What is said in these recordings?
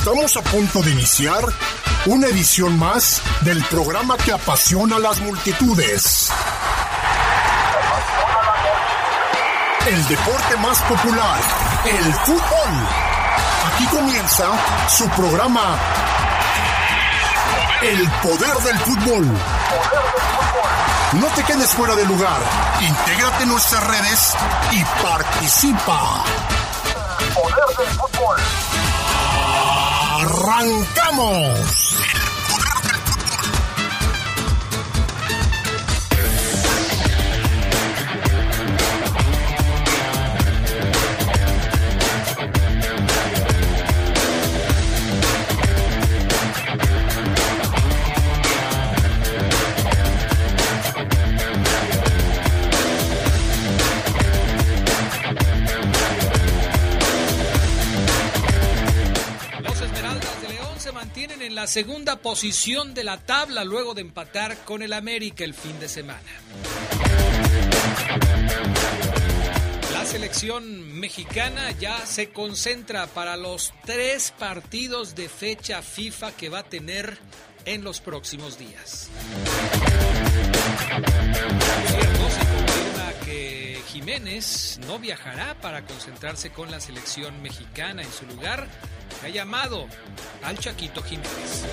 Estamos a punto de iniciar una edición más del programa que apasiona a las multitudes. El deporte más popular, el fútbol. Aquí comienza su programa, El Poder del Fútbol. No te quedes fuera de lugar. Intégrate en nuestras redes y participa. El Poder del Fútbol. ¡Arrancamos! En la segunda posición de la tabla luego de empatar con el América el fin de semana. La selección mexicana ya se concentra para los 3 partidos de fecha FIFA que va a tener en los próximos días. Cierto, se confirma que Jiménez no viajará para concentrarse con la selección mexicana. En su lugar ha llamado al Chaquito Jiménez.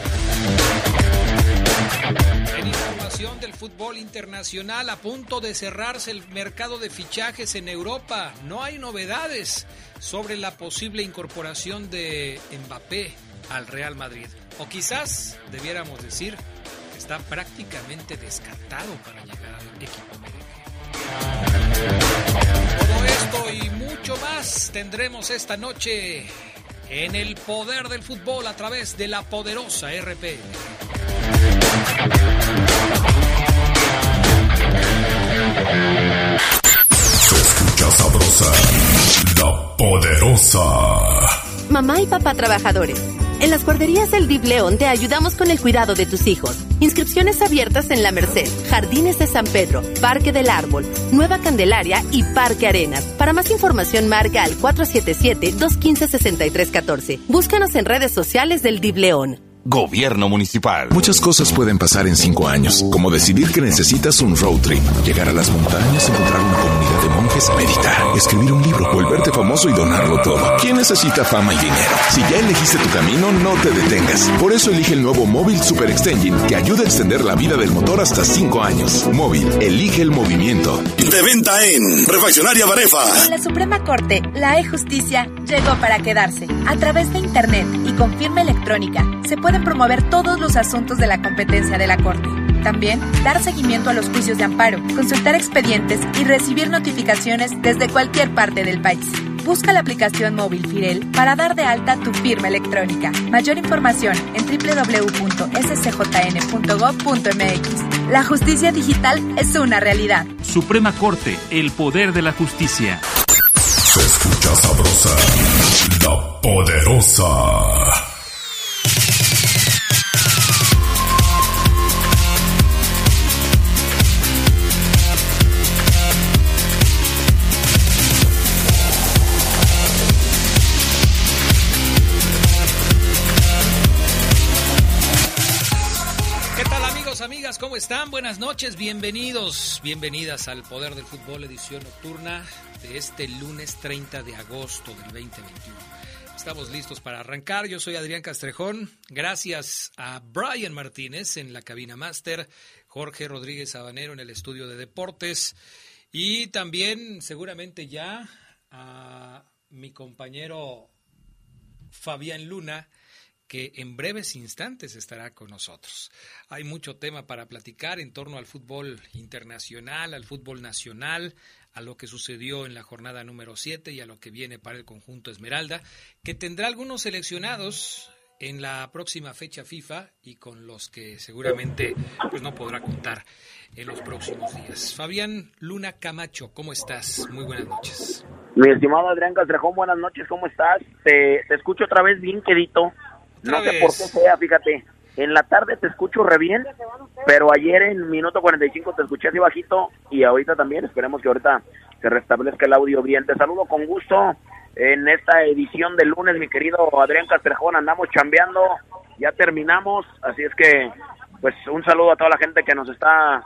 En información del fútbol internacional, a punto de cerrarse el mercado de fichajes en Europa. No hay novedades sobre la posible incorporación de Mbappé al Real Madrid. O quizás debiéramos decir que está prácticamente descartado para llegar al equipo merengue. Todo esto y mucho más tendremos esta noche en El Poder del Fútbol a través de la poderosa RPL. Se escucha sabrosa, la poderosa. Mamá y papá trabajadores. En las guarderías del DIF León te ayudamos con el cuidado de tus hijos. Inscripciones abiertas en La Merced, Jardines de San Pedro, Parque del Árbol, Nueva Candelaria y Parque Arenas. Para más información marca al 477-215-6314. Búscanos en redes sociales del DIF León. Gobierno Municipal. Muchas cosas pueden pasar en 5 años, como decidir que necesitas un road trip, llegar a las montañas, encontrar una comunidad de monjes, meditar, escribir un libro, volverte famoso y donarlo todo. ¿Quién necesita fama y dinero? Si ya elegiste tu camino, no te detengas. Por eso elige el nuevo Móvil Super Extension, que ayuda a extender la vida del motor hasta 5 años. Móvil, elige el movimiento. De venta en Refaccionaria Barefa. En la Suprema Corte, la e-Justicia llegó para quedarse. A través de Internet y con firma electrónica, se pueden promover todos los asuntos de la competencia de la Corte. También, dar seguimiento a los juicios de amparo, consultar expedientes y recibir notificaciones desde cualquier parte del país. Busca la aplicación móvil Firel para dar de alta tu firma electrónica. Mayor información en www.scjn.gov.mx. La justicia digital es una realidad. Suprema Corte, el poder de la justicia. Se escucha sabrosa, la poderosa. Amigas, ¿cómo están? Buenas noches, bienvenidas al Poder del Fútbol, edición nocturna de este lunes 30 de agosto del 2021. Estamos listos para arrancar, yo soy Adrián Castrejón, gracias a Brian Martínez en la cabina máster, Jorge Rodríguez Sabanero en el estudio de deportes y también seguramente ya a mi compañero Fabián Luna, que en breves instantes estará con nosotros. Hay mucho tema para platicar en torno al fútbol internacional, al fútbol nacional, a lo que sucedió en la jornada número 7 y a lo que viene para el conjunto Esmeralda, que tendrá algunos seleccionados en la próxima fecha FIFA y con los que seguramente pues no podrá contar en los próximos días. Fabián Luna Camacho, ¿cómo estás? Muy buenas noches. Mi estimado Adrián Castrejón, buenas noches, ¿cómo estás? Te escucho otra vez bien quedito. No sé por qué sea, fíjate. En la tarde te escucho re bien, pero ayer en minuto 45 te escuché así bajito y ahorita también. Esperemos que ahorita se restablezca el audio bien. Te saludo con gusto. en esta edición del lunes, mi querido Adrián Castrejón. Andamos chambeando, ya terminamos, así es que pues un saludo a toda la gente que nos está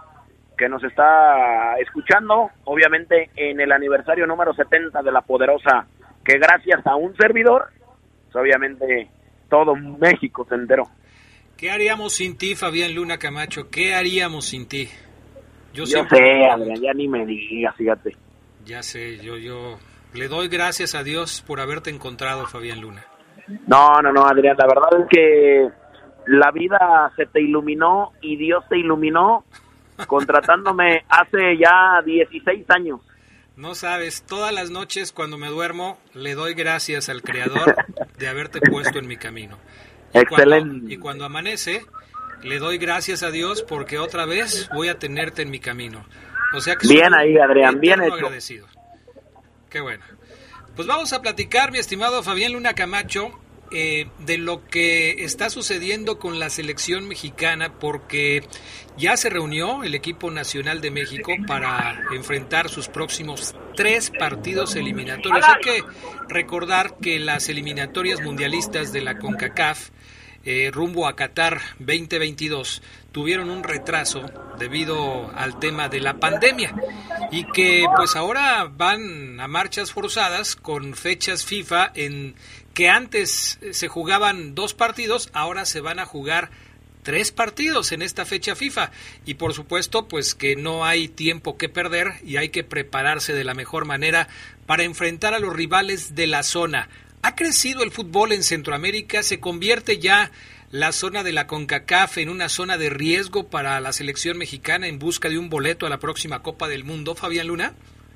escuchando, obviamente en el aniversario número 70 de La Poderosa, que gracias a un servidor, pues obviamente todo México se enteró. ¿Qué haríamos sin ti, Fabián Luna Camacho? ¿Qué haríamos sin ti? Yo sé, Adrián, ya ni me digas, fíjate. Ya sé, yo le doy gracias a Dios por haberte encontrado, Fabián Luna. No, Adrián, la verdad es que la vida se te iluminó y Dios te iluminó contratándome hace ya 16 años. No sabes, todas las noches cuando me duermo le doy gracias al Creador de haberte puesto en mi camino. Excelente. Y cuando amanece, le doy gracias a Dios porque otra vez voy a tenerte en mi camino. O sea que bien ahí, Adrián, bien hecho. Agradecido. Qué bueno. Pues vamos a platicar, mi estimado Fabián Luna Camacho, de lo que está sucediendo con la selección mexicana, porque ya se reunió el equipo nacional de México para enfrentar sus próximos 3 partidos eliminatorios. Hay que recordar que las eliminatorias mundialistas de la CONCACAF rumbo a Qatar 2022 tuvieron un retraso debido al tema de la pandemia y que pues ahora van a marchas forzadas con fechas FIFA en que antes se jugaban 2 partidos, ahora se van a jugar 3 partidos en esta fecha FIFA y por supuesto pues que no hay tiempo que perder y hay que prepararse de la mejor manera para enfrentar a los rivales de la zona. ¿Ha crecido el fútbol en Centroamérica? ¿Se convierte ya la zona de la CONCACAF en una zona de riesgo para la selección mexicana en busca de un boleto a la próxima Copa del Mundo, Fabián Luna?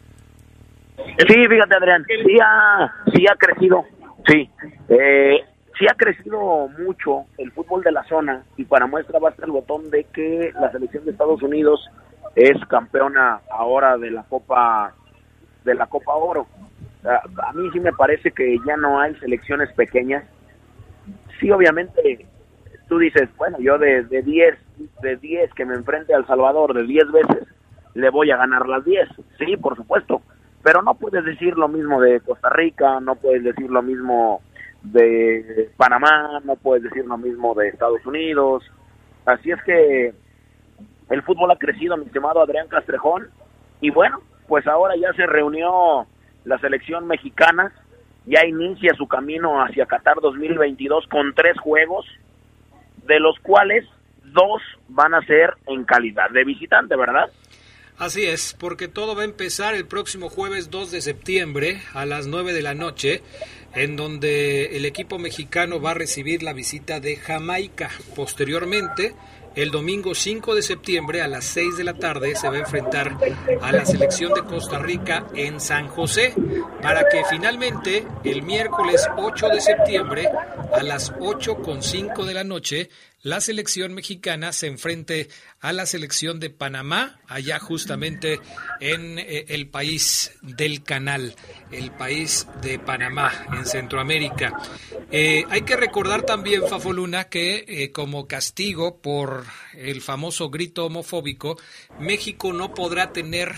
Sí, fíjate, Adrián, sí ha crecido, sí. Sí ha crecido mucho el fútbol de la zona y para muestra basta el botón de que la selección de Estados Unidos es campeona ahora de la Copa Oro. A mí sí me parece que ya no hay selecciones pequeñas. Sí, obviamente, tú dices, bueno, yo de 10 que me enfrente a El Salvador, de 10 veces, le voy a ganar las 10. Sí, por supuesto. Pero no puedes decir lo mismo de Costa Rica, no puedes decir lo mismo de Panamá, no puedes decir lo mismo de Estados Unidos. Así es que el fútbol ha crecido, mi estimado Adrián Castrejón. Y bueno, pues ahora ya se reunió la selección mexicana, ya inicia su camino hacia Qatar 2022 con 3 juegos, de los cuales 2 van a ser en calidad de visitante, ¿verdad? Así es, porque todo va a empezar el próximo jueves 2 de septiembre a las 9 de la noche, en donde el equipo mexicano va a recibir la visita de Jamaica. Posteriormente, el domingo 5 de septiembre a las 6 de la tarde se va a enfrentar a la selección de Costa Rica en San José, para que finalmente el miércoles 8 de septiembre a las 8:05 de la noche la selección mexicana se enfrente a la selección de Panamá, allá justamente en el país del Canal, el país de Panamá, en Centroamérica. Hay que recordar también, Fafo Luna, que como castigo por el famoso grito homofóbico, México no podrá tener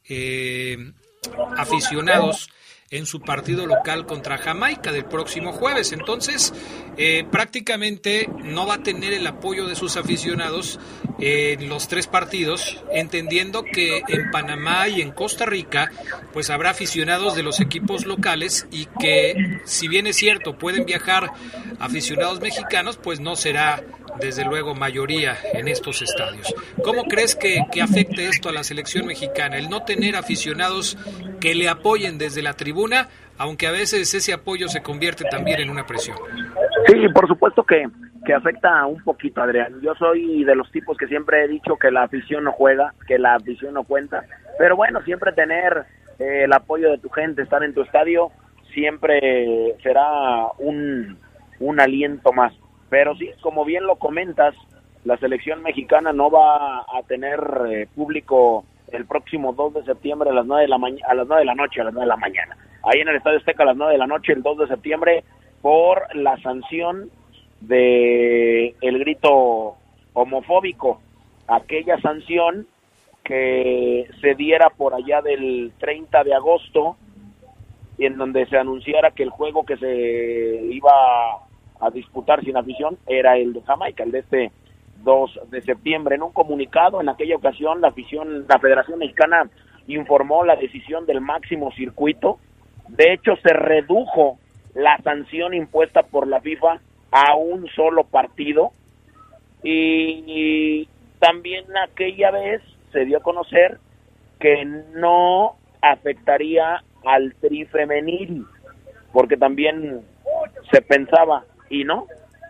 aficionados en su partido local contra Jamaica del próximo jueves. Entonces, prácticamente no va a tener el apoyo de sus aficionados en los 3 partidos, entendiendo que en Panamá y en Costa Rica pues habrá aficionados de los equipos locales y que, si bien es cierto, pueden viajar aficionados mexicanos, pues no será desde luego mayoría en estos estadios. ¿Cómo crees que afecte esto a la selección mexicana, el no tener aficionados que le apoyen desde la tribuna, aunque a veces ese apoyo se convierte también en una presión? Sí, por supuesto que afecta un poquito, Adrián. Yo soy de los tipos que siempre he dicho que la afición no juega, que la afición no cuenta, pero bueno, siempre tener el apoyo de tu gente, estar en tu estadio, siempre será un aliento más. Pero sí, como bien lo comentas, la selección mexicana no va a tener público el próximo 2 de septiembre a las 9 de la noche, a las 9 de la mañana. Ahí en el Estadio Azteca a las 9 de la noche, el 2 de septiembre, por la sanción de el grito homofóbico. Aquella sanción que se diera por allá del 30 de agosto en donde se anunciara que el juego que se iba a disputar sin afición era el de Jamaica, el de este 2 de septiembre. En un comunicado, en aquella ocasión, la Federación Mexicana informó la decisión del máximo circuito. De hecho, se redujo la sanción impuesta por la FIFA a un solo partido, y también aquella vez se dio a conocer que no afectaría al tri femenil, porque también se pensaba, y no.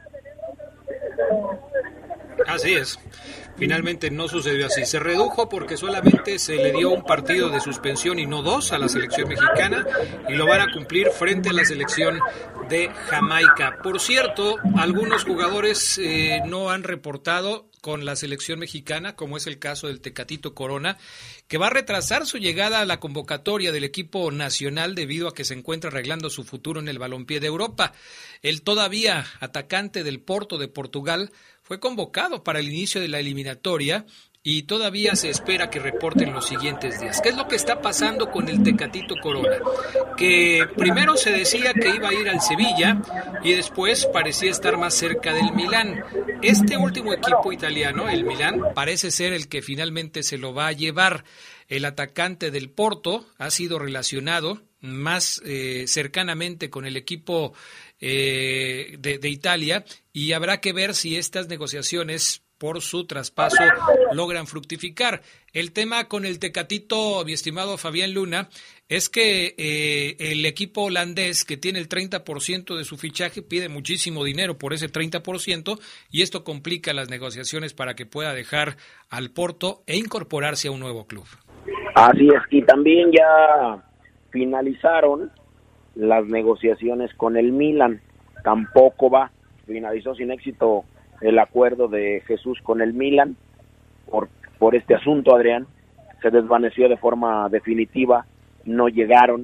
Así es. Finalmente no sucedió así. Se redujo porque solamente se le dio un partido de suspensión y no 2 a la selección mexicana, y lo van a cumplir frente a la selección de Jamaica. Por cierto, algunos jugadores no han reportado con la selección mexicana, como es el caso del Tecatito Corona, que va a retrasar su llegada a la convocatoria del equipo nacional debido a que se encuentra arreglando su futuro en el balompié de Europa. El todavía atacante del Porto de Portugal fue convocado para el inicio de la eliminatoria y todavía se espera que reporte en los siguientes días. ¿Qué es lo que está pasando con el Tecatito Corona? Que primero se decía que iba a ir al Sevilla y después parecía estar más cerca del Milán. Este último equipo italiano, el Milán, parece ser el que finalmente se lo va a llevar. El atacante del Porto ha sido relacionado más cercanamente con el equipo de Italia, y habrá que ver si estas negociaciones por su traspaso logran fructificar. El tema con el Tecatito, mi estimado Fabián Luna, es que el equipo holandés, que tiene el 30% de su fichaje, pide muchísimo dinero por ese 30%, y esto complica las negociaciones para que pueda dejar al Porto e incorporarse a un nuevo club. Así es, y también ya finalizaron las negociaciones con el Milan. Tampoco finalizó sin éxito el acuerdo de Jesús con el Milan por este asunto, Adrián. Se desvaneció de forma definitiva, no llegaron,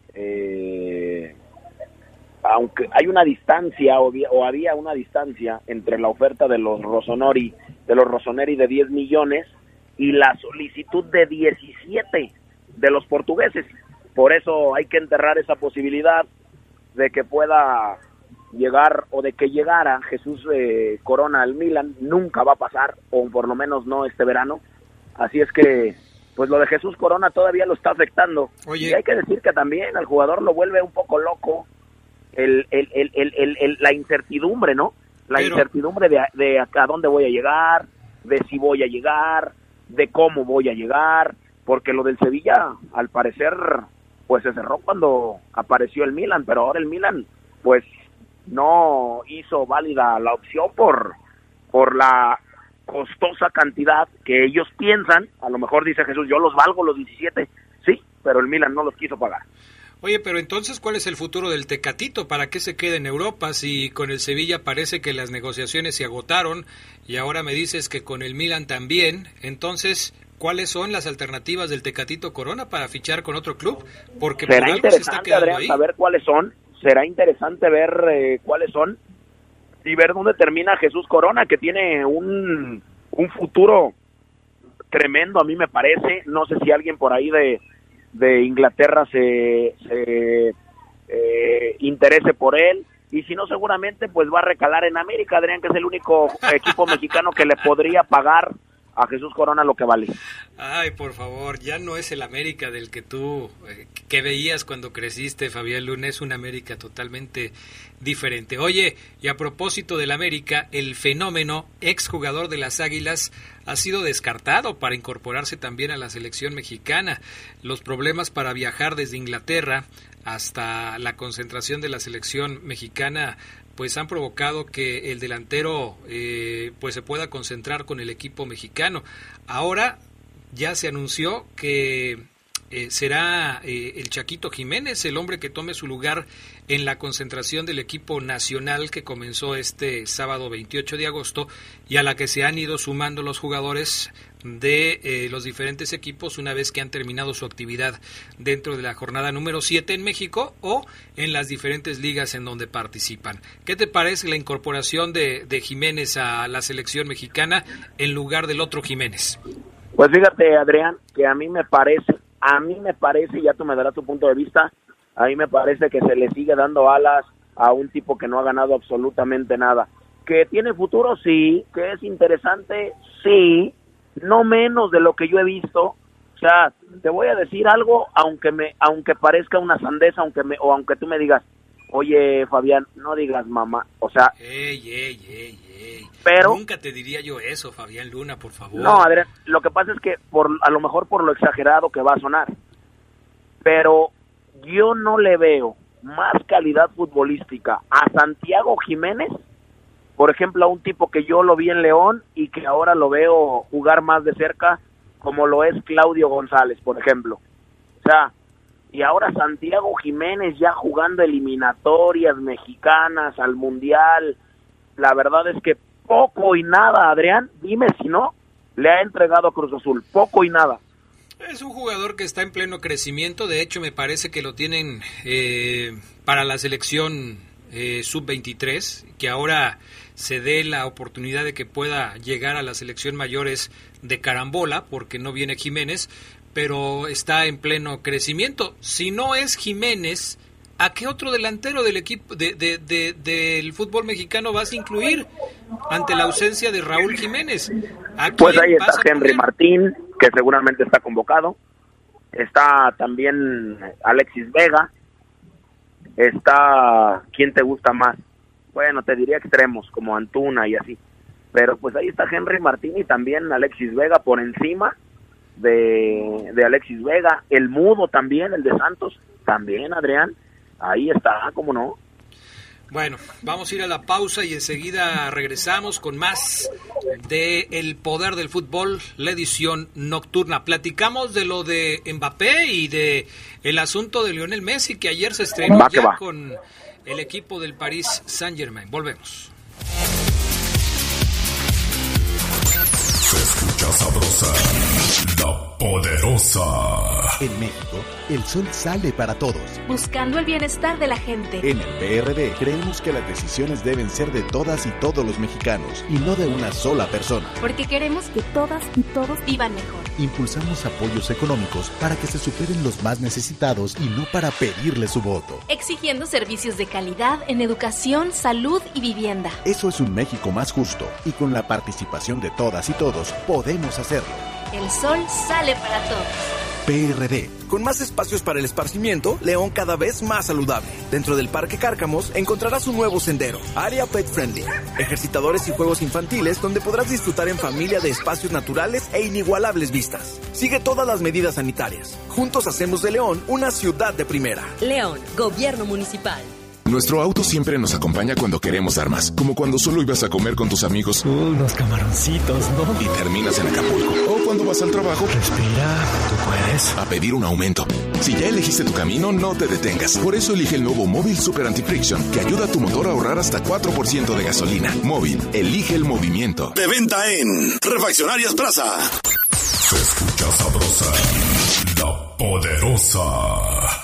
aunque hay una distancia o había una distancia entre la oferta de los Rossoneri de 10 millones y la solicitud de 17 de los portugueses. Por eso hay que enterrar esa posibilidad de que pueda llegar, o de que llegara Jesús Corona al Milan. Nunca va a pasar, o por lo menos no este verano. Así es que, pues lo de Jesús Corona todavía lo está afectando. Oye. Y hay que decir que también al jugador lo vuelve un poco loco la incertidumbre, ¿no? Incertidumbre de a dónde voy a llegar, de si voy a llegar, de cómo voy a llegar, porque lo del Sevilla, al parecer, pues se cerró cuando apareció el Milan, pero ahora el Milan, pues no hizo válida la opción por la costosa cantidad que ellos piensan. A lo mejor dice Jesús, yo los valgo los 17, sí, pero el Milan no los quiso pagar. Oye, pero entonces, ¿cuál es el futuro del Tecatito? ¿Para qué se queda en Europa si con el Sevilla parece que las negociaciones se agotaron y ahora me dices que con el Milan también? Entonces, ¿cuáles son las alternativas del Tecatito Corona para fichar con otro club? Porque por algo se está quedando Adrián, ahí. Saber cuáles son. Será interesante ver cuáles son y ver dónde termina Jesús Corona, que tiene un futuro tremendo, a mí me parece. No sé si alguien por ahí de Inglaterra se interese por él, y si no, seguramente pues va a recalar en América, Adrián, que es el único equipo mexicano que le podría pagar a Jesús Corona lo que vale. Ay, por favor, ya no es el América del que tú que veías cuando creciste, Fabián Luna. Es un América totalmente diferente. Oye, y a propósito del América, el fenómeno exjugador de las Águilas ha sido descartado para incorporarse también a la selección mexicana. Los problemas para viajar desde Inglaterra hasta la concentración de la selección mexicana pues han provocado que el delantero pues se pueda concentrar con el equipo mexicano. Ahora ya se anunció que será el Chaquito Jiménez el hombre que tome su lugar en la concentración del equipo nacional que comenzó este sábado 28 de agosto y a la que se han ido sumando los jugadores de los diferentes equipos una vez que han terminado su actividad dentro de la jornada número 7 en México o en las diferentes ligas en donde participan. ¿Qué te parece la incorporación de Jiménez a la selección mexicana en lugar del otro Jiménez? Pues fíjate, Adrián, que a mí me parece, ya tú me darás tu punto de vista, A mí me parece que se le sigue dando alas a un tipo que no ha ganado absolutamente nada. ¿Que tiene futuro? Sí. ¿Que es interesante? Sí. No menos de lo que yo he visto. O sea, te voy a decir algo, aunque parezca una sandeza, aunque tú me digas, oye, Fabián, no digas mamá. O sea... Pero, nunca te diría yo eso, Fabián Luna, por favor. No, Adrián, lo que pasa es que a lo mejor por lo exagerado que va a sonar. Pero yo no le veo más calidad futbolística a Santiago Jiménez, por ejemplo, a un tipo que yo lo vi en León y que ahora lo veo jugar más de cerca, como lo es Claudio González, por ejemplo. O sea, y ahora Santiago Jiménez ya jugando eliminatorias mexicanas al Mundial. La verdad es que poco y nada, Adrián, dime si no, le ha entregado a Cruz Azul, poco y nada. Es un jugador que está en pleno crecimiento, de hecho me parece que lo tienen para la selección sub-23, que ahora se dé la oportunidad de que pueda llegar a la selección mayores de carambola, porque no viene Jiménez, pero está en pleno crecimiento. Si no es Jiménez, ¿a qué otro delantero del equipo del fútbol mexicano vas a incluir ante la ausencia de Raúl Jiménez? Pues ahí está Henry Martín, que seguramente está convocado. Está también Alexis Vega. Está, ¿quién te gusta más? Bueno, te diría extremos, como Antuna y así. Pero pues ahí está Henry Martín y también Alexis Vega por encima de Alexis Vega. El Mudo también, el de Santos, también, Adrián. Ahí está, ¿cómo no? Bueno, vamos a ir a la pausa y enseguida regresamos con más de El Poder del Fútbol, la edición nocturna. Platicamos de lo de Mbappé y de el asunto de Lionel Messi, que ayer se estrenó con el equipo del Paris Saint-Germain. Volvemos. Se escucha sabrosa, la poderosa. En México, el sol sale para todos, buscando el bienestar de la gente. En el PRD creemos que las decisiones deben ser de todas y todos los mexicanos y no de una sola persona. Porque queremos que todas y todos vivan mejor. Impulsamos apoyos económicos para que se superen los más necesitados y no para pedirle su voto. Exigiendo servicios de calidad en educación, salud y vivienda. Eso es un México más justo y con la participación de todas y todos podemos hacerlo. El sol sale para todos. PRD. Con más espacios para el esparcimiento, León cada vez más saludable. Dentro del Parque Cárcamos encontrarás un nuevo sendero, área pet friendly, ejercitadores y juegos infantiles donde podrás disfrutar en familia de espacios naturales e inigualables vistas. Sigue todas las medidas sanitarias. Juntos hacemos de León una ciudad de primera. León, Gobierno Municipal. Nuestro auto siempre nos acompaña cuando queremos dar más, como cuando solo ibas a comer con tus amigos. Unos camaroncitos, ¿no? Y terminas en Acapulco. O cuando vas al trabajo. Respira, tú puedes. A pedir un aumento. Si ya elegiste tu camino, no te detengas. Por eso elige el nuevo Móvil Super Anti-Friction, que ayuda a tu motor a ahorrar hasta 4% de gasolina. Móvil, elige el movimiento. De venta en Refaccionarias Plaza. Se escucha sabrosa, la poderosa.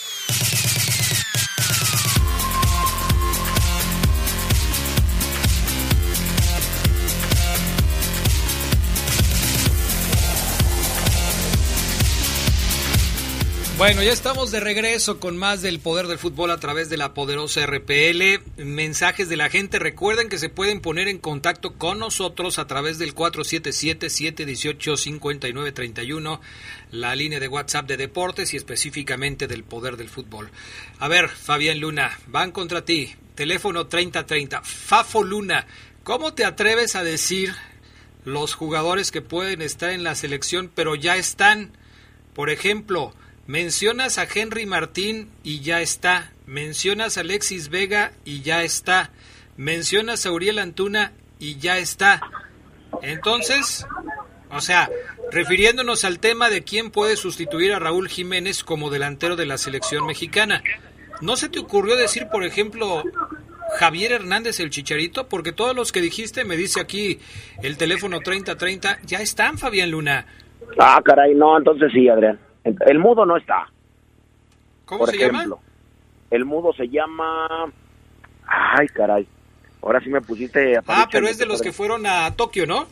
Bueno, ya estamos de regreso con más del Poder del Fútbol a través de la poderosa RPL. Mensajes de la gente. Recuerden que se pueden poner en contacto con nosotros a través del 477-718-5931, la línea de WhatsApp de deportes y específicamente del Poder del Fútbol. A ver, Fabián Luna, van contra ti. Teléfono 3030. Fafo Luna, ¿cómo te atreves a decir los jugadores que pueden estar en la selección pero ya están? Por ejemplo, mencionas a Henry Martín y ya está. Mencionas a Alexis Vega y ya está. Mencionas a Uriel Antuna y ya está. Entonces, o sea, refiriéndonos al tema de quién puede sustituir a Raúl Jiménez como delantero de la selección mexicana, ¿no se te ocurrió decir, por ejemplo, Javier Hernández el Chicharito? Porque todos los que dijiste, me dice aquí el teléfono 3030, ya están, Fabián Luna. Ah, caray, no, entonces sí, Adrián. El Mudo no está. ¿Cómo se llama? El Mudo se llama... Ay, caray. Ahora sí me pusiste... pero es de los que fueron a Tokio, ¿no?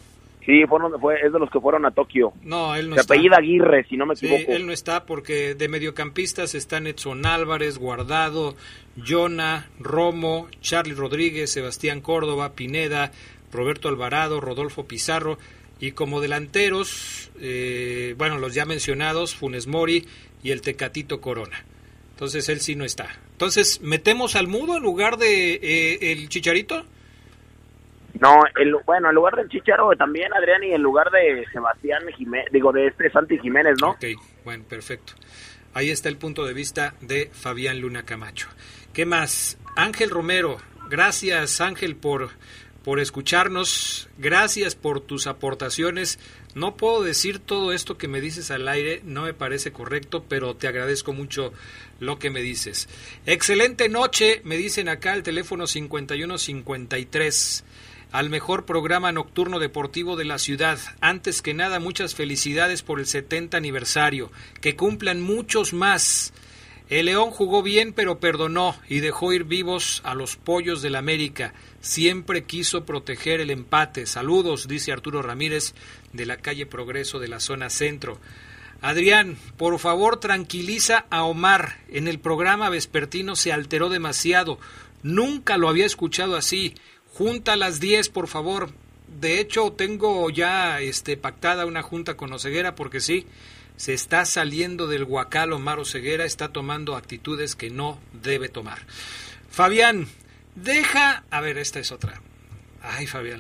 Sí, es de los que fueron a Tokio. No, él no Se está. apellida Aguirre, si no me equivoco. Sí, él no está porque de mediocampistas están Edson Álvarez, Guardado, Jonah, Romo, Charly Rodríguez, Sebastián Córdoba, Pineda, Roberto Alvarado, Rodolfo Pizarro, y como delanteros, los ya mencionados, Funes Mori y el Tecatito Corona. Entonces él sí no está. Entonces, ¿metemos al Mudo en lugar de el Chicharito? No, en lugar del Chicharo también, Adrián, y en lugar de Sebastián Jiménez, de Santi Jiménez, ¿no? Ok, bueno, perfecto. Ahí está el punto de vista de Fabián Luna Camacho. ¿Qué más? Ángel Romero, gracias Ángel por escucharnos, gracias por tus aportaciones. No puedo decir todo esto que me dices al aire, no me parece correcto, pero te agradezco mucho lo que me dices. Excelente noche, me dicen acá al teléfono 5153. Al mejor programa nocturno deportivo de la ciudad. Antes que nada, muchas felicidades por el 70 aniversario. Que cumplan muchos más. El León jugó bien, pero perdonó y dejó ir vivos a los pollos del América. Siempre quiso proteger el empate. Saludos, dice Arturo Ramírez, de la calle Progreso de la zona centro. Adrián, por favor, tranquiliza a Omar. En el programa vespertino se alteró demasiado. Nunca lo había escuchado así. Junta a las 10, por favor. De hecho, tengo ya pactada una junta con Oseguera porque sí, se está saliendo del huacal Omar Oseguera, está tomando actitudes que no debe tomar. Fabián, esta es otra. Ay, Fabián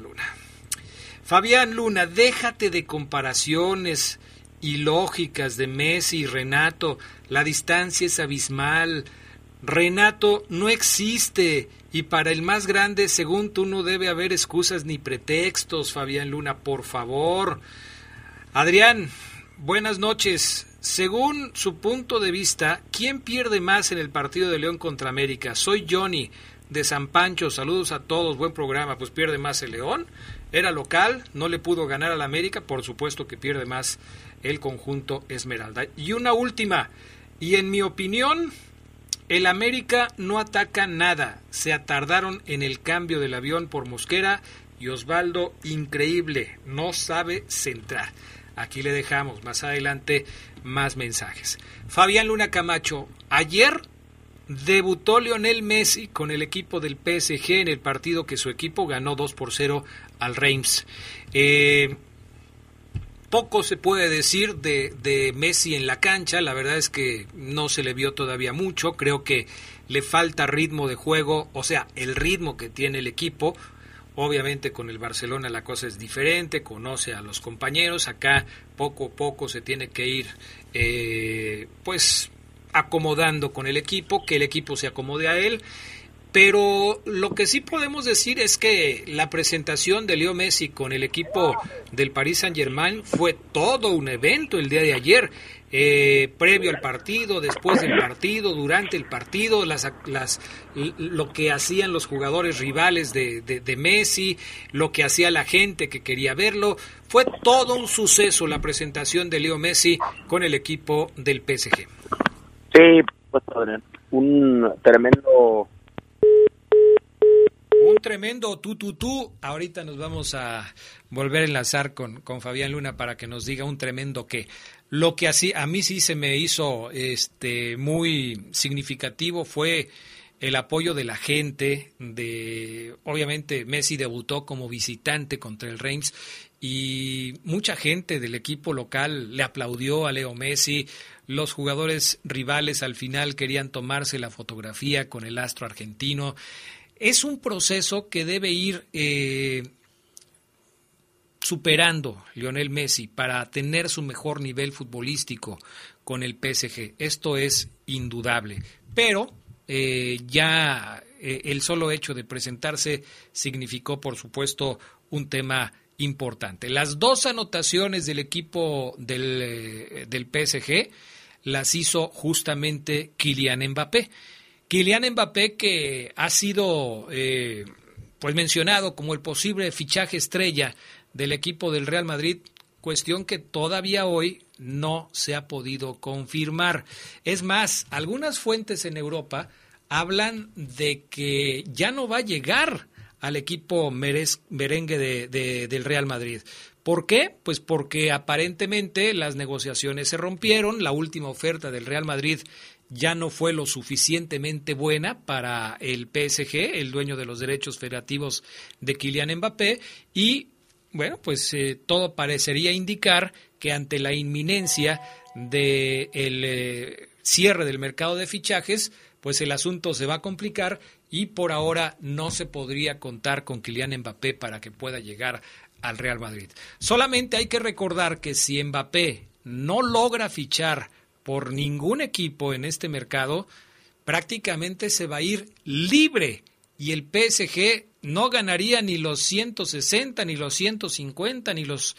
Luna, déjate de comparaciones ilógicas de Messi y Renato. La distancia es abismal. Renato no existe. Y para el más grande, según tú, no debe haber excusas ni pretextos, Fabián Luna, por favor. Adrián, buenas noches. Según su punto de vista, ¿quién pierde más en el partido de León contra América? Soy Johnny, de San Pancho. Saludos a todos, buen programa. Pues pierde más el León. Era local, no le pudo ganar al América. Por supuesto que pierde más el conjunto Esmeralda. Y una última, y en mi opinión, el América no ataca nada. Se atardaron en el cambio del avión por Mosquera y Osvaldo, increíble, no sabe centrar. Aquí le dejamos, más adelante, más mensajes. Fabián Luna Camacho, ayer debutó Lionel Messi con el equipo del PSG en el partido que su equipo ganó 2-0 al Reims. Poco se puede decir de Messi en la cancha, la verdad es que no se le vio todavía mucho, creo que le falta ritmo de juego, o sea, el ritmo que tiene el equipo. Obviamente con el Barcelona la cosa es diferente, conoce a los compañeros, acá poco a poco se tiene que ir acomodando con el equipo, que el equipo se acomode a él. Pero lo que sí podemos decir es que la presentación de Leo Messi con el equipo del Paris Saint-Germain fue todo un evento el día de ayer, previo al partido, después del partido, durante el partido, lo que hacían los jugadores rivales de Messi, lo que hacía la gente que quería verlo. Fue todo un suceso la presentación de Leo Messi con el equipo del PSG. Sí, pues un tremendo tú. Ahorita nos vamos a volver a enlazar con Fabián Luna para que nos diga un tremendo qué. Lo que así a mí sí se me hizo muy significativo fue el apoyo de la gente. Obviamente Messi debutó como visitante contra el Reims y mucha gente del equipo local le aplaudió a Leo Messi. Los jugadores rivales al final querían tomarse la fotografía con el astro argentino. Es un proceso que debe ir superando Lionel Messi para tener su mejor nivel futbolístico con el PSG. Esto es indudable. Pero ya el solo hecho de presentarse significó, por supuesto, un tema importante. Las dos anotaciones del equipo del PSG las hizo justamente Kylian Mbappé. Kylian Mbappé, que ha sido mencionado como el posible fichaje estrella del equipo del Real Madrid, cuestión que todavía hoy no se ha podido confirmar. Es más, algunas fuentes en Europa hablan de que ya no va a llegar al equipo merengue del Real Madrid, ¿Por qué? Pues porque aparentemente las negociaciones se rompieron, la última oferta del Real Madrid ya no fue lo suficientemente buena para el PSG, el dueño de los derechos federativos de Kylian Mbappé, y bueno, pues todo parecería indicar que ante la inminencia del cierre del mercado de fichajes, pues el asunto se va a complicar y por ahora no se podría contar con Kylian Mbappé para que pueda llegar al Real Madrid. Solamente hay que recordar que si Mbappé no logra fichar por ningún equipo en este mercado, prácticamente se va a ir libre y el PSG no ganaría ni los 160, ni los 150, ni los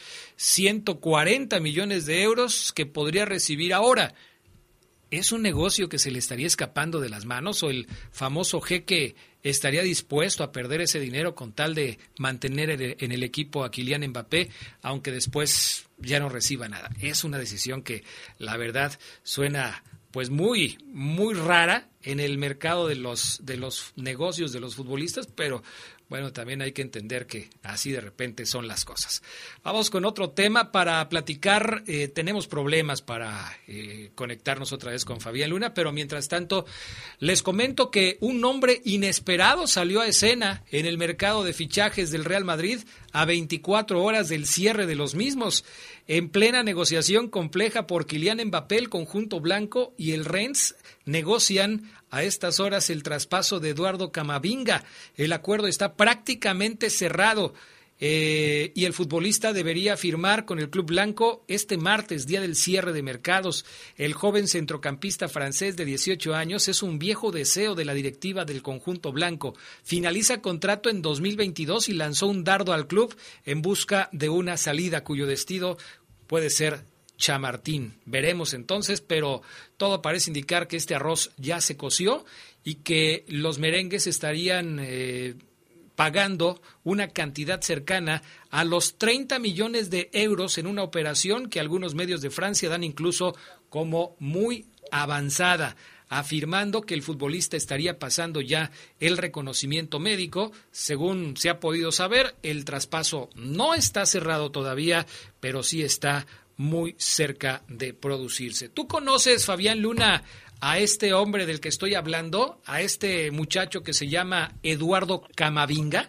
140 millones de euros que podría recibir ahora. ¿Es un negocio que se le estaría escapando de las manos o el famoso jeque estaría dispuesto a perder ese dinero con tal de mantener en el equipo a Kylian Mbappé, aunque después ya no reciba nada? Es una decisión que la verdad suena pues muy, muy rara en el mercado de los negocios de los futbolistas, pero bueno, también hay que entender que así de repente son las cosas. Vamos con otro tema para platicar. Tenemos problemas para conectarnos otra vez con Fabián Luna, pero mientras tanto les comento que un nombre inesperado salió a escena en el mercado de fichajes del Real Madrid a 24 horas del cierre de los mismos. En plena negociación compleja por Kylian Mbappé, el conjunto blanco y el Rennes negocian a estas horas el traspaso de Eduardo Camavinga. El acuerdo está prácticamente cerrado y el futbolista debería firmar con el club blanco este martes, día del cierre de mercados. El joven centrocampista francés de 18 años es un viejo deseo de la directiva del conjunto blanco. Finaliza contrato en 2022 y lanzó un dardo al club en busca de una salida cuyo destino puede ser Chamartín. Veremos entonces, pero todo parece indicar que este arroz ya se coció y que los merengues estarían pagando una cantidad cercana a los 30 millones de euros en una operación que algunos medios de Francia dan incluso como muy avanzada, afirmando que el futbolista estaría pasando ya el reconocimiento médico. Según se ha podido saber, el traspaso no está cerrado todavía, pero sí está muy cerca de producirse. ¿Tú conoces, Fabián Luna, a este hombre del que estoy hablando, a este muchacho que se llama Eduardo Camavinga?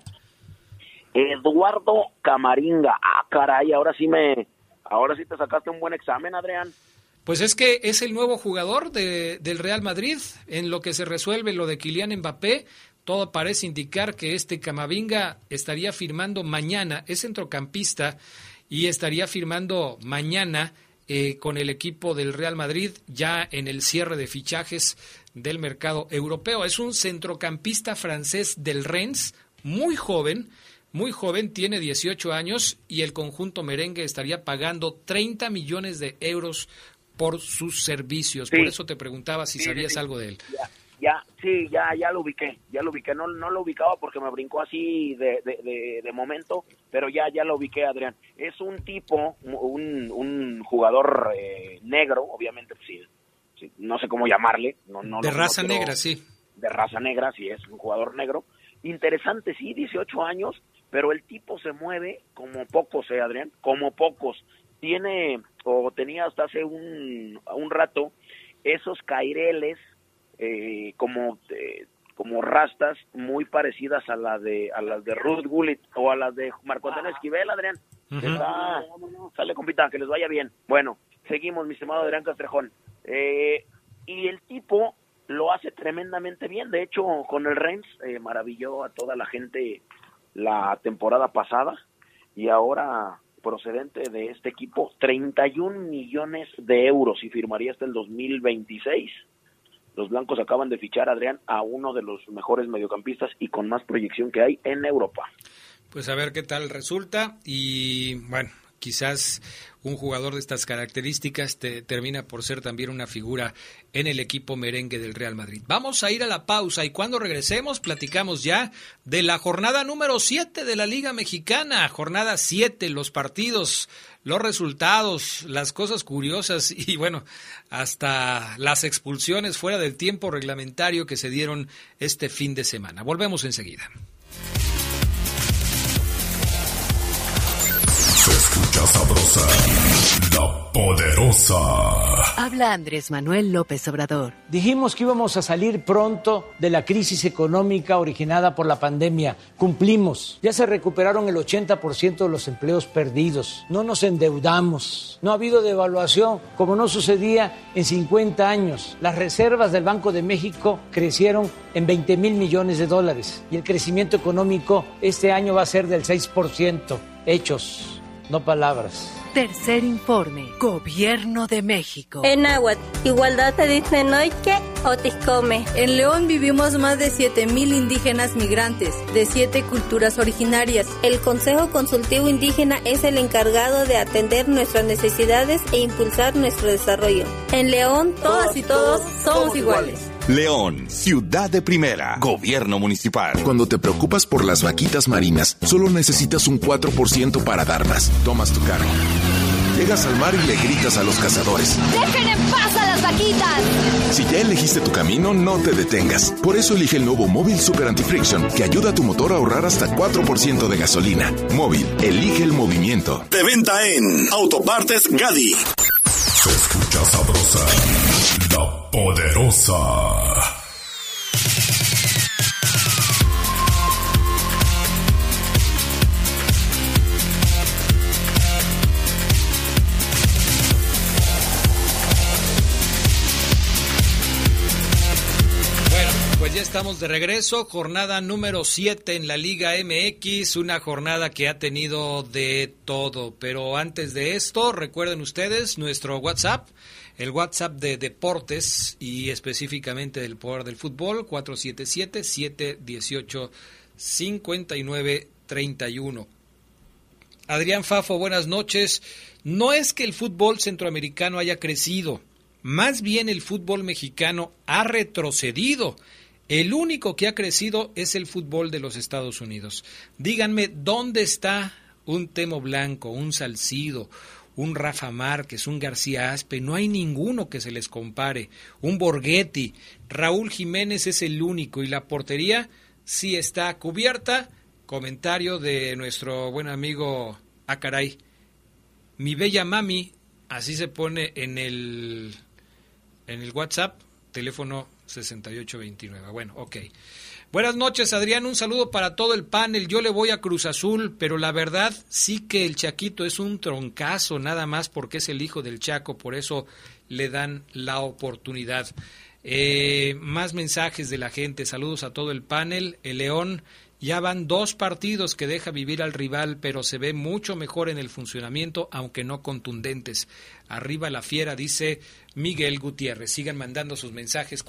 Eduardo Camavinga. Ah, caray, ahora sí te sacaste un buen examen, Adrián. Pues es que es el nuevo jugador del Real Madrid. En lo que se resuelve lo de Kylian Mbappé, todo parece indicar que este Camavinga estaría firmando mañana, es centrocampista, y estaría firmando mañana con el equipo del Real Madrid ya en el cierre de fichajes del mercado europeo. Es un centrocampista francés del Rennes, muy joven, tiene 18 años y el conjunto merengue estaría pagando 30 millones de euros por sus servicios. Sí. Por eso te preguntaba si sabías algo de él. Ya lo ubiqué, no lo ubicaba porque me brincó así de momento, pero ya lo ubiqué, Adrián. Es un tipo, un jugador negro, obviamente, sí, no sé cómo llamarle. De raza negra, sí. De raza negra, sí, es un jugador negro. Interesante, sí, 18 años, pero el tipo se mueve como pocos, Adrián, como pocos. Tenía hasta hace un rato esos caireles, como rastas muy parecidas a las de Ruth Gullit o a las de Marco Antonio Esquivel, Adrián. Uh-huh. Sale, compita, que les vaya bien. Bueno, seguimos, mi estimado Adrián Castrejón. Y el tipo lo hace tremendamente bien. De hecho, con el Rennes maravilló a toda la gente la temporada pasada y ahora, procedente de este equipo, 31 millones de euros y firmaría hasta el 2026. Los blancos acaban de fichar, Adrián, a uno de los mejores mediocampistas y con más proyección que hay en Europa. Pues a ver qué tal resulta y bueno, quizás un jugador de estas características termina por ser también una figura en el equipo merengue del Real Madrid. Vamos a ir a la pausa y cuando regresemos platicamos ya de la jornada número 7 de la Liga Mexicana. Jornada 7, los partidos, los resultados, las cosas curiosas y bueno, hasta las expulsiones fuera del tiempo reglamentario que se dieron este fin de semana. Volvemos enseguida. Se escucha escucha sabrosa, La Poderosa. Habla Andrés Manuel López Obrador. Dijimos que íbamos a salir pronto de la crisis económica originada por la pandemia. Cumplimos. Ya se recuperaron el 80% de los empleos perdidos. No nos endeudamos. No ha habido devaluación como no sucedía en 50 años. Las reservas del Banco de México crecieron en 20,000 millones de dólares y el crecimiento económico este año va a ser del 6%. Hechos, no palabras. Tercer informe, Gobierno de México. En náhuatl, igualdad te dice noique o tiscome. En León vivimos más de 7,000 indígenas migrantes de 7 culturas originarias. El Consejo Consultivo Indígena es el encargado de atender nuestras necesidades e impulsar nuestro desarrollo. En León, todas y todos somos iguales. León, ciudad de primera, gobierno municipal. Cuando te preocupas por las vaquitas marinas, solo necesitas un 4% para dar más. Tomas tu cargo. Llegas al mar y le gritas a los cazadores: ¡dejen en paz a las vaquitas! Si ya elegiste tu camino, no te detengas. Por eso elige el nuevo Móvil Super Anti-Friction, que ayuda a tu motor a ahorrar hasta 4% de gasolina. Móvil, elige el movimiento. De venta en Autopartes Gadi. Se escucha sabrosa, La Poderosa. Pues ya estamos de regreso, jornada número 7 en la Liga MX, una jornada que ha tenido de todo, pero antes de esto, recuerden ustedes nuestro WhatsApp, el WhatsApp de deportes y específicamente del Poder del Fútbol, 477-718-5931. Adrián Fafo, buenas noches. No es que el fútbol centroamericano haya crecido, más bien el fútbol mexicano ha retrocedido. El único que ha crecido es el fútbol de los Estados Unidos. Díganme, ¿dónde está un Temo Blanco, un Salcido, un Rafa Márquez, un García Aspe? No hay ninguno que se les compare. Un Borghetti, Raúl Jiménez es el único y la portería sí está cubierta. Comentario de nuestro buen amigo Acaray. Mi bella mami, así se pone en el WhatsApp, teléfono 6829. Bueno, ok. Buenas noches, Adrián. Un saludo para todo el panel. Yo le voy a Cruz Azul, pero la verdad sí que el Chaquito es un troncazo, nada más porque es el hijo del Chaco, por eso le dan la oportunidad. Más mensajes de la gente. Saludos a todo el panel. El León ya van 2 partidos que deja vivir al rival, pero se ve mucho mejor en el funcionamiento, aunque no contundentes. Arriba la fiera, dice Miguel Gutiérrez. Sigan mandando sus mensajes,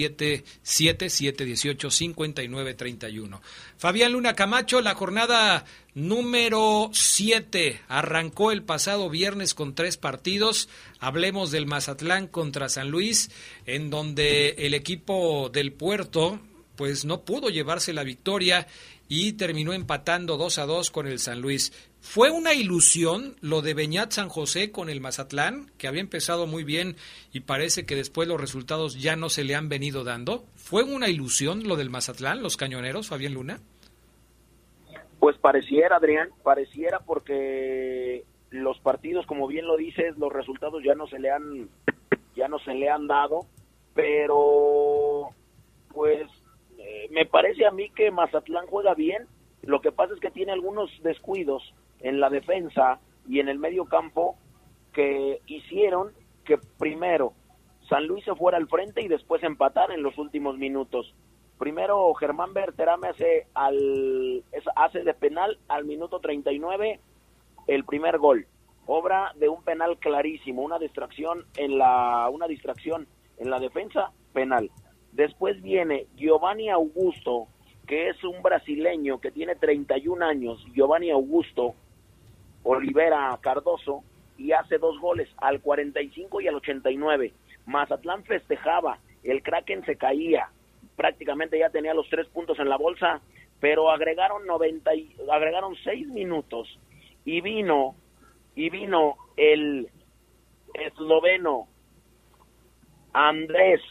477-718-5931. Fabián Luna Camacho, la jornada número 7 arrancó el pasado viernes con 3 partidos. Hablemos del Mazatlán contra San Luis, en donde el equipo del Puerto pues no pudo llevarse la victoria y terminó empatando 2-2 con el San Luis. ¿Fue una ilusión lo de Beñat San José con el Mazatlán, que había empezado muy bien y parece que después los resultados ya no se le han venido dando? ¿Fue una ilusión lo del Mazatlán, los cañoneros, Fabián Luna? Pues pareciera, Adrián, pareciera, porque los partidos, como bien lo dices, los resultados ya no se le han dado, pero pues me parece a mí que Mazatlán juega bien. Lo que pasa es que tiene algunos descuidos en la defensa y en el medio campo que hicieron que primero San Luis se fuera al frente y después empatar en los últimos minutos. Primero Germán Berterame hace de penal al minuto 39 el primer gol, obra de un penal clarísimo, una distracción en la defensa, penal. Después viene Giovanni Augusto, que es un brasileño que tiene 31 años, Giovanni Augusto Olivera Cardoso, y hace 2 goles, al 45 y al 89. Mazatlán festejaba, el Kraken se caía, prácticamente ya tenía los 3 puntos en la bolsa, pero agregaron 6 minutos y vino el esloveno Andrés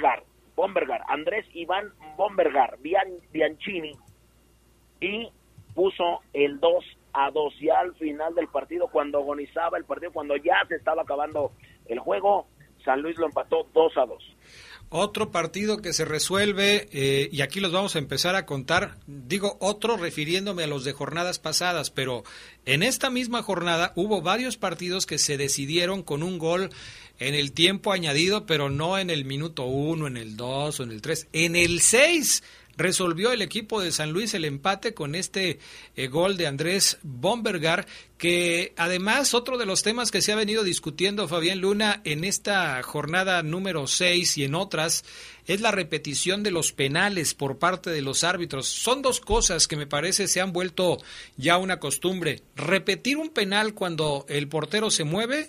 Bombergar, Andrés Iván Bombergar Bianchini, y puso el 2-2. Ya al final del partido, cuando agonizaba el partido, cuando ya se estaba acabando el juego, San Luis lo empató 2-2. Otro partido que se resuelve, y aquí los vamos a empezar a contar, digo otro refiriéndome a los de jornadas pasadas, pero en esta misma jornada hubo varios partidos que se decidieron con un gol en el tiempo añadido, pero no en el minuto 1, en el 2 o en el 3, en el 6 resolvió el equipo de San Luis el empate con este gol de Andrés Bombergar, que además otro de los temas que se ha venido discutiendo, Fabián Luna, en esta jornada número 6 y en otras, es la repetición de los penales por parte de los árbitros. Son dos cosas que me parece se han vuelto ya una costumbre. Repetir un penal cuando el portero se mueve.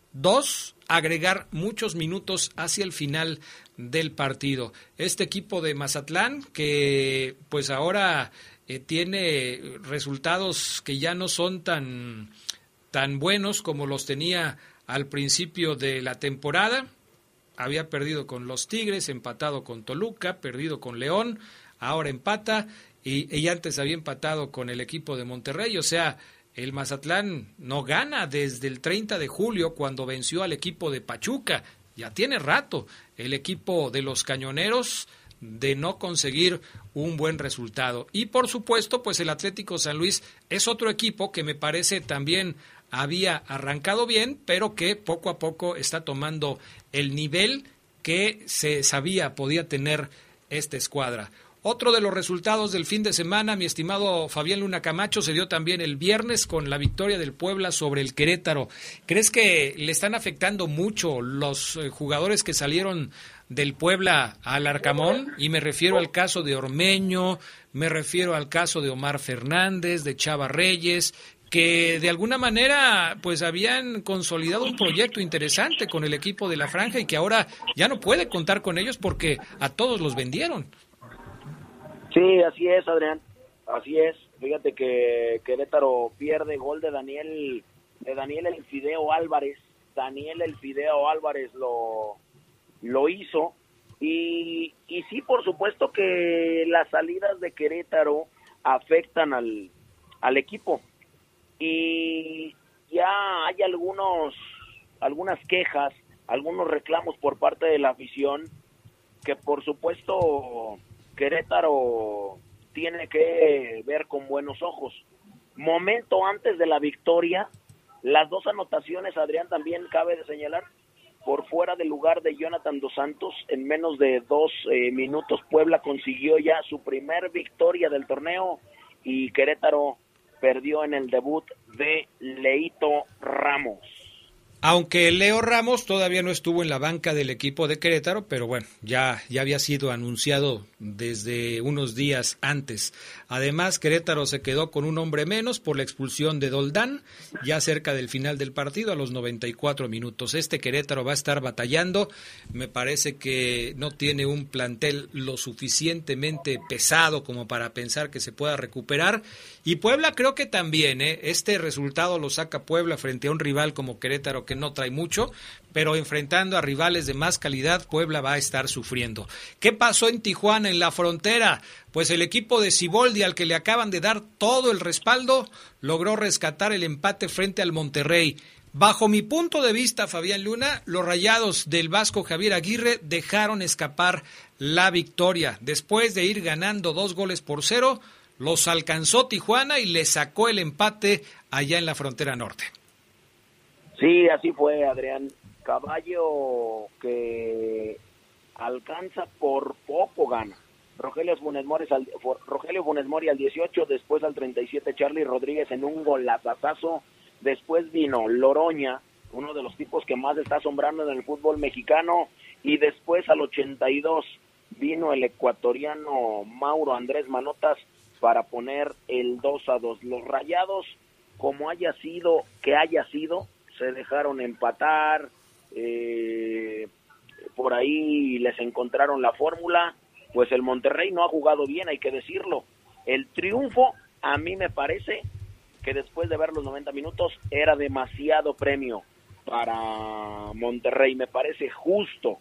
2, agregar muchos minutos hacia el final del partido. Este equipo de Mazatlán, que pues ahora tiene resultados que ya no son tan buenos como los tenía al principio de la temporada. Había perdido con los Tigres, empatado con Toluca, perdido con León, ahora empata y antes había empatado con el equipo de Monterrey. O sea, el Mazatlán no gana desde el 30 de julio cuando venció al equipo de Pachuca. Ya tiene rato el equipo de los Cañoneros de no conseguir un buen resultado. Y por supuesto, pues el Atlético San Luis es otro equipo que me parece también había arrancado bien, pero que poco a poco está tomando el nivel que se sabía podía tener esta escuadra. Otro de los resultados del fin de semana, mi estimado Fabián Luna Camacho, se dio también el viernes con la victoria del Puebla sobre el Querétaro. ¿Crees que le están afectando mucho los jugadores que salieron del Puebla al Arcamón? Y me refiero al caso de Ormeño, me refiero al caso de Omar Fernández, de Chava Reyes, que de alguna manera pues habían consolidado un proyecto interesante con el equipo de la Franja y que ahora ya no puede contar con ellos porque a todos los vendieron. Sí, así es, Adrián, así es. Fíjate que Querétaro pierde gol de Daniel El Fideo Álvarez. Daniel El Fideo Álvarez lo hizo y sí, por supuesto que las salidas de Querétaro afectan al equipo y ya hay algunas quejas, algunos reclamos por parte de la afición que por supuesto Querétaro tiene que ver con buenos ojos. Momento antes de la victoria, las dos anotaciones, Adrián, también cabe de señalar, por fuera del lugar de Jonathan Dos Santos, en menos de 2 minutos Puebla consiguió ya su primer victoria del torneo y Querétaro perdió en el debut de Leito Ramos. Aunque Leo Ramos todavía no estuvo en la banca del equipo de Querétaro, pero bueno, ya había sido anunciado desde unos días antes. Además, Querétaro se quedó con un hombre menos por la expulsión de Doldán, ya cerca del final del partido, a los 94 minutos. Este Querétaro va a estar batallando, me parece que no tiene un plantel lo suficientemente pesado como para pensar que se pueda recuperar. Y Puebla creo que también, este resultado lo saca Puebla frente a un rival como Querétaro que no trae mucho, pero enfrentando a rivales de más calidad, Puebla va a estar sufriendo. ¿Qué pasó en Tijuana, en la frontera? Pues el equipo de Siboldi, al que le acaban de dar todo el respaldo, logró rescatar el empate frente al Monterrey. Bajo mi punto de vista, Fabián Luna, los Rayados del Vasco Javier Aguirre dejaron escapar la victoria. Después de ir ganando 2-0, los alcanzó Tijuana y le sacó el empate allá en la frontera norte. Sí, así fue, Adrián. Caballo que alcanza por poco gana. Rogelio Funes Mori al 18, después al 37 Charly Rodríguez en un golazazo. Después vino Loroña, uno de los tipos que más está asombrando en el fútbol mexicano, y después al 82 vino el ecuatoriano Mauro Andrés Manotas para poner el 2-2. Los Rayados, como haya sido, se dejaron empatar, por ahí les encontraron la fórmula, pues el Monterrey no ha jugado bien, hay que decirlo. El triunfo, a mí me parece que después de ver los 90 minutos, era demasiado premio para Monterrey. Me parece justo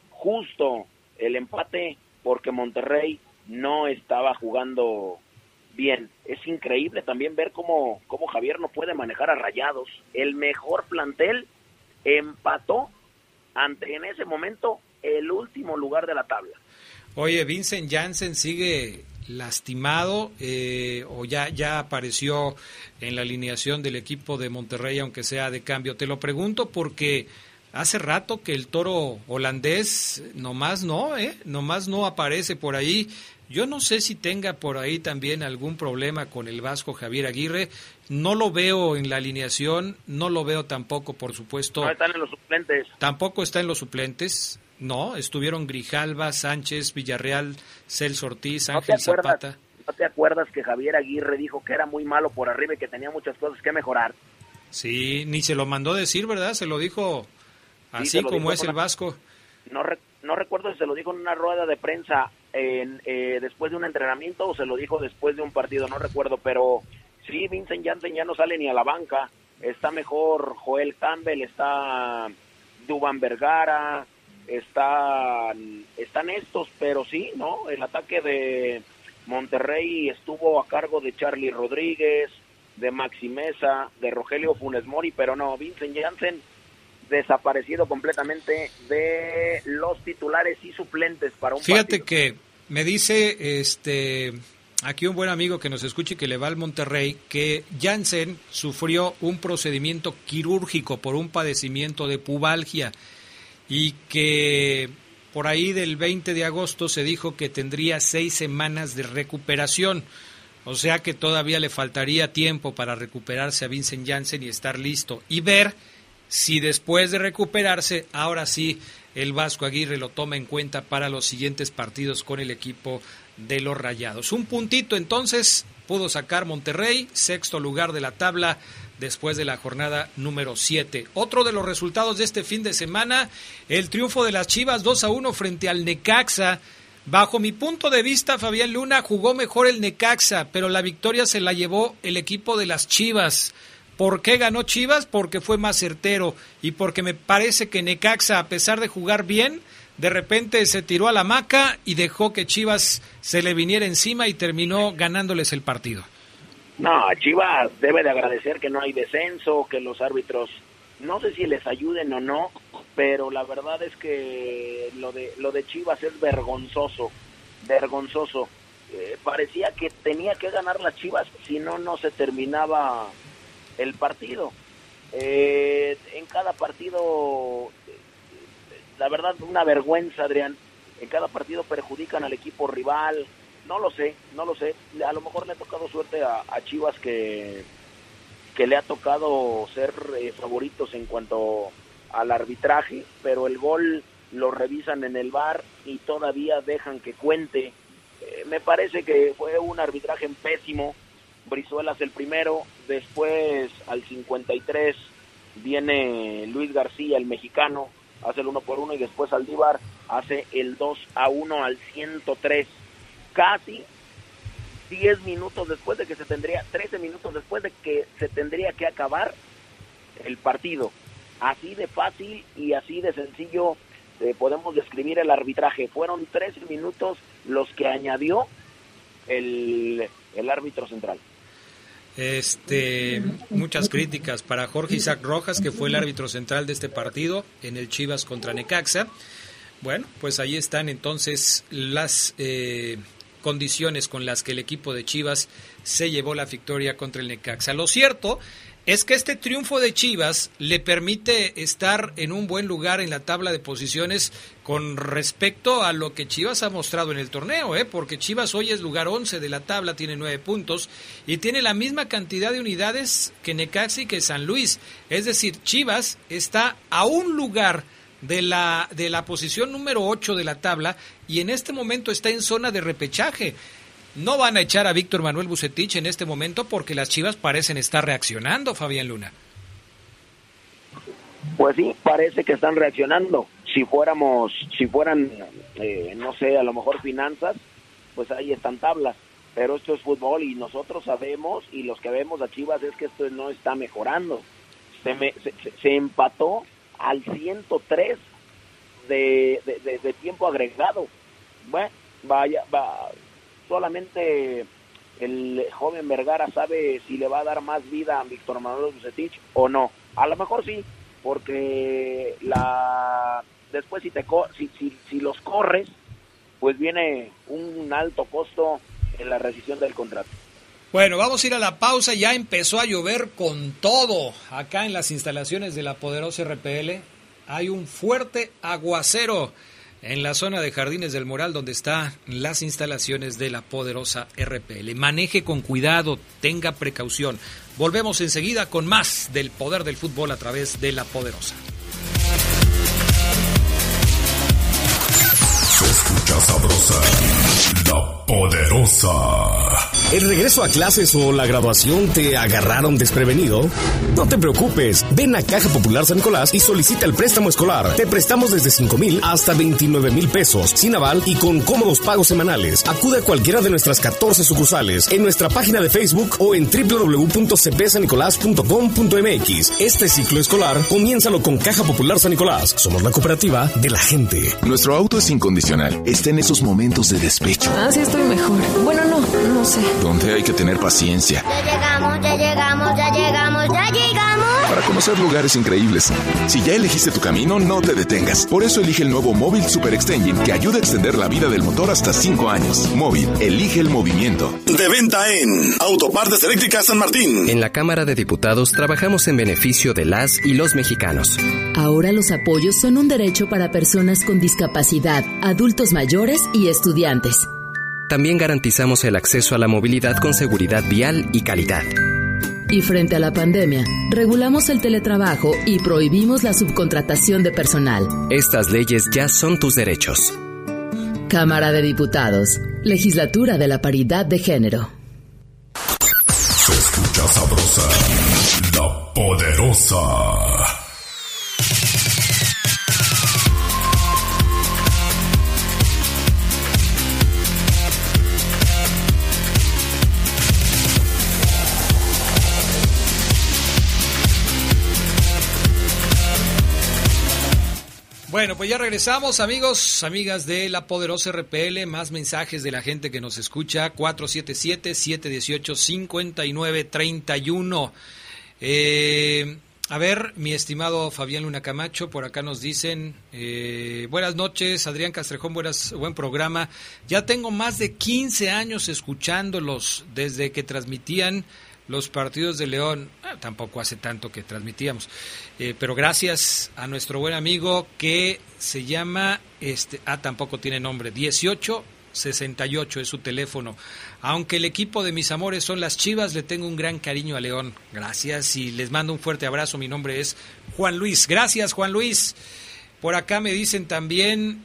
el empate, porque Monterrey no estaba jugando bien. Es increíble también ver cómo Javier no puede manejar a Rayados. El mejor plantel empató ante, en ese momento, el último lugar de la tabla. Oye, Vincent Janssen sigue lastimado o ya apareció en la alineación del equipo de Monterrey, aunque sea de cambio. Te lo pregunto porque hace rato que el toro holandés nomás no aparece por ahí. Yo no sé si tenga por ahí también algún problema con el vasco Javier Aguirre. No lo veo en la alineación, no lo veo tampoco, por supuesto. No están en los suplentes. Tampoco está en los suplentes. No, estuvieron Grijalva, Sánchez, Villarreal, Celso Ortiz, Ángel Zapata. ¿No te acuerdas que Javier Aguirre dijo que era muy malo por arriba y que tenía muchas cosas que mejorar? Sí, ni se lo mandó decir, ¿verdad? Se lo dijo así como es el vasco. No recuerdo si se lo dijo en una rueda de prensa después de un entrenamiento o se lo dijo después de un partido, no recuerdo, pero sí, Vincent Janssen ya no sale ni a la banca. Está mejor Joel Campbell, está Duván Vergara, están estos, pero sí, ¿no? El ataque de Monterrey estuvo a cargo de Charlie Rodríguez, de Maxi Mesa, de Rogelio Funes Mori, pero no, Vincent Janssen desaparecido completamente de los titulares y suplentes para un Fíjate partido. Que me dice aquí un buen amigo que nos escuche que le va al Monterrey, que Janssen sufrió un procedimiento quirúrgico por un padecimiento de pubalgia y que por ahí del 20 de agosto se dijo que tendría 6 semanas de recuperación. O sea que todavía le faltaría tiempo para recuperarse a Vincent Janssen y estar listo. Y ver si después de recuperarse, ahora sí, el Vasco Aguirre lo toma en cuenta para los siguientes partidos con el equipo de los Rayados. Un puntito entonces pudo sacar Monterrey, 6º lugar de la tabla después de la jornada número 7. Otro de los resultados de este fin de semana, el triunfo de las Chivas 2-1 frente al Necaxa. Bajo mi punto de vista, Fabián Luna, jugó mejor el Necaxa, pero la victoria se la llevó el equipo de las Chivas. ¿Por qué ganó Chivas? Porque fue más certero y porque me parece que Necaxa, a pesar de jugar bien, de repente se tiró a la hamaca y dejó que Chivas se le viniera encima y terminó ganándoles el partido. No, Chivas debe de agradecer que no hay descenso, que los árbitros, no sé si les ayuden o no, pero la verdad es que lo de Chivas es vergonzoso. Parecía que tenía que ganar las Chivas, si no se terminaba el partido. En cada partido, la verdad, una vergüenza, Adrián. En cada partido perjudican al equipo rival. No lo sé. A lo mejor le ha tocado suerte a Chivas que le ha tocado ser favoritos en cuanto al arbitraje, pero el gol lo revisan en el VAR y todavía dejan que cuente. Me parece que fue un arbitraje pésimo. Brizuelas el primero, después al 53 viene Luis García, el mexicano, hace el 1-1 y después Aldívar hace el 2-1 al 103. Casi 10 minutos después de que 13 minutos después de que se tendría que acabar el partido. Así de fácil y así de sencillo podemos describir el arbitraje. Fueron 13 minutos los que añadió el árbitro central. Muchas críticas para Jorge Isaac Rojas, que fue el árbitro central de este partido en el Chivas contra Necaxa. Bueno, pues ahí están entonces las condiciones con las que el equipo de Chivas se llevó la victoria contra el Necaxa. Lo cierto es que este triunfo de Chivas le permite estar en un buen lugar en la tabla de posiciones con respecto a lo que Chivas ha mostrado en el torneo, porque Chivas hoy es lugar 11 de la tabla, tiene 9 puntos y tiene la misma cantidad de unidades que Necaxa y que San Luis. Es decir, Chivas está a un lugar de la posición número 8 de la tabla y en este momento está en zona de repechaje. No van a echar a Víctor Manuel Vucetich en este momento porque las Chivas parecen estar reaccionando, Fabián Luna. Pues sí, parece que están reaccionando. Si fueran, no sé, a lo mejor finanzas, pues ahí están tablas. Pero esto es fútbol y nosotros sabemos, y los que vemos a Chivas, es que esto no está mejorando. Se empató al 103 de tiempo agregado. Bueno, solamente el joven Vergara sabe si le va a dar más vida a Víctor Manuel Vucetich o no. A lo mejor sí, porque después si los corres, pues viene un alto costo en la rescisión del contrato. Bueno, vamos a ir a la pausa. Ya empezó a llover con todo acá en las instalaciones de la poderosa RPL. Hay un fuerte aguacero en la zona de Jardines del Moral, donde están las instalaciones de la poderosa RPL. Maneje con cuidado, tenga precaución. Volvemos enseguida con más del poder del fútbol a través de la poderosa. Se escucha sabrosa, la poderosa. ¿El regreso a clases o la graduación te agarraron desprevenido? No te preocupes, ven a Caja Popular San Nicolás y solicita el préstamo escolar. Te prestamos desde 5,000 hasta 29,000 pesos, sin aval y con cómodos pagos semanales. Acude a cualquiera de nuestras 14 sucursales, en nuestra página de Facebook o en www.cpsanicolás.com.mx. Este ciclo escolar, comiénzalo con Caja Popular San Nicolás. Somos la cooperativa de la gente. Nuestro auto es incondicional. Está en esos momentos de despecho. Sí estoy mejor. Bueno, no sé. Donde hay que tener paciencia. Ya llegamos. Para conocer lugares increíbles. Si ya elegiste tu camino, no te detengas. Por eso elige el nuevo Móvil Super Extension, que ayuda a extender la vida del motor hasta 5 años. Móvil, elige el movimiento. De venta en Autopartes Eléctricas San Martín. En la Cámara de Diputados trabajamos en beneficio de las y los mexicanos. Ahora los apoyos son un derecho para personas con discapacidad, adultos mayores y estudiantes. También garantizamos el acceso a la movilidad con seguridad vial y calidad. Y frente a la pandemia, regulamos el teletrabajo y prohibimos la subcontratación de personal. Estas leyes ya son tus derechos. Cámara de Diputados, Legislatura de la Paridad de Género. Se escucha sabrosa, la poderosa. Bueno, pues ya regresamos, amigos, amigas de la poderosa RPL, más mensajes de la gente que nos escucha, 477-718-5931. A ver, mi estimado Fabián Luna Camacho, por acá nos dicen, buenas noches, Adrián Castrejón, buen programa. Ya tengo más de 15 años escuchándolos desde que transmitían los partidos de León. Tampoco hace tanto que transmitíamos, pero gracias a nuestro buen amigo que se llama, tampoco tiene nombre, 1868 es su teléfono. Aunque el equipo de mis amores son las Chivas, le tengo un gran cariño a León. Gracias y les mando un fuerte abrazo. Mi nombre es Juan Luis. Gracias, Juan Luis. Por acá me dicen también,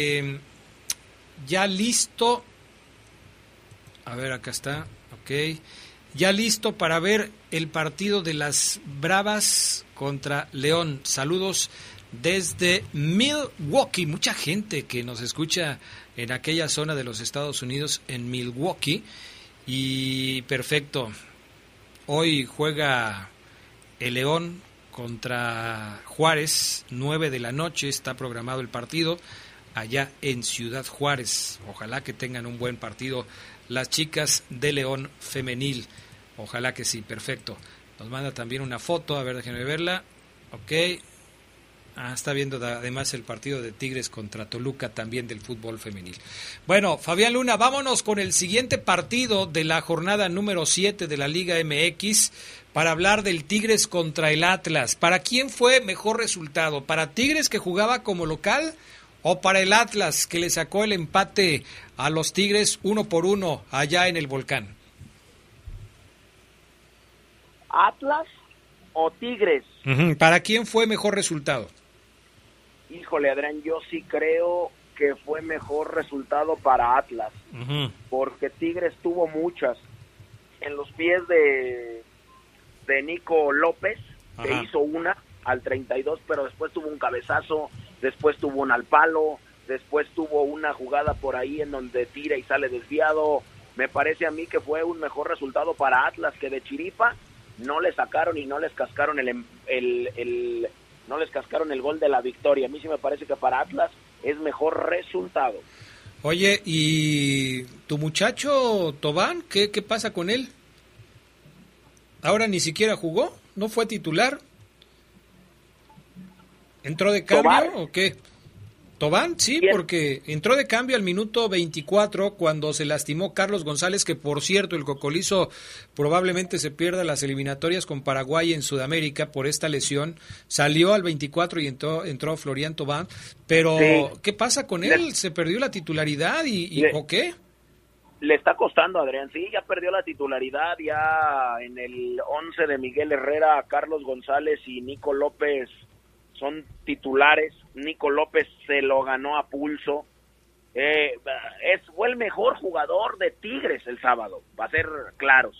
ya listo. A ver, acá está, ok. Ya listo para ver el partido de las Bravas contra León. Saludos desde Milwaukee. Mucha gente que nos escucha en aquella zona de los Estados Unidos, en Milwaukee. Y perfecto. Hoy juega el León contra Juárez, 9 de la noche. Está programado el partido allá en Ciudad Juárez. Ojalá que tengan un buen partido las chicas de León femenil. Ojalá que sí, perfecto. Nos manda también una foto, a ver, déjenme verla. Ok. Está viendo además el partido de Tigres contra Toluca, también del fútbol femenil. Bueno, Fabián Luna, vámonos con el siguiente partido de la jornada número 7 de la Liga MX para hablar del Tigres contra el Atlas. ¿Para quién fue mejor resultado? ¿Para Tigres, que jugaba como local, o para el Atlas, que le sacó el empate a los Tigres 1-1 allá en el Volcán? ¿Atlas o Tigres? ¿Para quién fue mejor resultado? Híjole, Adrián, yo sí creo que fue mejor resultado para Atlas, porque Tigres tuvo muchas en los pies de Nico López, que hizo una al 32, pero después tuvo un cabezazo, después tuvo un al palo, después tuvo una jugada por ahí en donde tira y sale desviado. Me parece a mí que fue un mejor resultado para Atlas, que de chiripa no le sacaron y no les cascaron no les cascaron el gol de la victoria. A mí sí me parece que para Atlas es mejor resultado. Oye, ¿y tu muchacho Tobán? ¿Qué pasa con él? ¿Ahora ni siquiera jugó? ¿No fue titular? ¿Entró de cambio ¿Tobán? o qué? ¿Tobán? Sí, ¿Quién? porque entró de cambio al minuto 24 cuando se lastimó Carlos González, que por cierto el cocolizo probablemente se pierda las eliminatorias con Paraguay en Sudamérica por esta lesión. Salió al 24 y entró Florian Tobán. Pero, Sí. ¿qué pasa con él? ¿Se perdió la titularidad o qué? Le está costando, Adrián. Sí, ya perdió la titularidad. Ya en el 11 de Miguel Herrera, Carlos González y Nico López son titulares. Nico López se lo ganó a pulso. Fue el mejor jugador de Tigres el sábado, para ser claros.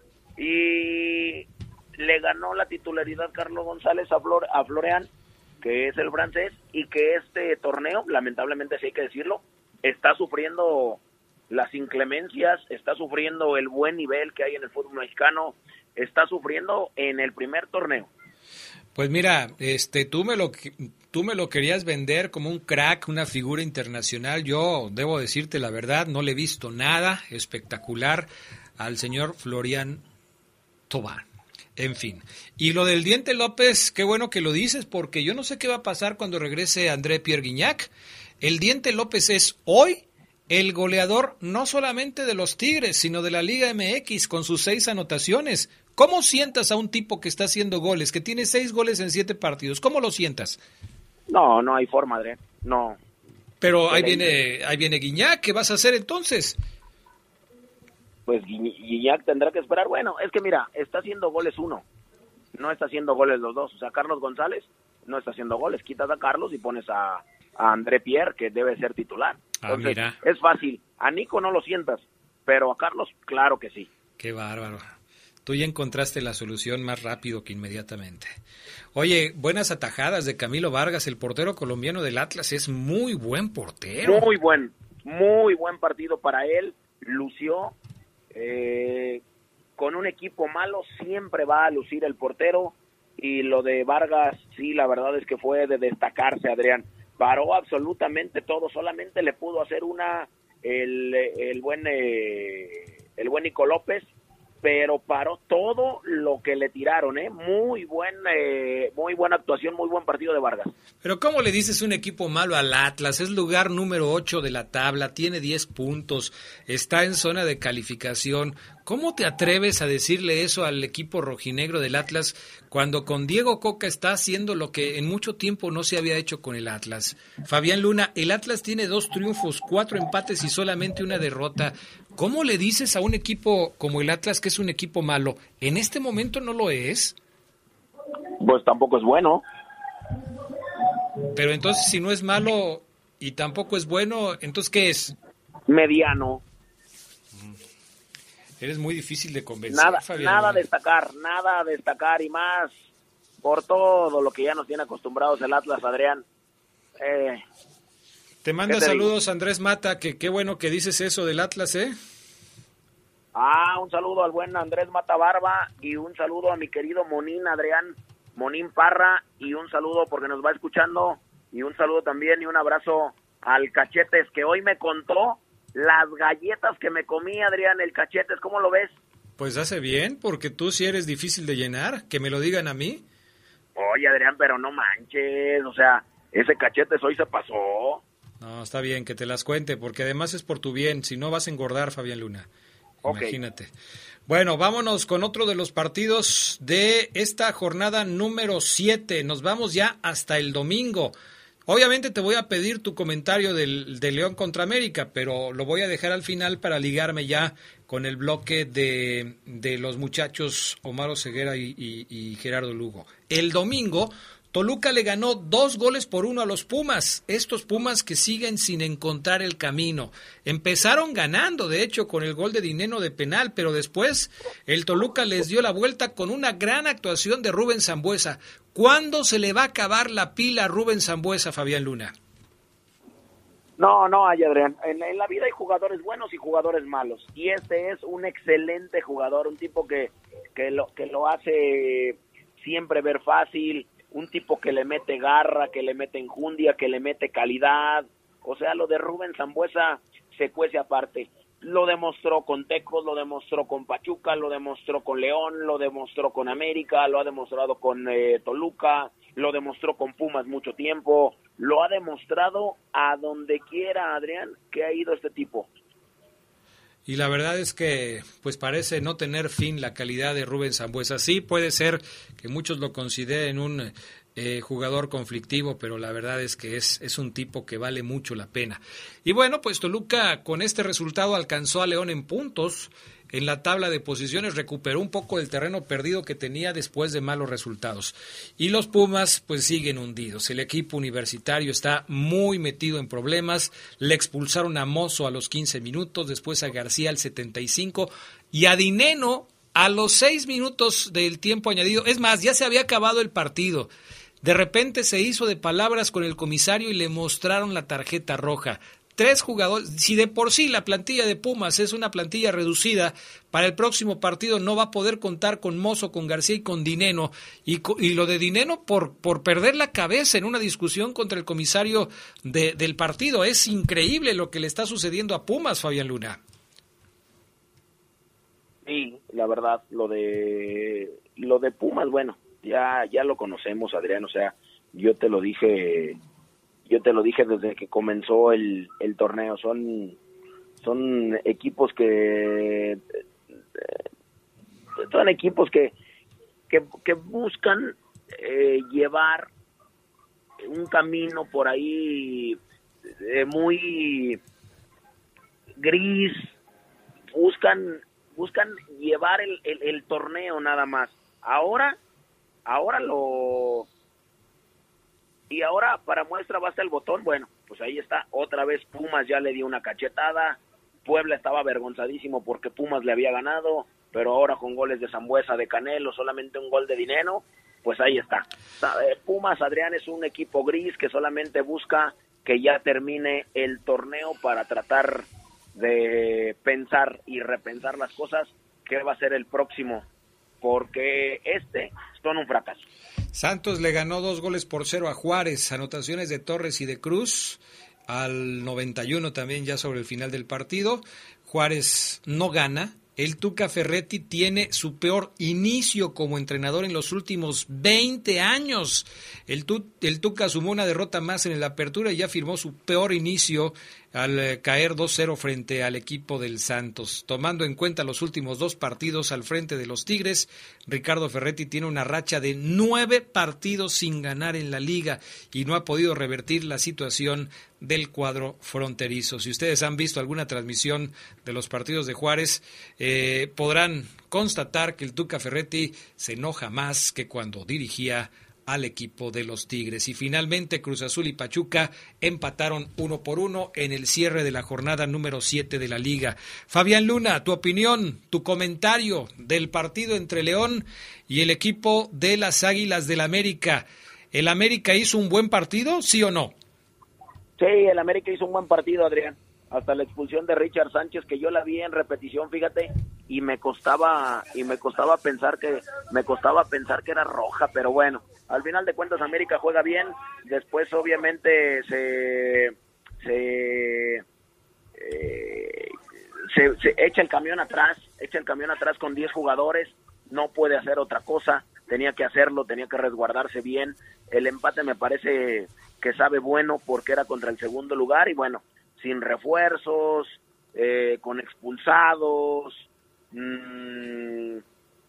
Y le ganó la titularidad Carlos González a Florian, que es el francés, y que este torneo, lamentablemente sí hay que decirlo, está sufriendo las inclemencias, está sufriendo el buen nivel que hay en el fútbol mexicano, está sufriendo en el primer torneo. Pues mira, tú me lo querías vender como un crack, una figura internacional. Yo debo decirte la verdad, no le he visto nada espectacular al señor Florian Tobán. En fin. Y lo del Diente López, qué bueno que lo dices, porque yo no sé qué va a pasar cuando regrese André Pierre Gignac. El Diente López es hoy el goleador no solamente de los Tigres, sino de la Liga MX con sus 6 anotaciones. ¿Cómo sientas a un tipo que está haciendo goles, que tiene 6 goles en 7 partidos? ¿Cómo lo sientas? No hay forma, Adrián. No. Pero ahí viene Gignac, ¿qué vas a hacer entonces? Pues Gignac tendrá que esperar. Bueno, es que mira, está haciendo goles uno, no está haciendo goles los dos. O sea, Carlos González no está haciendo goles. Quitas a Carlos y pones a André Pierre, que debe ser titular. Entonces, mira. Es fácil. A Nico no lo sientas, pero a Carlos, claro que sí. Qué bárbaro. Tú ya encontraste la solución más rápido que inmediatamente. Oye, buenas atajadas de Camilo Vargas, el portero colombiano del Atlas. Es muy buen portero. Muy buen partido para él. Lució. Con un equipo malo siempre va a lucir el portero. Y lo de Vargas, sí, la verdad es que fue de destacarse, Adrián. Paró absolutamente todo. Solamente le pudo hacer el buen Nico López, pero paró todo lo que le tiraron, muy buena actuación, muy buen partido de Vargas. Pero ¿cómo le dices un equipo malo al Atlas? Es lugar número 8 de la tabla, tiene 10 puntos, está en zona de calificación. ¿Cómo te atreves a decirle eso al equipo rojinegro del Atlas cuando con Diego Coca está haciendo lo que en mucho tiempo no se había hecho con el Atlas? Fabián Luna, el Atlas tiene 2 triunfos, 4 empates y solamente una derrota. ¿Cómo le dices a un equipo como el Atlas que es un equipo malo? ¿En este momento no lo es? Pues tampoco es bueno. Pero entonces si no es malo y tampoco es bueno, ¿entonces qué es? Mediano. Eres muy difícil de convencer, Fabián. Nada a destacar y más por todo lo que ya nos tiene acostumbrados el Atlas, Adrián. Te manda saludos Andrés Mata, que qué bueno que dices eso del Atlas, un saludo al buen Andrés Mata Barba y un saludo a mi querido Monín, Adrián, Monín Parra, y un saludo porque nos va escuchando, y un saludo también y un abrazo al Cachetes, que hoy me contó las galletas que me comí, Adrián, el Cachetes. ¿Cómo lo ves? Pues hace bien, porque tú sí eres difícil de llenar, que me lo digan a mí. Oye, Adrián, pero no manches, o sea, ese Cachetes hoy se pasó. No, está bien, que te las cuente, porque además es por tu bien, si no vas a engordar, Fabián Luna. Okay. Imagínate. Bueno, vámonos con otro de los partidos de esta jornada número 7. Nos vamos ya hasta el domingo. Obviamente te voy a pedir tu comentario de León contra América, pero lo voy a dejar al final para ligarme ya con el bloque de los muchachos Omar Oseguera y Gerardo Lugo. El domingo, Toluca le ganó 2-1 a los Pumas. Estos Pumas que siguen sin encontrar el camino. Empezaron ganando, de hecho, con el gol de Dineno de penal, pero después el Toluca les dio la vuelta con una gran actuación de Rubén Sambueza. ¿Cuándo se le va a acabar la pila a Rubén Sambueza, Fabián Luna? No hay, Adrián. En la vida hay jugadores buenos y jugadores malos. Y este es un excelente jugador, un tipo que lo hace siempre ver fácil, un tipo que le mete garra, que le mete enjundia, que le mete calidad. O sea, lo de Rubén Sambueza se cuece aparte. Lo demostró con Tecos, lo demostró con Pachuca, lo demostró con León, lo demostró con América, lo ha demostrado con Toluca, lo demostró con Pumas mucho tiempo, lo ha demostrado a donde quiera, Adrián, que ha ido este tipo. Y la verdad es que pues parece no tener fin la calidad de Rubén Sambueza. Sí, puede ser que muchos lo consideren un jugador conflictivo, pero la verdad es que es un tipo que vale mucho la pena. Y bueno, pues Toluca con este resultado alcanzó a León en puntos en la tabla de posiciones, recuperó un poco el terreno perdido que tenía después de malos resultados. Y los Pumas pues siguen hundidos. El equipo universitario está muy metido en problemas. Le expulsaron a Mozo a los 15 minutos, después a García al 75 y a Dineno a los 6 minutos del tiempo añadido. Es más, ya se había acabado el partido. De repente se hizo de palabras con el comisario y le mostraron la tarjeta roja. 3 jugadores, si de por sí la plantilla de Pumas es una plantilla reducida, para el próximo partido no va a poder contar con Mozo, con García y con Dineno, y lo de Dineno por perder la cabeza en una discusión contra el comisario del partido. Es increíble lo que le está sucediendo a Pumas, Fabián Luna. Sí, la verdad, lo de Pumas, bueno, ya lo conocemos, Adrián, o sea, yo te lo dije desde que comenzó el torneo. Son equipos que buscan llevar un camino por ahí muy gris, buscan llevar el torneo nada más. Ahora para muestra basta el botón. Bueno, pues ahí está, otra vez Pumas ya le dio una cachetada. Puebla estaba avergonzadísimo porque Pumas le había ganado, pero ahora con goles de Sambueza, de Canelo, solamente un gol de Dineno, pues ahí está. Pumas, Adrián, es un equipo gris que solamente busca que ya termine el torneo para tratar de pensar y repensar las cosas, qué va a ser el próximo, porque son un fracaso. Santos le ganó 2-0 a Juárez, anotaciones de Torres y de Cruz al 91 también ya sobre el final del partido. Juárez no gana. El Tuca Ferretti tiene su peor inicio como entrenador en los últimos 20 años. El Tuca sumó una derrota más en la apertura y ya firmó su peor inicio al caer 2-0 frente al equipo del Santos. Tomando en cuenta los últimos 2 partidos al frente de los Tigres, Ricardo Ferretti tiene una racha de 9 partidos sin ganar en la liga y no ha podido revertir la situación del cuadro fronterizo. Si ustedes han visto alguna transmisión de los partidos de Juárez, podrán constatar que el Tuca Ferretti se enoja más que cuando dirigía al equipo de los Tigres. Y finalmente Cruz Azul y Pachuca empataron 1-1 en el cierre de la jornada número 7 de la liga. Fabián Luna, tu opinión, tu comentario del partido entre León y el equipo de las Águilas del América. ¿El América hizo un buen partido, sí o no? Sí, el América hizo un buen partido, Adrián. Hasta la expulsión de Richard Sánchez, que yo la vi en repetición, fíjate, y me costaba pensar que era roja, pero bueno, al final de cuentas América juega bien. Después obviamente se echa el camión atrás con 10 jugadores, no puede hacer otra cosa, tenía que hacerlo, tenía que resguardarse bien. El empate me parece que sabe bueno porque era contra el segundo lugar y bueno, sin refuerzos, con expulsados, de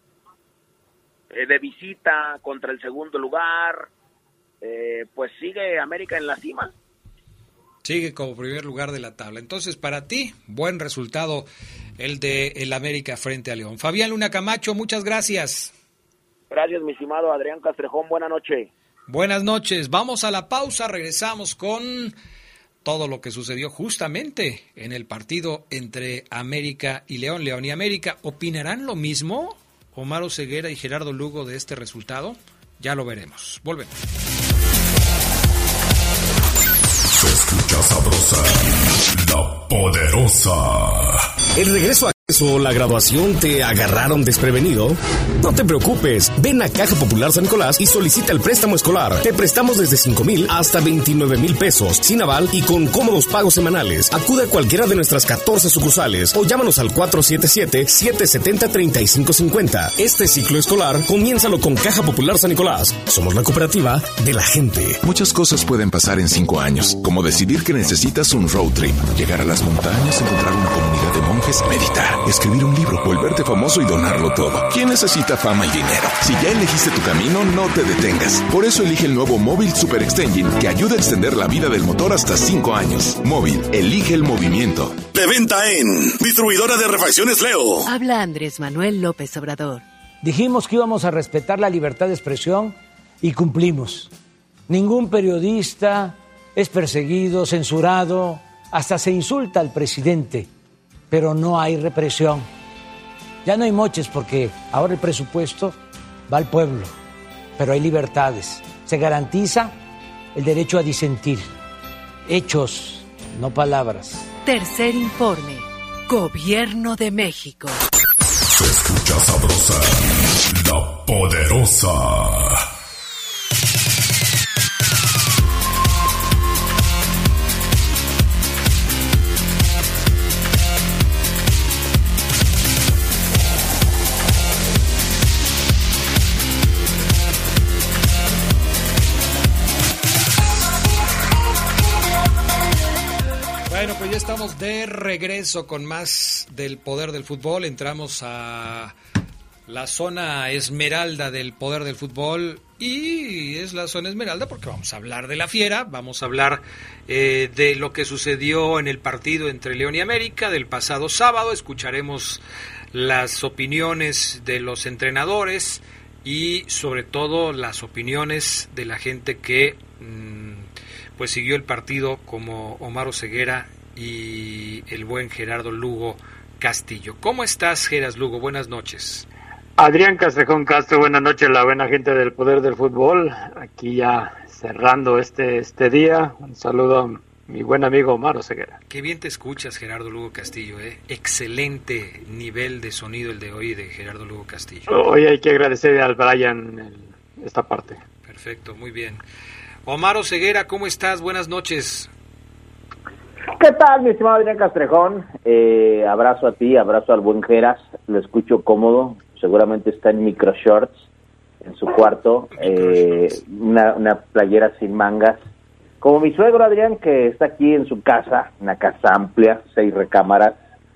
visita contra el segundo lugar, pues sigue América en la cima. Sigue como primer lugar de la tabla. Entonces, para ti, buen resultado el de el América frente a León. Fabián Luna Camacho, muchas gracias. Gracias, mi estimado Adrián Castrejón, buena noche. Buenas noches, vamos a la pausa, regresamos con todo lo que sucedió justamente en el partido entre América y León. León y América, ¿opinarán lo mismo Omar Oseguera y Gerardo Lugo de este resultado? Ya lo veremos. Volvemos. Se escucha sabrosa, La Poderosa. El regreso a ¿O la graduación te agarraron desprevenido? No te preocupes, ven a Caja Popular San Nicolás y solicita el préstamo escolar. Te prestamos desde 5,000 hasta 29,000 pesos, sin aval y con cómodos pagos semanales. Acude a cualquiera de nuestras 14 sucursales o llámanos al 477-770-3550. Este ciclo escolar, comiénzalo con Caja Popular San Nicolás. Somos la cooperativa de la gente. Muchas cosas pueden pasar en 5 años, como decidir que necesitas un road trip, llegar a las montañas, encontrar una comunidad de monjes, meditar, escribir un libro, volverte famoso y donarlo todo. ¿Quién necesita fama y dinero? Si ya elegiste tu camino, no te detengas. Por eso elige el nuevo Móvil Super Extension, que ayuda a extender la vida del motor hasta 5 años. Móvil, elige el movimiento. De venta en Distribuidora de Refacciones Leo. Habla Andrés Manuel López Obrador. Dijimos que íbamos a respetar la libertad de expresión y cumplimos. Ningún periodista es perseguido, censurado, hasta se insulta al presidente. Pero no hay represión. Ya no hay moches porque ahora el presupuesto va al pueblo, pero hay libertades. Se garantiza el derecho a disentir. Hechos, no palabras. Tercer informe. Gobierno de México. Se escucha sabrosa, La Poderosa. Bueno, pues ya estamos de regreso con más del Poder del Fútbol. Entramos a la zona esmeralda del Poder del Fútbol y es la zona esmeralda porque vamos a hablar de la Fiera, vamos a hablar de lo que sucedió en el partido entre León y América del pasado sábado. Escucharemos las opiniones de los entrenadores y sobre todo las opiniones de la gente que pues siguió el partido, como Omar Oseguera y el buen Gerardo Lugo Castillo. ¿Cómo estás, Geras Lugo? Buenas noches. Adrián Castrejón Castro, buenas noches, la buena gente del Poder del Fútbol. Aquí ya cerrando este día. Un saludo a mi buen amigo Omar Oseguera. Qué bien te escuchas, Gerardo Lugo Castillo, ¿eh? Excelente nivel de sonido el de hoy de Gerardo Lugo Castillo. Hoy hay que agradecer al Brian esta parte. Perfecto, muy bien. Omar Oseguera, ¿cómo estás? Buenas noches. ¿Qué tal, mi estimado Adrián Castrejón? Abrazo a ti, abrazo al buen Geras, lo escucho cómodo, seguramente está en micro shorts en su cuarto, una playera sin mangas, como mi suegro Adrián, que está aquí en su casa, una casa amplia, 6 recámaras,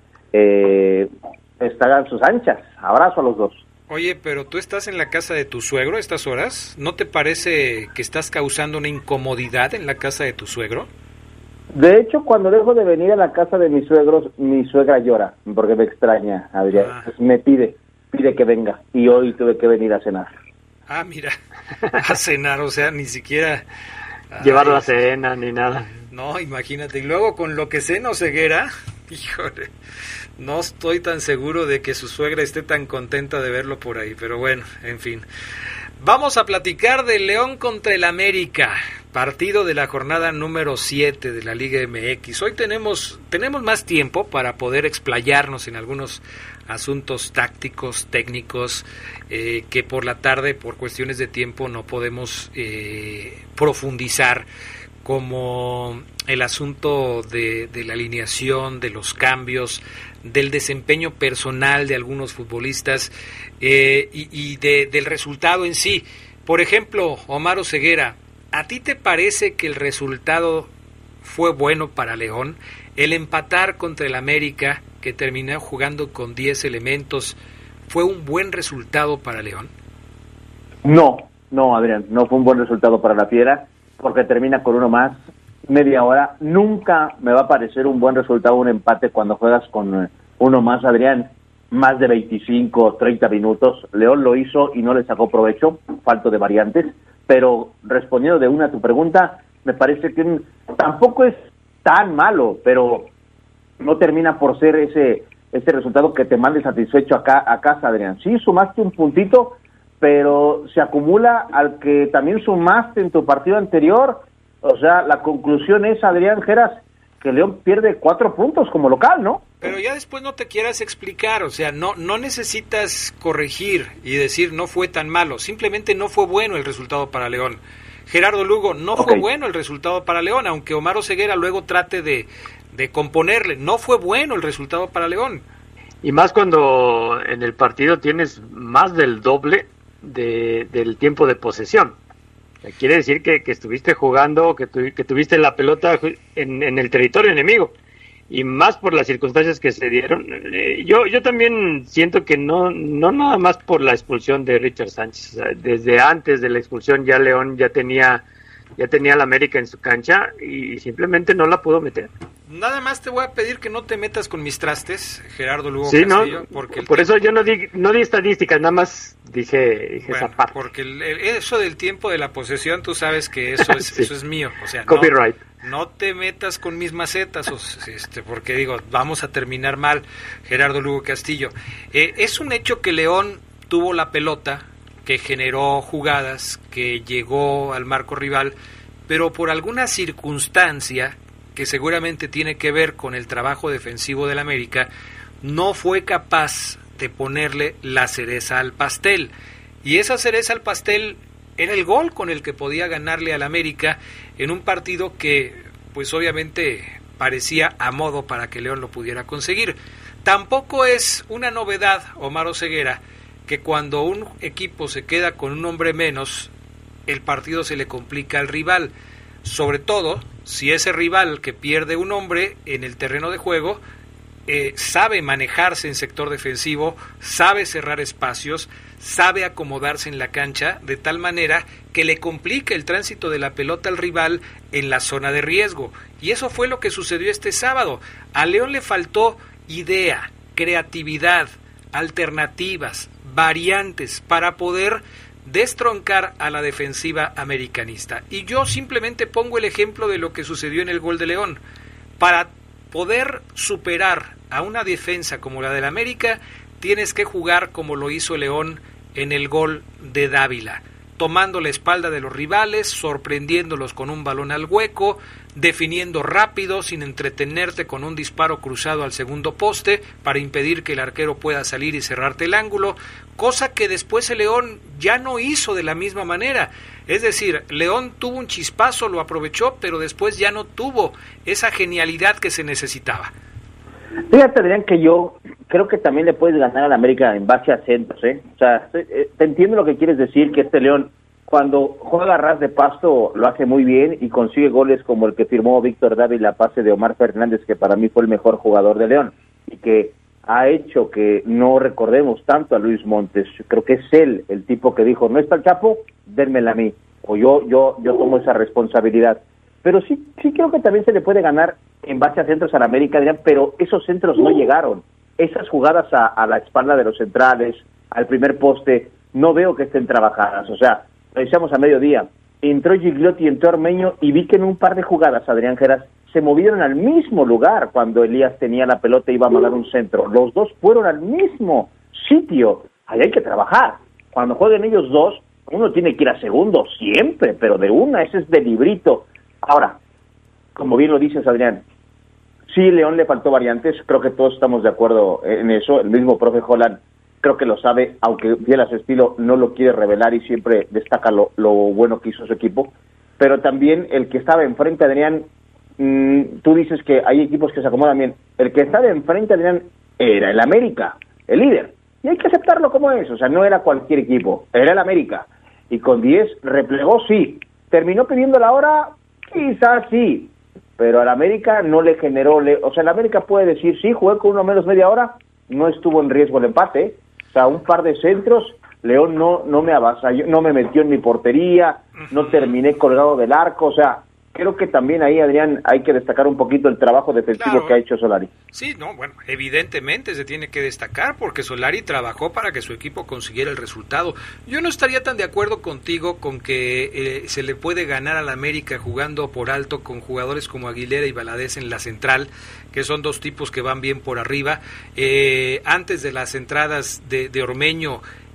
está a sus anchas. Abrazo a los dos. Oye, pero tú estás en la casa de tu suegro a estas horas, ¿no te parece que estás causando una incomodidad en la casa de tu suegro? De hecho, cuando dejo de venir a la casa de mis suegros, mi suegra llora, porque me extraña, Adrián. Pues me pide que venga, y hoy tuve que venir a cenar. Ah, mira, a cenar, o sea, ni siquiera... llevar la cena, ni nada. No, imagínate, y luego con lo que cena Oseguera, híjole, no estoy tan seguro de que su suegra esté tan contenta de verlo por ahí, pero bueno, en fin. Vamos a platicar del León contra el América, partido de la jornada número 7 de la Liga MX. Hoy tenemos más tiempo para poder explayarnos en algunos asuntos tácticos, técnicos, que por la tarde, por cuestiones de tiempo, no podemos profundizar, como el asunto de la alineación, de los cambios, del desempeño personal de algunos futbolistas y del resultado en sí. Por ejemplo, Omar Oseguera, ¿a ti te parece que el resultado fue bueno para León? El empatar contra el América, que terminó jugando con 10 elementos, ¿fue un buen resultado para León? No, Adrián, no fue un buen resultado para la Fiera, porque termina con uno más, media hora. Nunca me va a parecer un buen resultado un empate cuando juegas con uno más, Adrián, más de 25 o 30 minutos. León lo hizo y no le sacó provecho, falto de variantes, pero respondiendo de una a tu pregunta, me parece que tampoco es tan malo, pero no termina por ser ese resultado que te mande satisfecho a casa, Adrián. Sí, sumaste un puntito, pero se acumula al que también sumaste en tu partido anterior. O sea, la conclusión es, Adrián Geras, que León pierde 4 puntos como local, ¿no? Pero ya después no te quieras explicar, o sea, no necesitas corregir y decir no fue tan malo, simplemente no fue bueno el resultado para León. Gerardo Lugo, no fue bueno el resultado para León, aunque Omar Oseguera luego trate de componerle, no fue bueno el resultado para León. Y más cuando en el partido tienes más del doble del tiempo de posesión. Quiere decir que estuviste jugando, que tuviste la pelota en el territorio enemigo. Y más por las circunstancias que se dieron. Yo también siento que no nada más por la expulsión de Richard Sánchez. O sea, desde antes de la expulsión ya León ya tenía la América en su cancha y simplemente no la pudo meter. Nada más te voy a pedir que no te metas con mis trastes, Gerardo Lugo sí, Castillo. No, porque por eso yo no di estadísticas, nada más dije bueno, esa parte. Porque eso del tiempo de la posesión, tú sabes que eso es, sí. Eso es mío. O sea, copyright. No te metas con mis macetas, porque digo, vamos a terminar mal, Gerardo Lugo Castillo. Es un hecho que León tuvo la pelota, que generó jugadas, que llegó al marco rival, pero por alguna circunstancia que seguramente tiene que ver con el trabajo defensivo del América, no fue capaz de ponerle la cereza al pastel. Y esa cereza al pastel era el gol con el que podía ganarle al América en un partido que, pues obviamente, parecía a modo para que León lo pudiera conseguir. Tampoco es una novedad, Omar Oseguera, que cuando un equipo se queda con un hombre menos, el partido se le complica al rival. Sobre todo si ese rival que pierde un hombre en el terreno de juego sabe manejarse en sector defensivo, sabe cerrar espacios, sabe acomodarse en la cancha de tal manera que le complica el tránsito de la pelota al rival en la zona de riesgo. Y eso fue lo que sucedió este sábado. A León le faltó idea, creatividad, alternativas, variantes para poder destroncar a la defensiva americanista. Y yo simplemente pongo el ejemplo de lo que sucedió en el gol de León. Para poder superar a una defensa como la del América, tienes que jugar como lo hizo León en el gol de Dávila, tomando la espalda de los rivales, sorprendiéndolos con un balón al hueco, definiendo rápido, sin entretenerte con un disparo cruzado al segundo poste para impedir que el arquero pueda salir y cerrarte el ángulo, cosa que después el León ya no hizo de la misma manera. Es decir, León tuvo un chispazo, lo aprovechó, pero después ya no tuvo esa genialidad que se necesitaba. Fíjate, Adrián, que yo creo que también le puedes ganar a la América en base a centros, O sea, te entiendo lo que quieres decir, que este León, cuando juega a ras de pasto, lo hace muy bien y consigue goles como el que firmó Víctor Dávila, pase de Omar Fernández, que para mí fue el mejor jugador de León, y que ha hecho que no recordemos tanto a Luis Montes. Creo que es él el tipo que dijo, no está el Chapo, dénmela a mí, o yo tomo esa responsabilidad. Pero sí creo que también se le puede ganar en base a centros a la América, Adrián, pero esos centros no llegaron. Esas jugadas a la espalda de los centrales, al primer poste, no veo que estén trabajadas. O sea, lo decíamos a mediodía, entró Gigliotti, entró Ormeño, y vi que en un par de jugadas, Adrián Geras, se movieron al mismo lugar cuando Elías tenía la pelota y iba a mandar un centro. Los dos fueron al mismo sitio. Ahí hay que trabajar. Cuando jueguen ellos dos, uno tiene que ir a segundo siempre, pero de una, ese es de librito. Ahora, como bien lo dices, Adrián, sí, León le faltó variantes, creo que todos estamos de acuerdo en eso. El mismo profe Holland creo que lo sabe, aunque fiel a su estilo no lo quiere revelar y siempre destaca lo bueno que hizo su equipo. Pero también el que estaba enfrente, Adrián, tú dices que hay equipos que se acomodan bien. El que estaba enfrente, Adrián, era el América, el líder. Y hay que aceptarlo como es, o sea, no era cualquier equipo, era el América. Y con 10 replegó, sí. Terminó pidiendo la hora, quizás sí. Pero al América no le generó, o sea, el América puede decir, sí, jugué con uno menos media hora, no estuvo en riesgo el empate, o sea, un par de centros, León no me avasalló, no me metió en mi portería, no terminé colgado del arco, o sea, creo que también ahí, Adrián, hay que destacar un poquito el trabajo defensivo que ha hecho Solari. Sí, no, bueno, evidentemente se tiene que destacar porque Solari trabajó para que su equipo consiguiera el resultado. Yo no estaría tan de acuerdo contigo con que se le puede ganar al América jugando por alto con jugadores como Aguilera y Valadez en la central, que son dos tipos que van bien por arriba. Antes de las entradas de Ormeño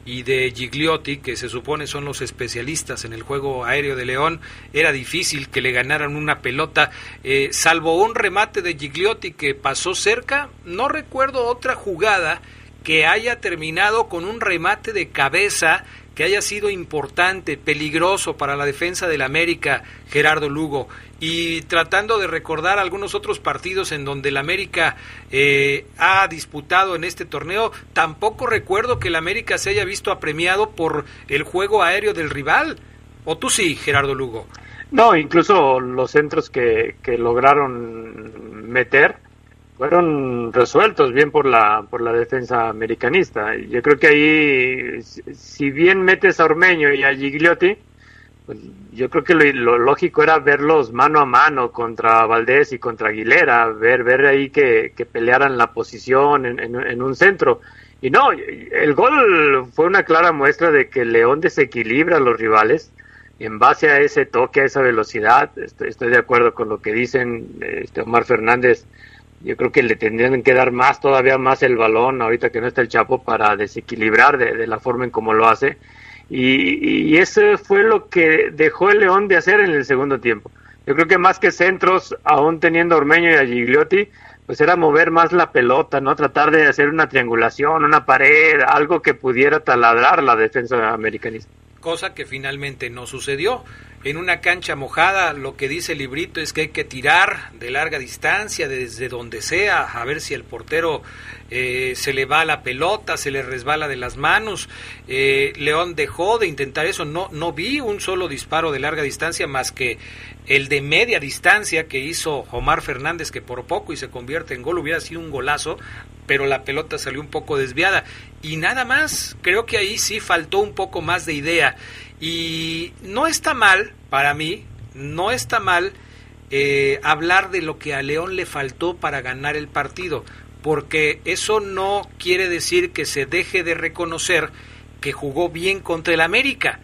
y de Gigliotti, que se supone son los especialistas en el juego aéreo de León, era difícil que le ganaran una pelota, salvo un remate de Gigliotti que pasó cerca. No recuerdo otra jugada que haya terminado con un remate de cabeza que haya sido importante, peligroso para la defensa del América, Gerardo Lugo. Y tratando de recordar algunos otros partidos en donde el América ha disputado en este torneo, tampoco recuerdo que el América se haya visto apremiado por el juego aéreo del rival. ¿O tú sí, Gerardo Lugo? No, incluso los centros que lograron meter fueron resueltos bien por la defensa americanista. Yo creo que ahí, si bien metes a Ormeño y a Gigliotti, pues yo creo que lo lógico era verlos mano a mano contra Valdés y contra Aguilera, ver ahí que pelearan la posición en un centro. Y no, el gol fue una clara muestra de que León desequilibra a los rivales en base a ese toque, a esa velocidad. Estoy de acuerdo con lo que dicen. Omar Fernández, yo creo que le tendrían que dar todavía más el balón ahorita que no está el Chapo para desequilibrar de la forma en cómo lo hace, y eso fue lo que dejó el León de hacer en el segundo tiempo. Yo creo que más que centros, aún teniendo a Ormeño y a Gigliotti, pues era mover más la pelota, no tratar de hacer una triangulación, una pared, algo que pudiera taladrar la defensa americanista. Cosa que finalmente no sucedió. En una cancha mojada, lo que dice el librito es que hay que tirar de larga distancia, desde donde sea, a ver si el portero se le va la pelota, se le resbala de las manos. León dejó de intentar eso, no vi un solo disparo de larga distancia más que el de media distancia que hizo Omar Fernández, que por poco y se convierte en gol, hubiera sido un golazo, pero la pelota salió un poco desviada. Y nada más, creo que ahí sí faltó un poco más de idea. Y no está mal, para mí, no está mal hablar de lo que a León le faltó para ganar el partido, porque eso no quiere decir que se deje de reconocer que jugó bien contra el América.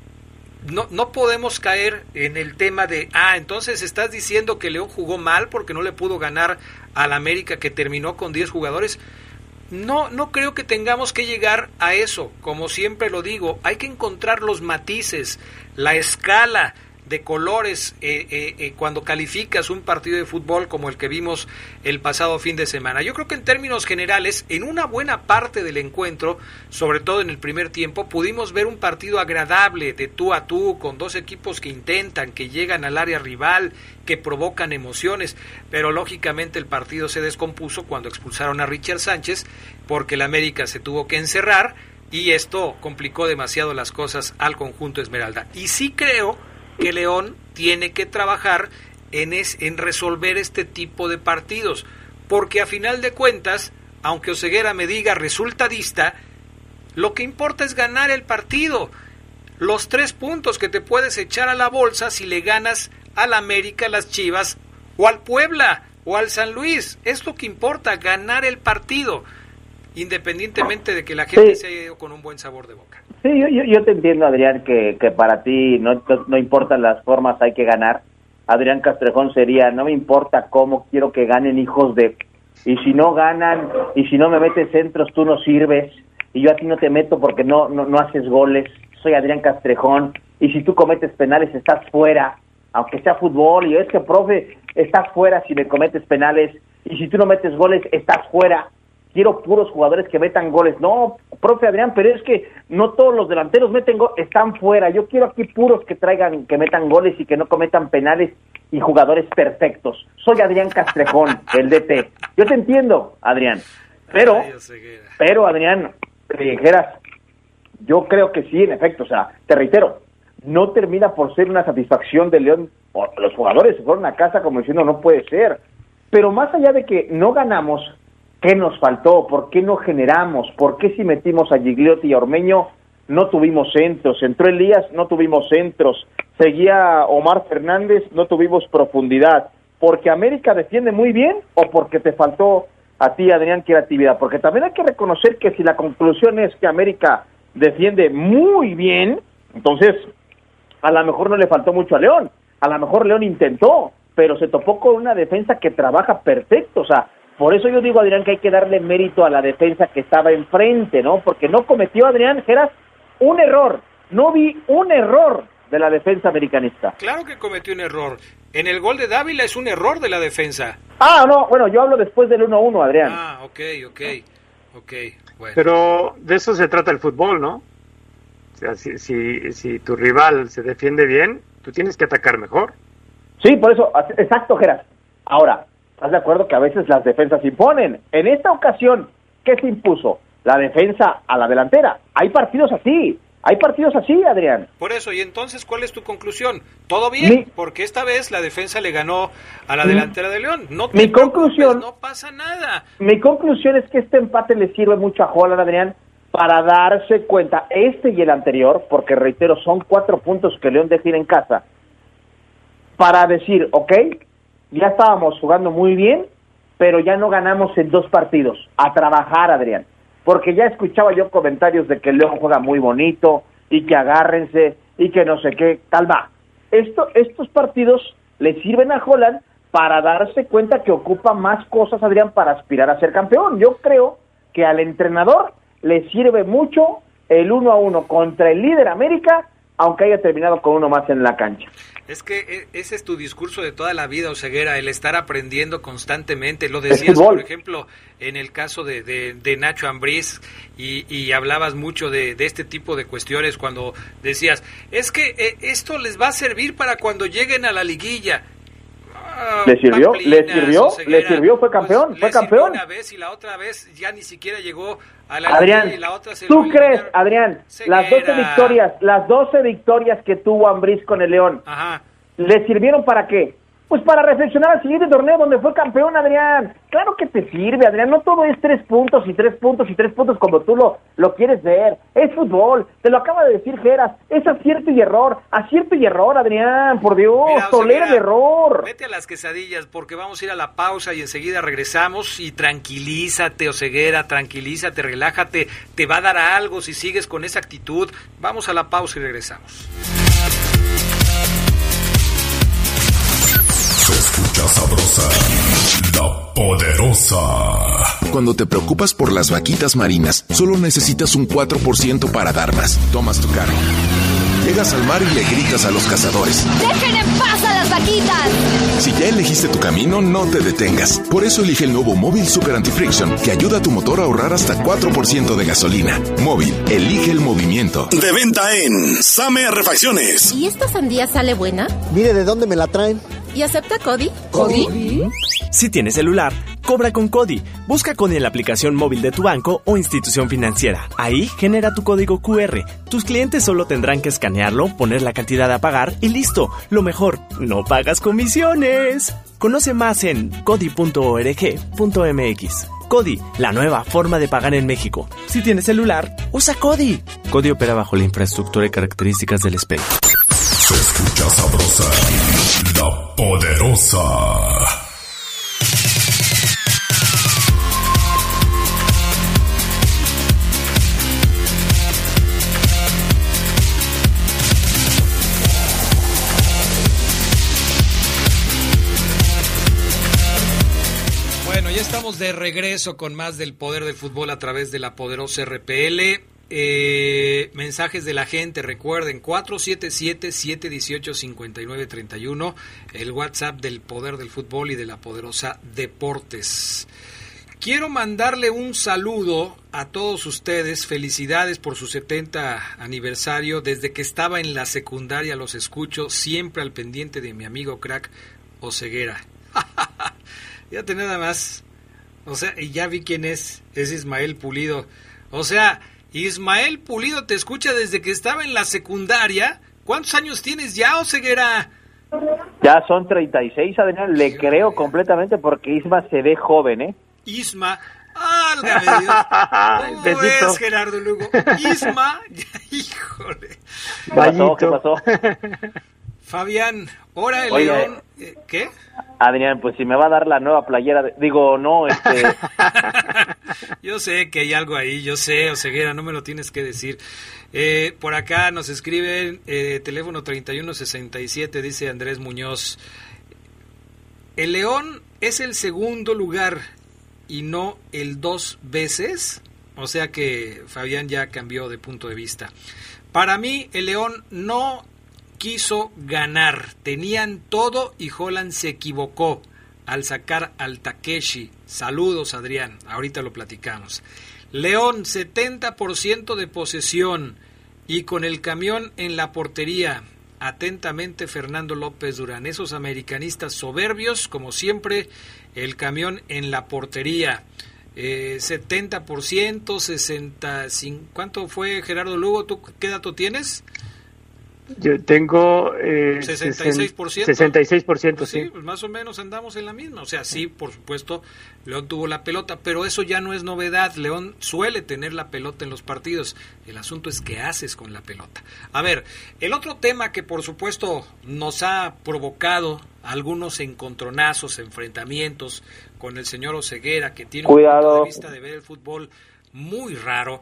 No podemos caer en el tema de, entonces estás diciendo que León jugó mal porque no le pudo ganar al América, que terminó con 10 jugadores. No creo que tengamos que llegar a eso. Como siempre lo digo, hay que encontrar los matices, la escala de colores cuando calificas un partido de fútbol como el que vimos el pasado fin de semana. Yo creo que en términos generales, en una buena parte del encuentro, sobre todo en el primer tiempo, pudimos ver un partido agradable de tú a tú, con dos equipos que intentan, que llegan al área rival, que provocan emociones, pero lógicamente el partido se descompuso cuando expulsaron a Richard Sánchez, porque el América se tuvo que encerrar y esto complicó demasiado las cosas al conjunto Esmeralda. Y sí creo que León tiene que trabajar en resolver este tipo de partidos, porque a final de cuentas, aunque Oseguera me diga resultadista, lo que importa es ganar el partido. Los 3 puntos que te puedes echar a la bolsa si le ganas al América, a las Chivas, o al Puebla, o al San Luis, es lo que importa, ganar el partido, independientemente de que la gente se haya ido con un buen sabor de boca. Sí, yo te entiendo, Adrián, que para ti no importan las formas, hay que ganar. Adrián Castrejón sería, no me importa cómo, quiero que ganen, hijos de... Y si no ganan, y si no me metes centros, tú no sirves, y yo a ti no te meto porque no haces goles. Soy Adrián Castrejón, y si tú cometes penales, estás fuera, aunque sea fútbol. Y yo, es que, profe, estás fuera si me cometes penales, y si tú no metes goles, estás fuera. Quiero puros jugadores que metan goles. No, profe Adrián, pero es que no todos los delanteros meten goles, están fuera. Yo quiero aquí puros que metan goles y que no cometan penales, y jugadores perfectos. Soy Adrián Castrejón, el DT. Yo te entiendo, Adrián. Pero Adrián, que dijeras, yo creo que sí, en efecto, o sea, te reitero, no termina por ser una satisfacción de León. Los jugadores se fueron a casa como diciendo, no puede ser. Pero más allá de que no ganamos, ¿qué nos faltó? ¿Por qué no generamos? ¿Por qué si metimos a Gigliotti y a Ormeño no tuvimos centros? Entró Elías, no tuvimos centros. Seguía Omar Fernández, no tuvimos profundidad. ¿Porque América defiende muy bien o porque te faltó a ti, Adrián, creatividad? Porque también hay que reconocer que si la conclusión es que América defiende muy bien, entonces a lo mejor no le faltó mucho a León. A lo mejor León intentó, pero se topó con una defensa que trabaja perfecto. O sea, Por eso yo digo, Adrián, que hay que darle mérito a la defensa que estaba enfrente, ¿no? Porque no cometió, Adrián Geras, un error. No vi un error de la defensa americanista. Claro que cometió un error. En el gol de Dávila es un error de la defensa. No, bueno, yo hablo después del 1-1, Adrián. Ok, bueno. Pero de eso se trata el fútbol, ¿no? O sea, si tu rival se defiende bien, tú tienes que atacar mejor. Sí, por eso, exacto, Geras. Ahora, ¿estás de acuerdo que a veces las defensas imponen? En esta ocasión, ¿qué se impuso? La defensa a la delantera. Hay partidos así, Adrián. Por eso, y entonces, ¿cuál es tu conclusión? ¿Todo bien? Porque esta vez la defensa le ganó a la delantera de León. No pasa nada. Mi conclusión es que este empate le sirve mucho a Holland, Adrián, para darse cuenta, este y el anterior, porque reitero, son 4 puntos que León deja ir en casa, para decir, ok, ya estábamos jugando muy bien, pero ya no ganamos en 2 partidos. A trabajar, Adrián. Porque ya escuchaba yo comentarios de que León juega muy bonito, y que agárrense, y que no sé qué, calma. Estos partidos le sirven a Holland para darse cuenta que ocupa más cosas, Adrián, para aspirar a ser campeón. Yo creo que al entrenador le sirve mucho el 1-1 contra el líder América, aunque haya terminado con uno más en la cancha. Es que ese es tu discurso de toda la vida, Oseguera, el estar aprendiendo constantemente. Lo decías, por ejemplo, en el caso de Nacho Ambriz, y hablabas mucho de este tipo de cuestiones cuando decías, es que esto les va a servir para cuando lleguen a la liguilla. ¿Le sirvió? Fue campeón, fue campeón. Una vez y la otra vez ya ni siquiera llegó a la Adrián, liguilla y la otra se ¿tú crees, Adrián, las 12 victorias que tuvo Ambriz con el León, ¿le sirvieron para qué? Pues para reflexionar al siguiente torneo donde fue campeón, Adrián. Claro que te sirve, Adrián. No todo es 3 puntos y 3 puntos y 3 puntos como tú lo quieres ver. Es fútbol. Te lo acaba de decir Geras. Es acierto y error, Adrián. Por Dios, tolera el error. Vete a las quesadillas porque vamos a ir a la pausa y enseguida regresamos. Y tranquilízate, Oseguera, tranquilízate, relájate. Te va a dar algo si sigues con esa actitud. Vamos a la pausa y regresamos. Se escucha sabrosa, La Poderosa. Cuando te preocupas por las vaquitas marinas, solo necesitas un 4% para dar más. Tomas tu carro. Llegas al mar y le gritas a los cazadores. ¡Dejen en paz a las vaquitas! Si ya elegiste tu camino, no te detengas. Por eso elige el nuevo Móvil Super Anti-Friction, que ayuda a tu motor a ahorrar hasta 4% de gasolina. Móvil, elige el movimiento. De venta en Same Refacciones. ¿Y esta sandía sale buena? Mire de dónde me la traen. ¿Y acepta CODI? ¿CODI? Si tienes celular, cobra con CODI. Busca CODI en la aplicación móvil de tu banco o institución financiera. Ahí genera tu código QR. Tus clientes solo tendrán que escanearlo, poner la cantidad a pagar y listo. Lo mejor, no pagas comisiones. Conoce más en codi.org.mx. CODI, la nueva forma de pagar en México. Si tienes celular, usa CODI. CODI opera bajo la infraestructura y características del SPEC. Se escucha sabrosa, La Poderosa. Bueno, ya estamos de regreso con más del poder del fútbol a través de La Poderosa RPL. Mensajes de la gente, recuerden 477-718-5931, el WhatsApp del poder del fútbol y de La Poderosa Deportes. Quiero mandarle un saludo a todos ustedes, felicidades por su 70 aniversario. Desde que estaba en la secundaria los escucho, siempre al pendiente de mi amigo crack Oseguera. Fíjate nada más, o sea, y ya vi quién es Ismael Pulido. O sea, Ismael Pulido te escucha desde que estaba en la secundaria. ¿Cuántos años tienes ya, Oseguera? Ya son 36, Adrián. Le creo completamente porque Isma se ve joven, ¿eh? Isma, álgame Dios. ¿Cómo es, Gerardo Lugo? Isma, híjole. ¿Qué pasó? Fabián, hora el León. ¿Qué? Adrián, pues si me va a dar la nueva playera, Yo sé que hay algo ahí, yo sé, Oseguera, no me lo tienes que decir. Por acá nos escriben, teléfono 3167, dice Andrés Muñoz. El León es el segundo lugar y no el 2 veces. O sea que Fabián ya cambió de punto de vista. Para mí, el León no quiso ganar. Tenían todo y Holland se equivocó al sacar al Takeshi. Saludos, Adrián. Ahorita lo platicamos. León, 70% de posesión y con el camión en la portería. Atentamente, Fernando López Durán. Esos americanistas soberbios, como siempre, el camión en la portería. 70%, 65. ¿Cuánto fue, Gerardo Lugo? ¿Tú qué dato tienes? Yo tengo 66%. 66%, sí. Pues más o menos andamos en la misma. O sea, sí, por supuesto, León tuvo la pelota, pero eso ya no es novedad. León suele tener la pelota en los partidos. El asunto es qué haces con la pelota. A ver, el otro tema que por supuesto nos ha provocado algunos encontronazos, enfrentamientos con el señor Oseguera, que tiene un punto de vista de ver el fútbol muy raro,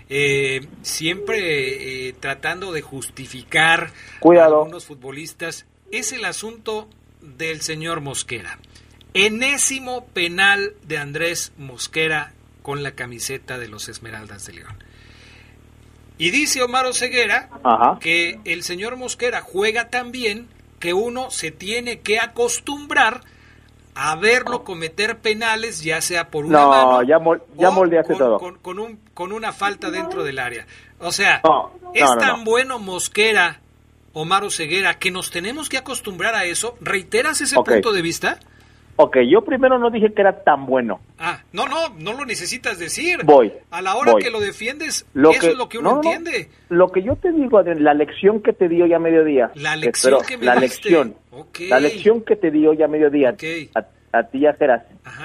siempre tratando de justificar a algunos futbolistas, es el asunto del señor Mosquera. Enésimo penal de Andrés Mosquera con la camiseta de los Esmeraldas de León. Y dice Omar Oseguera que el señor Mosquera juega tan bien que uno se tiene que acostumbrar a verlo cometer penales, ya sea por una mano ya moldeaste todo. Con una falta dentro del área. O sea, tan bueno Mosquera, Omar Oseguera, que nos tenemos que acostumbrar a eso. ¿Reiteras ese punto de vista? Ok, yo primero no dije que era tan bueno. No lo necesitas decir. Voy. A la hora que lo defiendes, eso es lo que uno entiende. Lo que yo te digo, Adrián, la lección que te dio ya a mediodía. La lección que me la diste. lección. Okay. La lección que te dio ya a mediodía. Okay. A ti ya serás.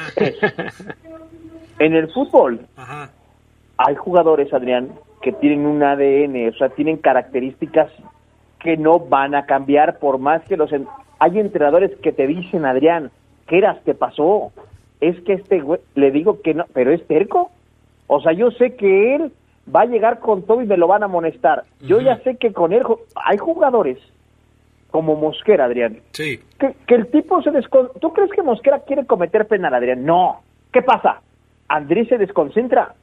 En el fútbol hay jugadores, Adrián, que tienen un ADN, o sea, tienen características que no van a cambiar por más que hay entrenadores que te dicen, Adrián, ¿qué pasó? Es que este güey, le digo que no, pero es terco. O sea, yo sé que él va a llegar con todo y me lo van a amonestar. Yo ya sé que con él hay jugadores como Mosquera, Adrián. Sí. Que el tipo ¿Tú crees que Mosquera quiere cometer penal, Adrián? No. ¿Qué pasa? Andrés se desconcentra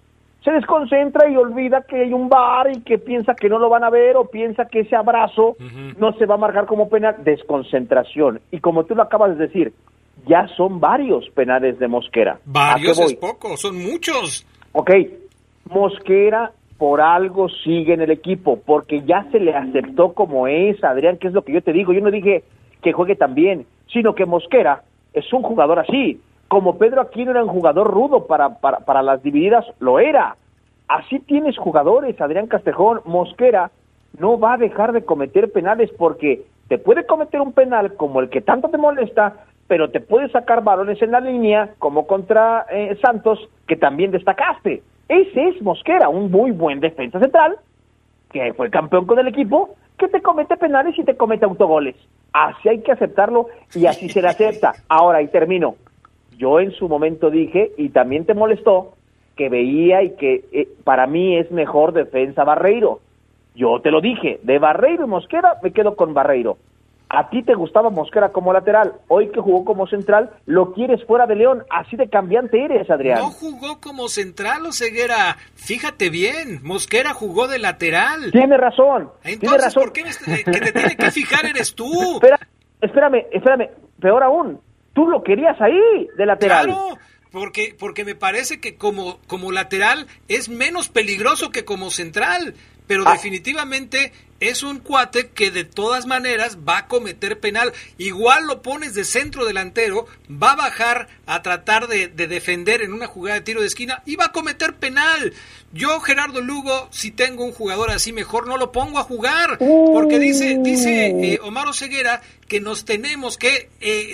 y olvida que hay un VAR y que piensa que no lo van a ver o piensa que ese abrazo no se va a marcar como penal. Desconcentración. Y como tú lo acabas de decir, ya son varios penales de Mosquera. Varios es poco, son muchos. Ok, Mosquera por algo sigue en el equipo, porque ya se le aceptó como es, Adrián, que es lo que yo te digo. Yo no dije que juegue tan bien, sino que Mosquera es un jugador así. Como Pedro Aquino era un jugador rudo para las divididas, lo era. Así tienes jugadores, Adrián Castejón. Mosquera no va a dejar de cometer penales porque te puede cometer un penal como el que tanto te molesta, pero te puede sacar balones en la línea, como contra Santos, que también destacaste. Ese es Mosquera, un muy buen defensa central, que fue campeón con el equipo, que te comete penales y te comete autogoles. Así hay que aceptarlo y así se le acepta. Ahora, y termino. Yo en su momento dije, y también te molestó, que veía y que para mí es mejor defensa Barreiro. Yo te lo dije, de Barreiro y Mosquera me quedo con Barreiro. A ti te gustaba Mosquera como lateral, hoy que jugó como central, lo quieres fuera de León, así de cambiante eres, Adrián. No jugó como central, Oseguera, fíjate bien, Mosquera jugó de lateral. Tiene razón. Entonces, ¿por qué que te tiene que fijar eres tú? Espérame, peor aún, tú lo querías ahí, de lateral. Claro, porque me parece que como lateral es menos peligroso que como central, pero definitivamente es un cuate que de todas maneras va a cometer penal. Igual lo pones de centro delantero, va a bajar a tratar de defender en una jugada de tiro de esquina y va a cometer penal. Yo, Gerardo Lugo, si tengo un jugador así, mejor no lo pongo a jugar, porque dice Omar Oseguera que nos tenemos que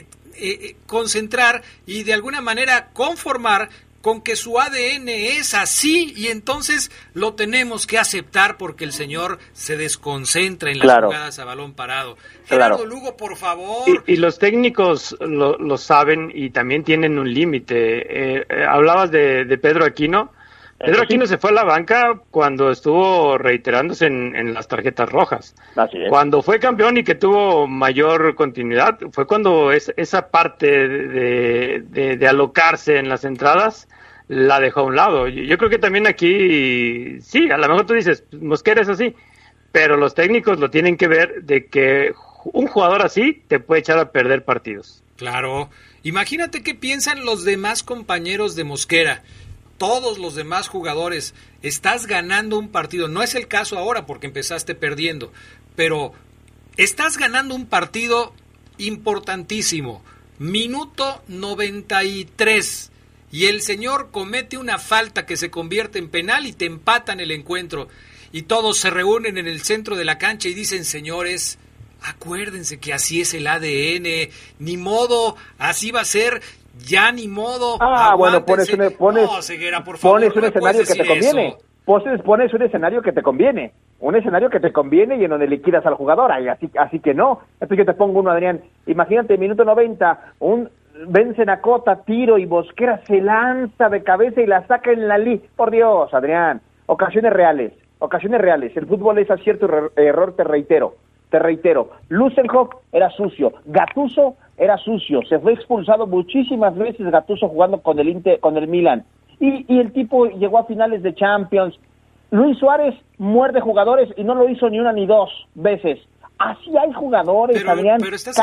concentrar y de alguna manera conformar con que su ADN es así y entonces lo tenemos que aceptar porque el señor se desconcentra en las jugadas a balón parado. Gerardo Lugo, por favor. Y los técnicos lo saben y también tienen un límite. Hablabas de Pedro Aquino. Pedro Aquino se fue a la banca cuando estuvo reiterándose en las tarjetas rojas. Así es. Cuando fue campeón y que tuvo mayor continuidad, fue cuando esa parte de alocarse en las entradas la dejó a un lado. Yo creo que también aquí, sí, a lo mejor tú dices, Mosquera es así, pero los técnicos lo tienen que ver de que un jugador así te puede echar a perder partidos. Claro. Imagínate qué piensan los demás compañeros de Mosquera. Todos los demás jugadores. Estás ganando un partido. No es el caso ahora porque empezaste perdiendo. Pero estás ganando un partido importantísimo. Minuto 93. Y el señor comete una falta que se convierte en penal y te empatan el encuentro. Y todos se reúnen en el centro de la cancha y dicen, señores, acuérdense que así es el ADN, ni modo, así va a ser, ya ni modo. Bueno, pones Ceguera, por favor, pones un escenario que te conviene. Pones un escenario que te conviene. Un escenario que te conviene y en donde liquidas al jugador. Así que no. Entonces yo te pongo uno, Adrián. Imagínate, minuto 90, vence Nacota, tiro y Mosquera se lanza de cabeza y la saca en la Por Dios, Adrián. Ocasiones reales. El fútbol es acierto y error, te reitero. Lussenhoff era sucio, Gattuso era sucio, se fue expulsado muchísimas veces Gattuso jugando con el Milan, y el tipo llegó a finales de Champions. Luis Suárez muerde jugadores y no lo hizo ni una ni dos veces. Así hay jugadores, Adrián, pero estás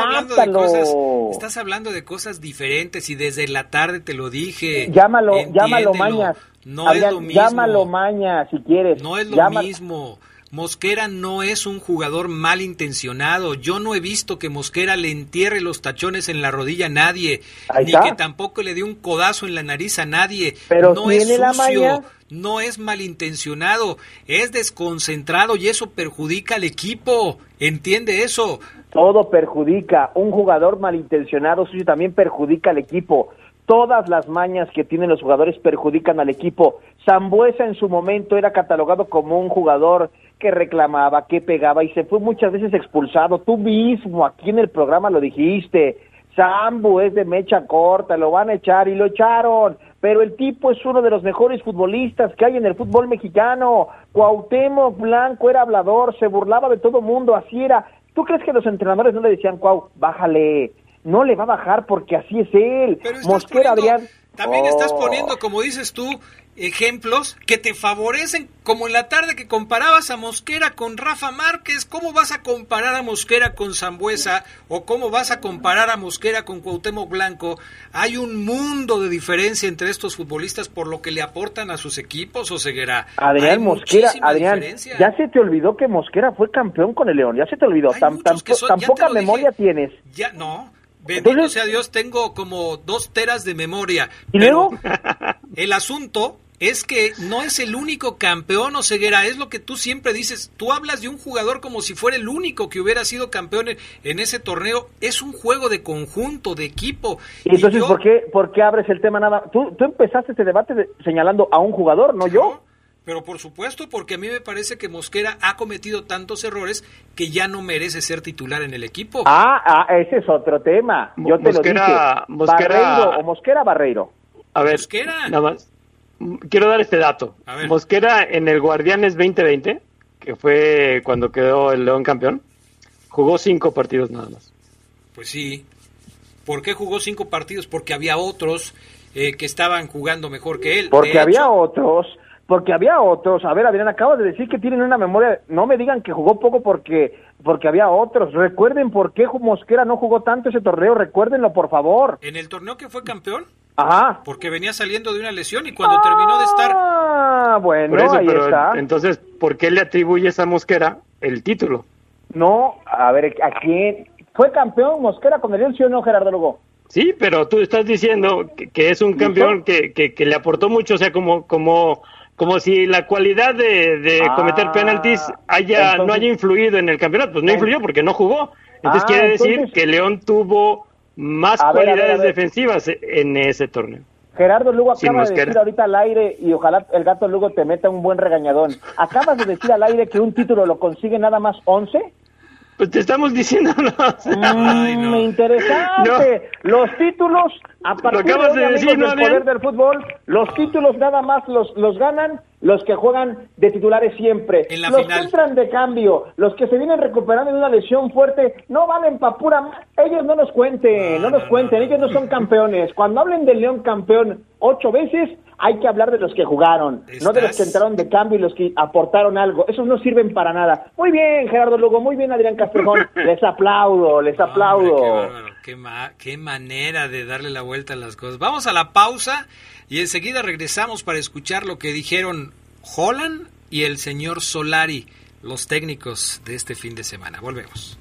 hablando de cosas diferentes y desde la tarde te lo dije. Llámalo mañas. No Adrián, es lo mismo. Llámalo mañas si quieres. No es lo mismo. Mosquera no es un jugador malintencionado. Yo no he visto que Mosquera le entierre los tachones en la rodilla a nadie, que tampoco le dé un codazo en la nariz a nadie. Pero no es sucio, no es malintencionado, es desconcentrado y eso perjudica al equipo. ¿Entiende eso? Todo perjudica. Un jugador malintencionado sucio también perjudica al equipo. Todas las mañas que tienen los jugadores perjudican al equipo. Sambueza en su momento era catalogado como un jugador que reclamaba, que pegaba y se fue muchas veces expulsado. Tú mismo aquí en el programa lo dijiste. Sambu es de mecha corta, lo van a echar y lo echaron. Pero el tipo es uno de los mejores futbolistas que hay en el fútbol mexicano. Cuauhtémoc Blanco era hablador, se burlaba de todo mundo, así era. ¿Tú crees que los entrenadores no le decían, Cuau, bájale? No le va a bajar porque así es él. Mosquera, Adrián. También estás poniendo, como dices tú, ejemplos que te favorecen, como en la tarde que comparabas a Mosquera con Rafa Márquez. ¿Cómo vas a comparar a Mosquera con Sambueza? ¿O cómo vas a comparar a Mosquera con Cuauhtémoc Blanco? Hay un mundo de diferencia entre estos futbolistas por lo que le aportan a sus equipos, ¿o Ceguera? Adrián, Mosquera, ya se te olvidó que Mosquera fue campeón con el León, ya se te olvidó. Tan poca memoria tienes. Ya, no. Bendito sea Dios, tengo como 2 teras de memoria. ¿Y luego? El asunto es que no es el único campeón, o Ceguera, es lo que tú siempre dices. Tú hablas de un jugador como si fuera el único que hubiera sido campeón en ese torneo. Es un juego de conjunto, de equipo. ¿Y entonces por qué abres el tema nada? Tú empezaste este debate señalando a un jugador, no yo. Pero por supuesto, porque a mí me parece que Mosquera ha cometido tantos errores que ya no merece ser titular en el equipo. Ese es otro tema. Yo te lo dije. Barreiro o Mosquera, Barreiro. A ver, Mosquera. Nada más. Quiero dar este dato. Mosquera en el Guardianes 2020, que fue cuando quedó el León campeón, jugó 5 partidos nada más. Pues sí. ¿Por qué jugó 5 partidos? Porque había otros que estaban jugando mejor que él. Porque había otros. A ver, Adrián, acabas de decir que tienen una memoria. No me digan que jugó poco porque había otros. Recuerden por qué Mosquera no jugó tanto ese torneo. Recuérdenlo, por favor. ¿En el torneo que fue campeón? Ajá. Porque venía saliendo de una lesión y cuando terminó de estar... Bueno, ahí está. Entonces, ¿por qué le atribuyes a Mosquera el título? No, a ver, ¿a quién? ¿Fue campeón Mosquera con el León, sí o no, Gerardo Lugo? Sí, pero tú estás diciendo que es un campeón que le aportó mucho, o sea, como si la cualidad de cometer penaltis no haya influido en el campeonato. Pues no influyó porque no jugó. Entonces quiere decir que León tuvo más cualidades defensivas en ese torneo. Gerardo Lugo acaba de decir ahorita al aire, y ojalá el gato Lugo te meta un buen regañadón. Acabas de decir al aire que un título lo consigue nada más 11. Pues te estamos diciendo, no. Interesante. No. Los títulos, a partir de hoy, amigos del poder del fútbol, los títulos nada más los ganan los que juegan de titulares siempre. En la los final. Que entran de cambio, los que se vienen recuperando de una lesión fuerte, no valen pa' pura... Ellos no nos cuenten, ellos no son campeones. Cuando hablen del León campeón 8 veces, hay que hablar de los que jugaron, no de los que entraron de cambio y los que aportaron algo. Esos no sirven para nada. Muy bien, Gerardo Lugo, muy bien, Adrián Castrejón. Les aplaudo. Hombre, qué manera de darle la vuelta a las cosas. Vamos a la pausa y enseguida regresamos para escuchar lo que dijeron Holland y el señor Solari, los técnicos de este fin de semana. Volvemos.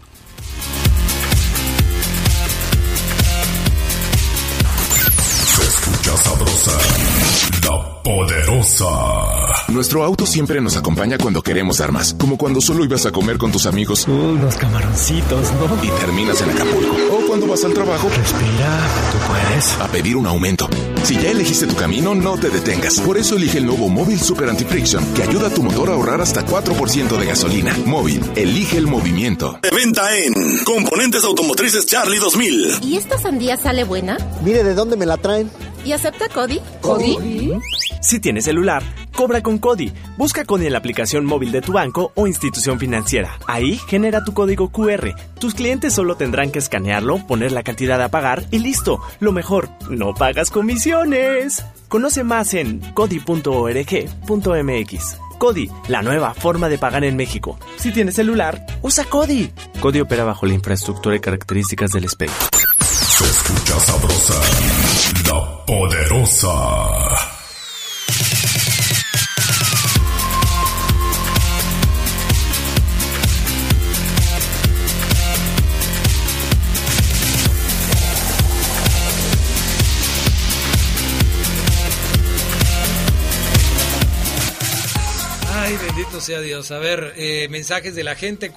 Se escucha sabrosa, La Poderosa. Nuestro auto siempre nos acompaña cuando queremos dar más, como cuando solo ibas a comer con tus amigos. Unos camaroncitos, ¿no? Y terminas en Acapulco. O cuando vas al trabajo. Respira, tú puedes. A pedir un aumento. Si ya elegiste tu camino, no te detengas. Por eso elige el nuevo Móvil Super Anti-Friction, que ayuda a tu motor a ahorrar hasta 4% de gasolina. Móvil, elige el movimiento. De venta en Componentes Automotrices Charlie 2000. ¿Y esta sandía sale buena? Mire de dónde me la traen. ¿Y acepta CODI? ¿CODI? Si tienes celular, cobra con CODI. Busca CODI en la aplicación móvil de tu banco o institución financiera. Ahí genera tu código QR. Tus clientes solo tendrán que escanearlo, poner la cantidad a pagar y listo. Lo mejor, no pagas comisiones. Conoce más en codi.org.mx. CODI, la nueva forma de pagar en México. Si tienes celular, usa CODI. CODI opera bajo la infraestructura y características del SPEI. Se escucha sabrosa, La Poderosa. Ay, bendito sea Dios. A ver, mensajes de la gente,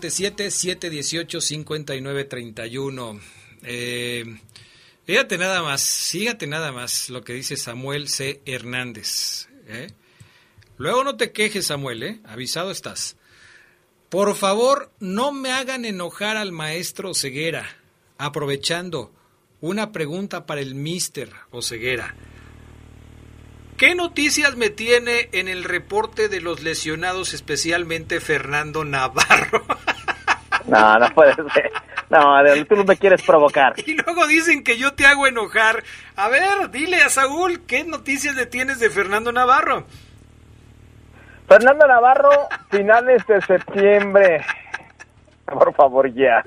477-718-5931. Fíjate nada más lo que dice Samuel C. Hernández. Luego no te quejes, Samuel, avisado estás. Por favor, no me hagan enojar al maestro Oseguera. Aprovechando, una pregunta para el mister Oseguera. ¿Qué noticias me tiene en el reporte de los lesionados, especialmente Fernando Navarro? No puede ser. No, tú no me quieres provocar. Y luego dicen que yo te hago enojar. A ver, dile a Saúl, ¿qué noticias le tienes de Fernando Navarro? Fernando Navarro, finales de septiembre. Por favor, ya.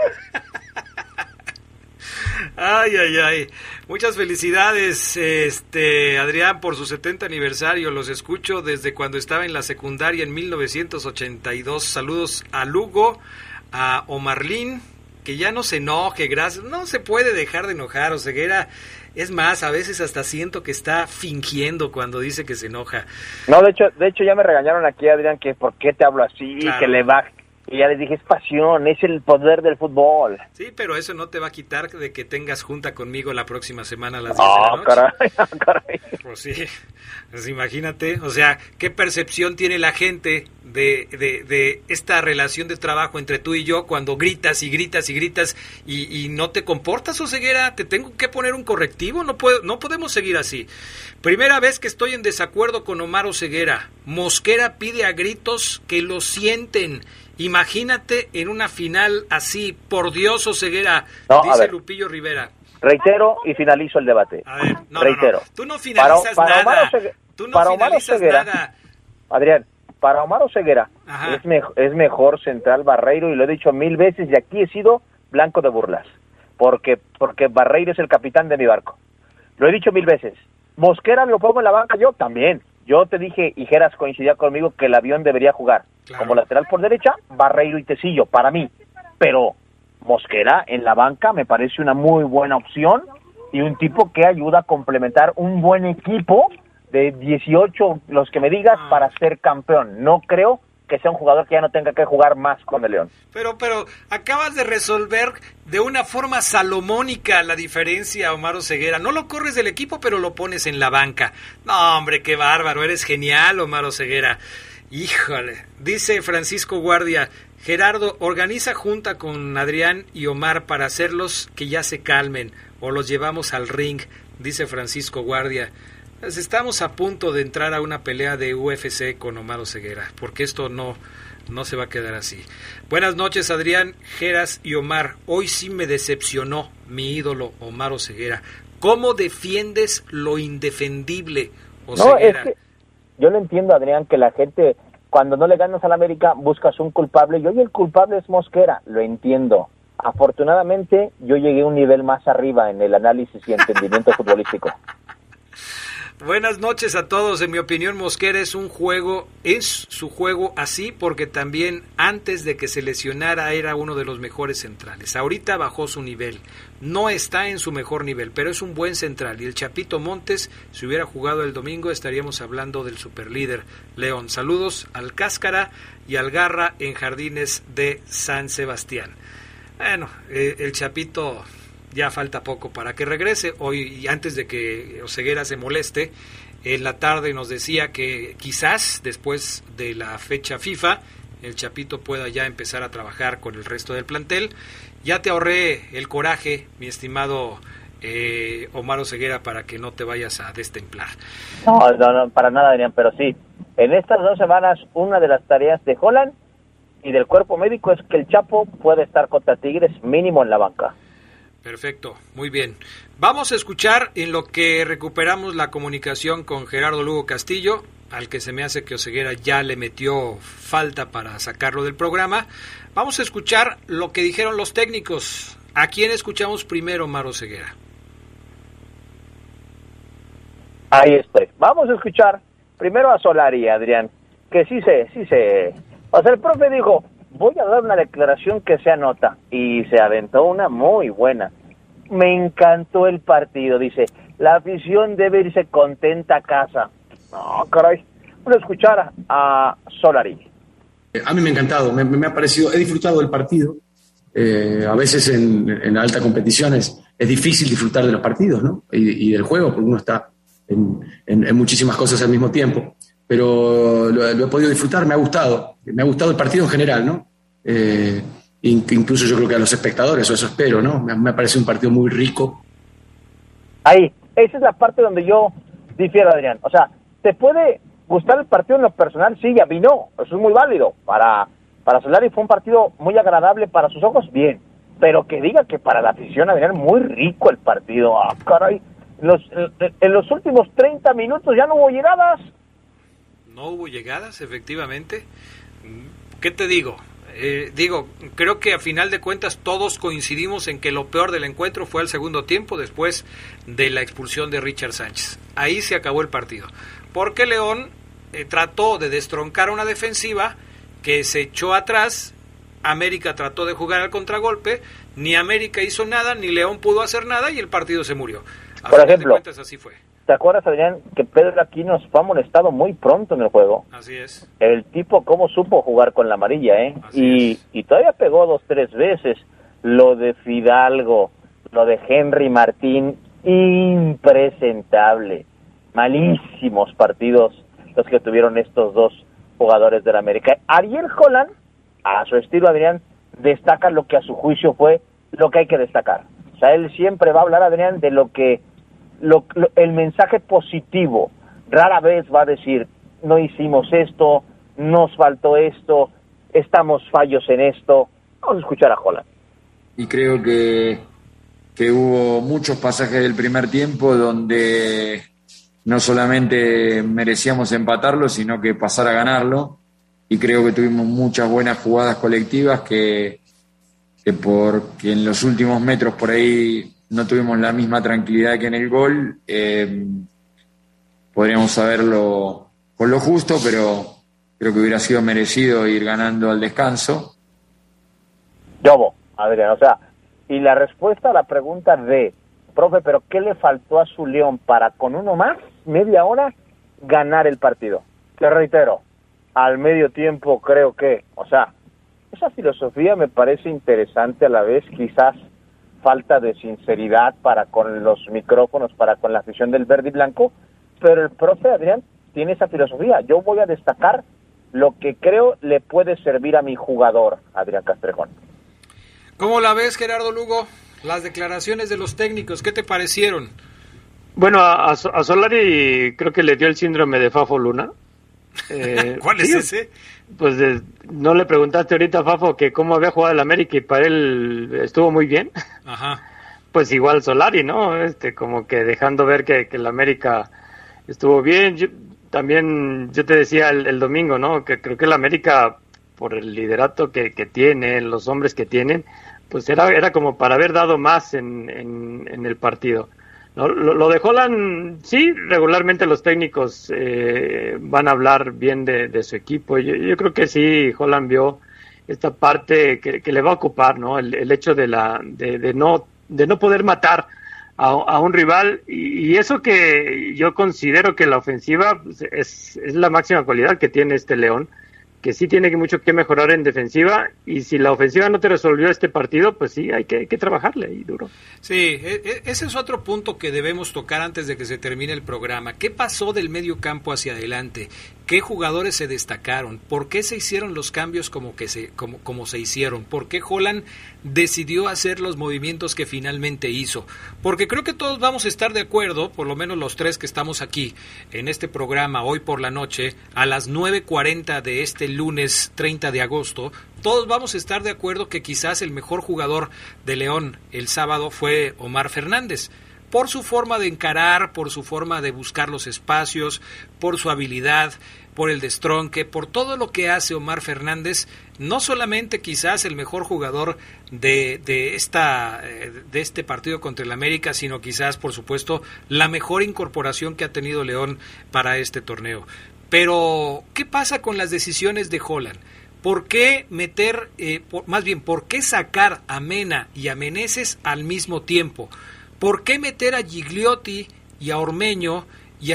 Ay. Muchas felicidades, Adrián, por su 70 aniversario. Los escucho desde cuando estaba en la secundaria en 1982. Saludos a Lugo, a Omarlín, que ya no se enoje, gracias. No se puede dejar de enojar, Oseguera. Es más, a veces hasta siento que está fingiendo cuando dice que se enoja. No, de hecho ya me regañaron aquí, Adrián, que por qué te hablo así, claro. Que le baje. Y ya les dije, es pasión, es el poder del fútbol. Sí, pero eso no te va a quitar de que tengas junta conmigo la próxima semana a las 10 de la noche. Caray. Pues sí, pues imagínate, o sea, ¿qué percepción tiene la gente de esta relación de trabajo entre tú y yo cuando gritas y no te comportas, Oseguera? Te tengo que poner un correctivo, no podemos seguir así. Primera vez que estoy en desacuerdo con Omar Oseguera. Mosquera pide a gritos que lo sienten. Imagínate en una final así, por Dios, Oseguera, dice Lupillo Rivera. Reitero y finalizo el debate. A ver, reitero. No. Tú no finalizas nada. Tú no finalizas nada. Adrián, para Omar Oseguera es mejor central Barreiro, y lo he dicho 1000 veces, y aquí he sido blanco de burlas, porque Barreiro es el capitán de mi barco. Lo he dicho 1000 veces. Mosquera lo pongo en la banca, yo también. Yo te dije, y Geras coincidía conmigo, que el avión debería jugar. Claro. Como lateral por derecha, Barreiro y Tecillo, para mí. Pero Mosquera en la banca me parece una muy buena opción, y un tipo que ayuda a complementar un buen equipo de 18, los que me digas, para ser campeón. No creo que sea un jugador que ya no tenga que jugar más con el León. Pero acabas de resolver de una forma salomónica la diferencia, Omar Oseguera. No lo corres del equipo, pero lo pones en la banca. No, hombre, qué bárbaro, eres genial, Omar Oseguera. Híjole, dice Francisco Guardia, Gerardo, organiza junta con Adrián y Omar para hacerlos que ya se calmen o los llevamos al ring, dice Francisco Guardia. Pues estamos a punto de entrar a una pelea de UFC con Omar Oseguera, porque esto no se va a quedar así. Buenas noches, Adrián, Geras y Omar. Hoy sí me decepcionó mi ídolo Omar Oseguera. ¿Cómo defiendes lo indefendible, Oseguera? No, es que yo lo entiendo, Adrián, que la gente, cuando no le ganas al América, buscas un culpable, y hoy el culpable es Mosquera, lo entiendo. Afortunadamente, yo llegué a un nivel más arriba en el análisis y entendimiento futbolístico. Buenas noches a todos. En mi opinión, Mosquera es su juego así porque también antes de que se lesionara era uno de los mejores centrales. Ahorita bajó su nivel. No está en su mejor nivel, pero es un buen central. Y el Chapito Montes, si hubiera jugado el domingo, estaríamos hablando del superlíder León. Saludos al Cáscara y al Garra en Jardines de San Sebastián. Bueno, el Chapito... ya falta poco para que regrese. Hoy, y antes de que Oseguera se moleste, en la tarde nos decía que quizás después de la fecha FIFA el Chapito pueda ya empezar a trabajar con el resto del plantel. Ya te ahorré el coraje, mi estimado Omar Oseguera, para que no te vayas a destemplar. No, para nada, Adrián, pero sí, en estas 2 semanas una de las tareas de Holland y del cuerpo médico es que el Chapo pueda estar contra Tigres mínimo en la banca. Perfecto, muy bien. Vamos a escuchar en lo que recuperamos la comunicación con Gerardo Lugo Castillo, al que se me hace que Oseguera ya le metió falta para sacarlo del programa. Vamos a escuchar lo que dijeron los técnicos. ¿A quién escuchamos primero, Omar Oseguera? Ahí estoy. Vamos a escuchar primero a Solari, Adrián, que sí se... O sea, el profe dijo... voy a dar una declaración que se anota, y se aventó una muy buena. Me encantó el partido, dice, la afición debe irse contenta a casa. No, caray, vamos a escuchar a Solari. A mí me ha encantado, me ha parecido, he disfrutado del partido. A veces en alta competición es difícil disfrutar de los partidos, ¿no? Y del juego, porque uno está en muchísimas cosas al mismo tiempo. Pero lo he podido disfrutar, me ha gustado el partido en general, ¿no? Incluso yo creo que a los espectadores, o eso espero, ¿no? Me parece un partido muy rico. Ahí, esa es la parte donde yo difiero, Adrián. O sea, ¿te puede gustar el partido en lo personal? Sí, a mí no, eso es muy válido. Para Solari fue un partido muy agradable para sus ojos, pero que diga que para la afición, Adrián, muy rico el partido. Ah, caray, en los últimos 30 minutos ya no hubo llegadas. No hubo llegadas, efectivamente. ¿Qué te digo? Creo que a final de cuentas todos coincidimos en que lo peor del encuentro fue el segundo tiempo después de la expulsión de Richard Sánchez. Ahí se acabó el partido. Porque León trató de destroncar una defensiva que se echó atrás. América trató de jugar al contragolpe. Ni América hizo nada, ni León pudo hacer nada y el partido se murió. A Por ejemplo, de cuentas, así fue. ¿Te acuerdas, Adrián, que Pedro Aquino fue amonestado muy pronto en el juego? Así es. El tipo cómo supo jugar con la amarilla, y todavía pegó 2-3 veces. Lo de Fidalgo, lo de Henry Martín, impresentable. Malísimos partidos los que tuvieron estos dos jugadores de la América. Ariel Holland, a su estilo, Adrián, destaca lo que a su juicio fue lo que hay que destacar. O sea, él siempre va a hablar, Adrián, de lo que... el mensaje positivo. Rara vez va a decir, no hicimos esto, nos faltó esto, estamos fallos en esto. Vamos a escuchar a Holland. Y creo que hubo muchos pasajes del primer tiempo donde no solamente merecíamos empatarlo, sino que pasar a ganarlo. Y creo que tuvimos muchas buenas jugadas colectivas que porque en los últimos metros por ahí no tuvimos la misma tranquilidad que en el gol. Podríamos saberlo con lo justo, pero creo que hubiera sido merecido ir ganando al descanso. Adrián, o sea, y la respuesta a la pregunta de, profe, pero ¿qué le faltó a su León para con uno más, media hora, ganar el partido? Te reitero, al medio tiempo creo que, o sea, esa filosofía me parece interesante a la vez, quizás falta de sinceridad para con los micrófonos, para con la afición del verde y blanco, pero el profe Adrián tiene esa filosofía. Yo voy a destacar lo que creo le puede servir a mi jugador, Adrián Castrejón. ¿Cómo la ves, Gerardo Lugo? Las declaraciones de los técnicos, ¿qué te parecieron? Bueno, a Solari creo que le dio el síndrome de Fafo Luna. ¿Cuál es ese? Pues no le preguntaste ahorita a Fafo que cómo había jugado el América y para él estuvo muy bien. Ajá. Pues igual Solari, ¿no? Como que dejando ver que el América estuvo bien. Yo te decía el domingo, ¿no? Que creo que el América, por el liderato que tiene, los hombres que tienen, pues era como para haber dado más en el partido. ¿No? Lo de Holland, sí, regularmente los técnicos van a hablar bien de su equipo. Yo creo que sí, Holland vio esta parte que le va a ocupar, ¿no? El hecho de no poder matar a un rival, y eso que yo considero que la ofensiva es la máxima cualidad que tiene este León, que sí tiene mucho que mejorar en defensiva, y si la ofensiva no te resolvió este partido, pues sí, hay que trabajarle ahí duro. Sí, ese es otro punto que debemos tocar antes de que se termine el programa. ¿Qué pasó del medio campo hacia adelante? ¿Qué jugadores se destacaron? ¿Por qué se hicieron los cambios como se hicieron? ¿Por qué Holland decidió hacer los movimientos que finalmente hizo? Porque creo que todos vamos a estar de acuerdo, por lo menos los tres que estamos aquí en este programa hoy por la noche, a las 9:40 de este lunes 30 de agosto, todos vamos a estar de acuerdo que quizás el mejor jugador de León el sábado fue Omar Fernández. Por su forma de encarar, por su forma de buscar los espacios, por su habilidad, por el destronque, por todo lo que hace Omar Fernández, no solamente quizás el mejor jugador de este partido contra el América, sino quizás, por supuesto, la mejor incorporación que ha tenido León para este torneo. Pero, ¿qué pasa con las decisiones de Holland? ¿Por qué por qué sacar a Mena y a Meneses al mismo tiempo? ¿Por qué meter a Gigliotti y a Ormeño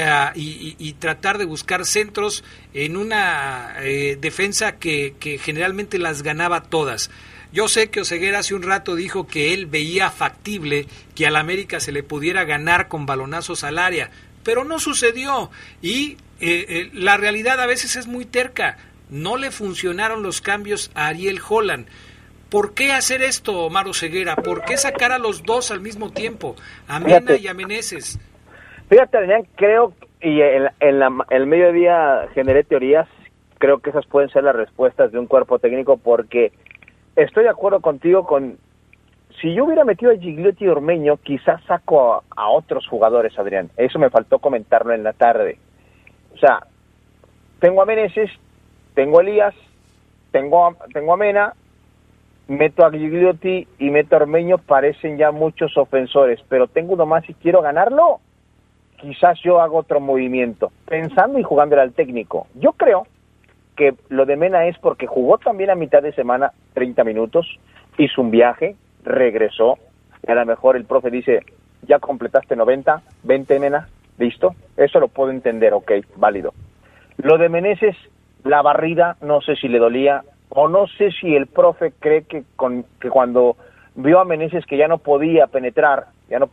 y tratar de buscar centros en una defensa que generalmente las ganaba todas? Yo sé que Oseguera hace un rato dijo que él veía factible que al América se le pudiera ganar con balonazos al área, pero no sucedió, y la realidad a veces es muy terca. No le funcionaron los cambios a Ariel Holland. ¿Por qué hacer esto, Omar Oseguera? ¿Por qué sacar a los dos al mismo tiempo, a Mena y a Meneses? Fíjate, Adrián, creo, y en el mediodía generé teorías, creo que esas pueden ser las respuestas de un cuerpo técnico, porque estoy de acuerdo contigo si yo hubiera metido a Gigliotti y Ormeño, quizás saco a otros jugadores, Adrián. Eso me faltó comentarlo en la tarde. O sea, tengo a Meneses, tengo a Elías, tengo a Mena, meto a Gigliotti y meto a Ormeño, parecen ya muchos ofensores, pero tengo uno más y quiero ganarlo, quizás yo hago otro movimiento, pensando y jugándole al técnico. Yo creo que lo de Mena es porque jugó también a mitad de semana 30 minutos, hizo un viaje, regresó, y a lo mejor el profe dice, ya completaste 90, 20 Mena, listo, eso lo puedo entender, ok, válido. Lo de Meneses, la barrida, no sé si le dolía, o no sé si el profe cree que cuando vio a Meneses que ya no podía penetrar,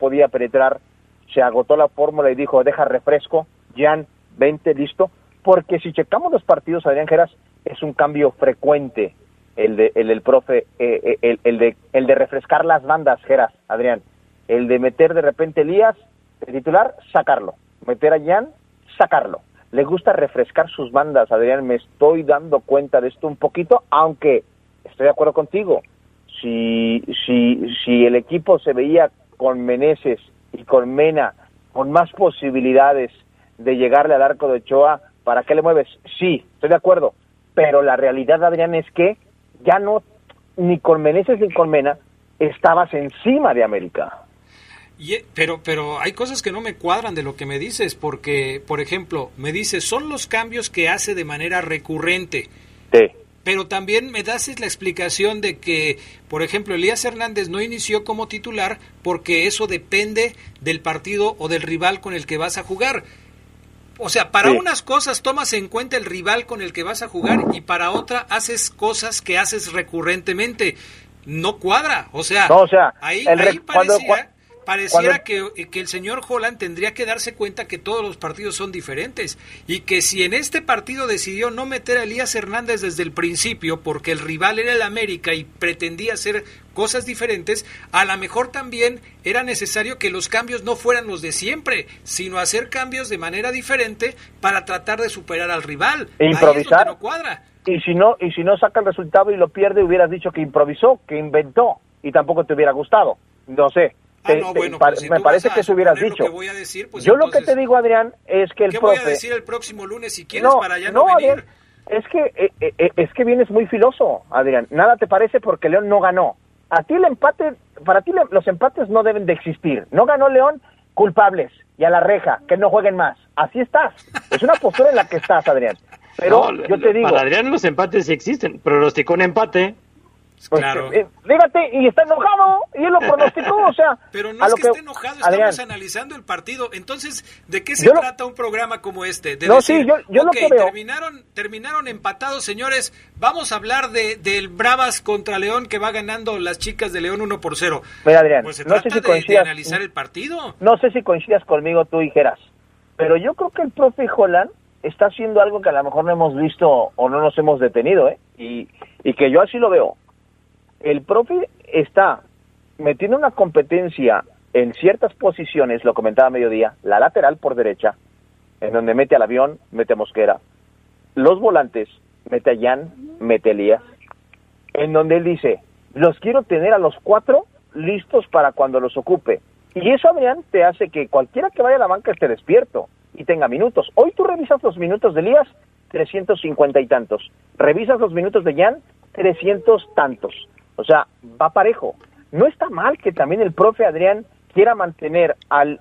se agotó la fórmula y dijo, deja refresco, Jan, 20, listo, porque si checamos los partidos, Adrián Geras, es un cambio frecuente el del profe, el de refrescar las bandas, Geras, Adrián, el de meter de repente Elías, el titular, sacarlo, meter a Jan, sacarlo. Le gusta refrescar sus bandas, Adrián, me estoy dando cuenta de esto un poquito, aunque estoy de acuerdo contigo. Si el equipo se veía con Meneses y con Mena, con más posibilidades de llegarle al arco de Ochoa, ¿para qué le mueves? Sí, estoy de acuerdo, pero la realidad, Adrián, es que ya no, ni con Meneses ni con Mena, estabas encima de América. Pero hay cosas que no me cuadran de lo que me dices, porque, por ejemplo, me dices, son los cambios que hace de manera recurrente. Sí. Pero también me das la explicación de que, por ejemplo, Elías Hernández no inició como titular porque eso depende del partido o del rival con el que vas a jugar. O sea, para unas cosas tomas en cuenta el rival con el que vas a jugar y para otra haces cosas que haces recurrentemente. No cuadra. O sea, ahí parecía pareciera que el señor Holland tendría que darse cuenta que todos los partidos son diferentes y que si en este partido decidió no meter a Elías Hernández desde el principio porque el rival era el América y pretendía hacer cosas diferentes, a lo mejor también era necesario que los cambios no fueran los de siempre, sino hacer cambios de manera diferente para tratar de superar al rival. E improvisar. No cuadra. Y si no saca el resultado y lo pierde, hubieras dicho que improvisó, que inventó, y tampoco te hubiera gustado. No sé. Me parece que eso hubieras dicho. Pues yo entonces, lo que te digo, Adrián, es que el ¿qué profe... voy a decir el próximo lunes si quieres para ya no venir? Adrián, es que vienes muy filoso, Adrián. Nada te parece porque León no ganó. A ti el empate, para ti los empates no deben de existir. No ganó León, culpables, y a la reja, que no jueguen más. Así estás. Es una postura en la que estás, Adrián. Pero yo te digo... Para Adrián los empates sí existen. Pronosticó un empate. Pues, claro. Dígate, y está enojado, y él lo pronosticó, o sea... Pero no es que esté enojado, estamos Adrián, analizando el partido. Entonces, ¿de qué se trata un programa como este? De no, decir, sí, yo lo que veo... terminaron empatados, señores, vamos a hablar del Bravas contra León, que va ganando las chicas de León 1-0. Mira, Adrián, pues se no trata sé si de analizar el partido. No sé si coincidas conmigo tú y Geras, pero yo creo que el profe Holland está haciendo algo que a lo mejor no hemos visto o no nos hemos detenido, y que yo así lo veo. El profe está metiendo una competencia en ciertas posiciones, lo comentaba a mediodía, la lateral por derecha, en donde mete al Avión, mete a Mosquera, los volantes, mete a Jan, mete a Elías, en donde él dice, los quiero tener a los 4 listos para cuando los ocupe. Y eso, Adrián, te hace que cualquiera que vaya a la banca esté despierto y tenga minutos. Hoy tú revisas los minutos de Elías, 350 y tantos. Revisas los minutos de Jan, 300 tantos. O sea, va parejo. No está mal que también el profe Adrián quiera mantener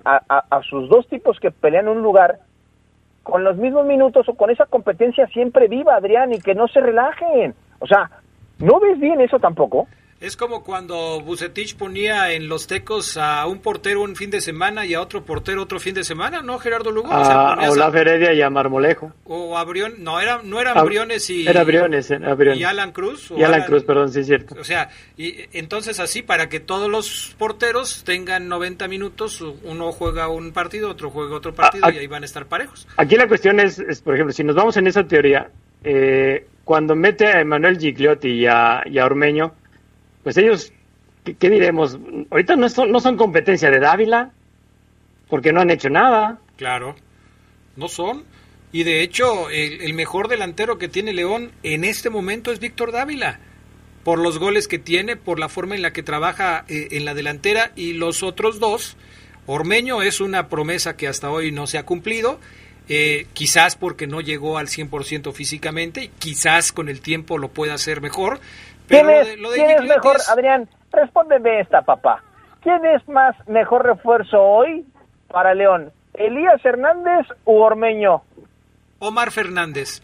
a sus dos tipos que pelean un lugar con los mismos minutos o con esa competencia siempre viva, Adrián, y que no se relajen. O sea, ¿no ves bien eso tampoco? Es como cuando Vucetich ponía en los Tecos a un portero un fin de semana y a otro portero otro fin de semana, ¿no, Gerardo Lugo? A Olaf Heredia y a Marmolejo. O a Briones, no eran Briones y... Era Briones. Y Alan Cruz. Y Alan Cruz, perdón, sí es cierto. O sea, y entonces así, para que todos los porteros tengan 90 minutos, uno juega un partido, otro juega otro partido y ahí van a estar parejos. Aquí la cuestión es, por ejemplo, si nos vamos en esa teoría, cuando mete a Emanuel Gigliotti y a Ormeño, pues ellos, ¿qué diremos? Ahorita no son competencia de Dávila, porque no han hecho nada. Claro, no son. Y de hecho, el mejor delantero que tiene León en este momento es Víctor Dávila, por los goles que tiene, por la forma en la que trabaja en la delantera, y los otros dos, Ormeño es una promesa que hasta hoy no se ha cumplido, quizás porque no llegó al 100% físicamente, y quizás con el tiempo lo pueda hacer mejor. ¿Quién es mejor, Adrián? Respóndeme esta, papá. ¿Quién es mejor refuerzo hoy para León? ¿Elías Hernández u Ormeño? Omar Fernández.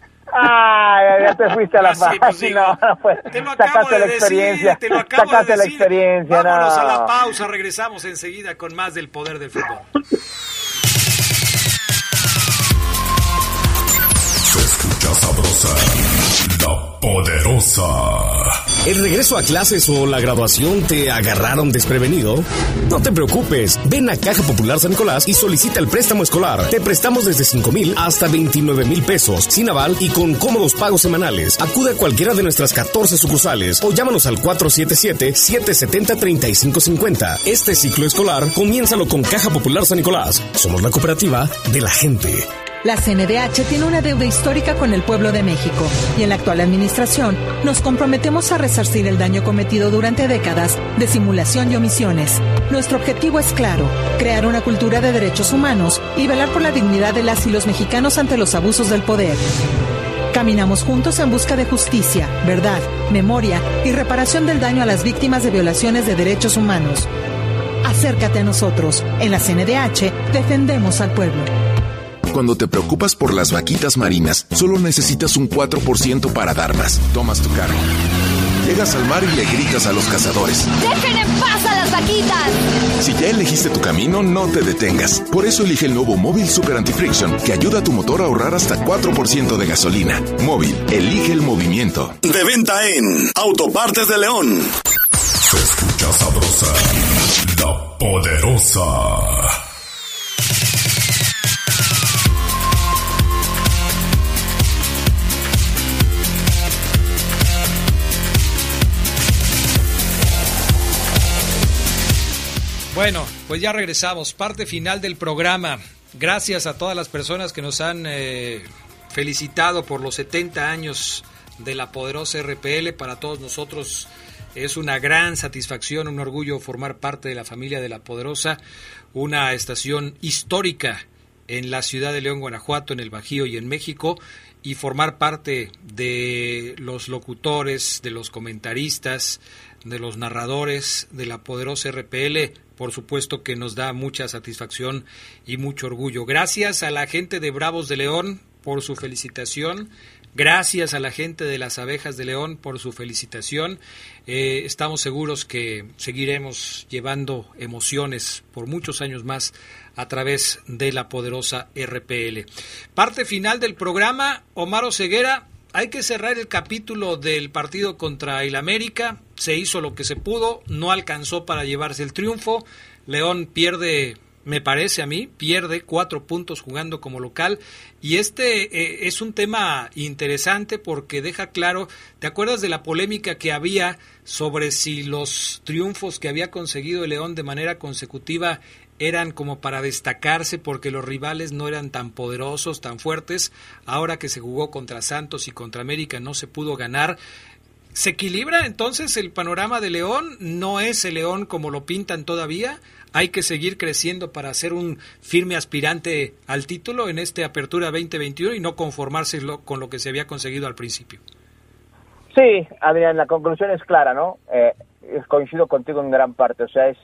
Ya te fuiste a la fácil. Pues digo, te lo acabo de decir, te lo acabo de decir. La experiencia. Vámonos a la pausa, regresamos enseguida con más del poder del fútbol. Se escucha sabrosa, la poderosa. ¿El regreso a clases o la graduación te agarraron desprevenido? No te preocupes, ven a Caja Popular San Nicolás y solicita el préstamo escolar. Te prestamos desde 5,000 hasta 29,000 pesos, sin aval y con cómodos pagos semanales. Acude a cualquiera de nuestras 14 sucursales o llámanos al 477-770-3550. Este ciclo escolar, comiénzalo con Caja Popular San Nicolás. Somos la cooperativa de la gente. La CNDH tiene una deuda histórica con el pueblo de México y en la actual administración nos comprometemos a resarcir el daño cometido durante décadas de simulación y omisiones. Nuestro objetivo es claro, crear una cultura de derechos humanos y velar por la dignidad de las y los mexicanos ante los abusos del poder. Caminamos juntos en busca de justicia, verdad, memoria y reparación del daño a las víctimas de violaciones de derechos humanos. Acércate a nosotros. En la CNDH defendemos al pueblo. Cuando te preocupas por las vaquitas marinas, solo necesitas un 4% para dar más. Tomas tu cargo. Llegas al mar y le gritas a los cazadores: ¡dejen en paz a las vaquitas! Si ya elegiste tu camino, no te detengas. Por eso elige el nuevo Móvil Super Anti-Friction, que ayuda a tu motor a ahorrar hasta 4% de gasolina. Móvil, elige el movimiento. De venta en Autopartes de León. Se escucha sabrosa, La Poderosa. Bueno, pues ya regresamos, parte final del programa. Gracias a todas las personas que nos han felicitado por los 70 años de la poderosa RPL. Para todos nosotros es una gran satisfacción, un orgullo formar parte de la familia de la Poderosa, una estación histórica en la ciudad de León, Guanajuato, en el Bajío y en México, y formar parte de los locutores, de los comentaristas, de los narradores de la poderosa RPL. Por supuesto que nos da mucha satisfacción y mucho orgullo. Gracias a la gente de Bravos de León por su felicitación. Gracias a la gente de las Abejas de León por su felicitación. Estamos seguros que seguiremos llevando emociones por muchos años más a través de la poderosa RPL. Parte final del programa, Omar Oseguera. Hay que cerrar el capítulo del partido contra el América. Se hizo lo que se pudo, no alcanzó para llevarse el triunfo. León pierde, me parece a mí, pierde 4 puntos jugando como local. Y este es un tema interesante porque deja claro, ¿te acuerdas de la polémica que había sobre si los triunfos que había conseguido el León de manera consecutiva eran como para destacarse porque los rivales no eran tan poderosos, tan fuertes? Ahora que se jugó contra Santos y contra América no se pudo ganar. ¿Se equilibra entonces el panorama de León? ¿No es el León como lo pintan todavía? ¿Hay que seguir creciendo para ser un firme aspirante al título en esta apertura 2021 y no conformarse con lo que se había conseguido al principio? Sí, Adrián, la conclusión es clara, ¿no? Coincido contigo en gran parte, o sea,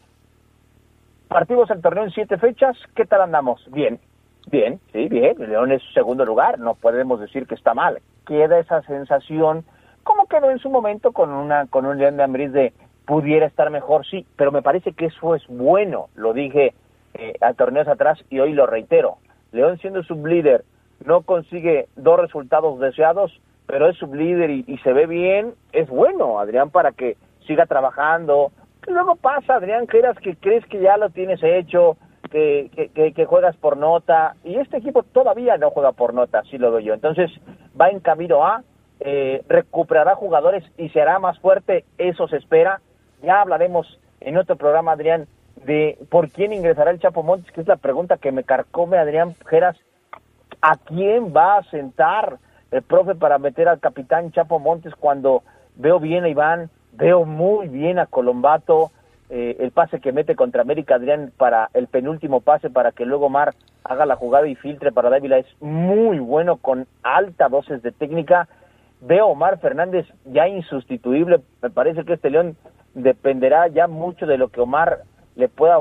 partimos el torneo en 7 fechas, ¿qué tal andamos? Bien, sí, bien, el León es segundo lugar, no podemos decir que está mal. Queda esa sensación, como quedó en su momento con un León de Ambriz de pudiera estar mejor, sí, pero me parece que eso es bueno, lo dije a torneos atrás y hoy lo reitero. León siendo sublíder no consigue 2 resultados deseados, pero es sublíder y se ve bien, es bueno, Adrián, para que siga trabajando. Luego pasa, Adrián Geras, que crees que ya lo tienes hecho, que juegas por nota, y este equipo todavía no juega por nota, así lo doy yo. Entonces va en camino a, recuperará jugadores y se hará más fuerte, eso se espera. Ya hablaremos en otro programa, Adrián, de por quién ingresará el Chapo Montes, que es la pregunta que me carcome, Adrián Geras. ¿A quién va a sentar el profe para meter al capitán Chapo Montes cuando veo bien a Iván? Veo muy bien a Colombato, el pase que mete contra América, Adrián, para el penúltimo pase, para que luego Omar haga la jugada y filtre para Dávila, es muy bueno, con alta dosis de técnica. Veo a Omar Fernández ya insustituible, me parece que este León dependerá ya mucho de lo que Omar le pueda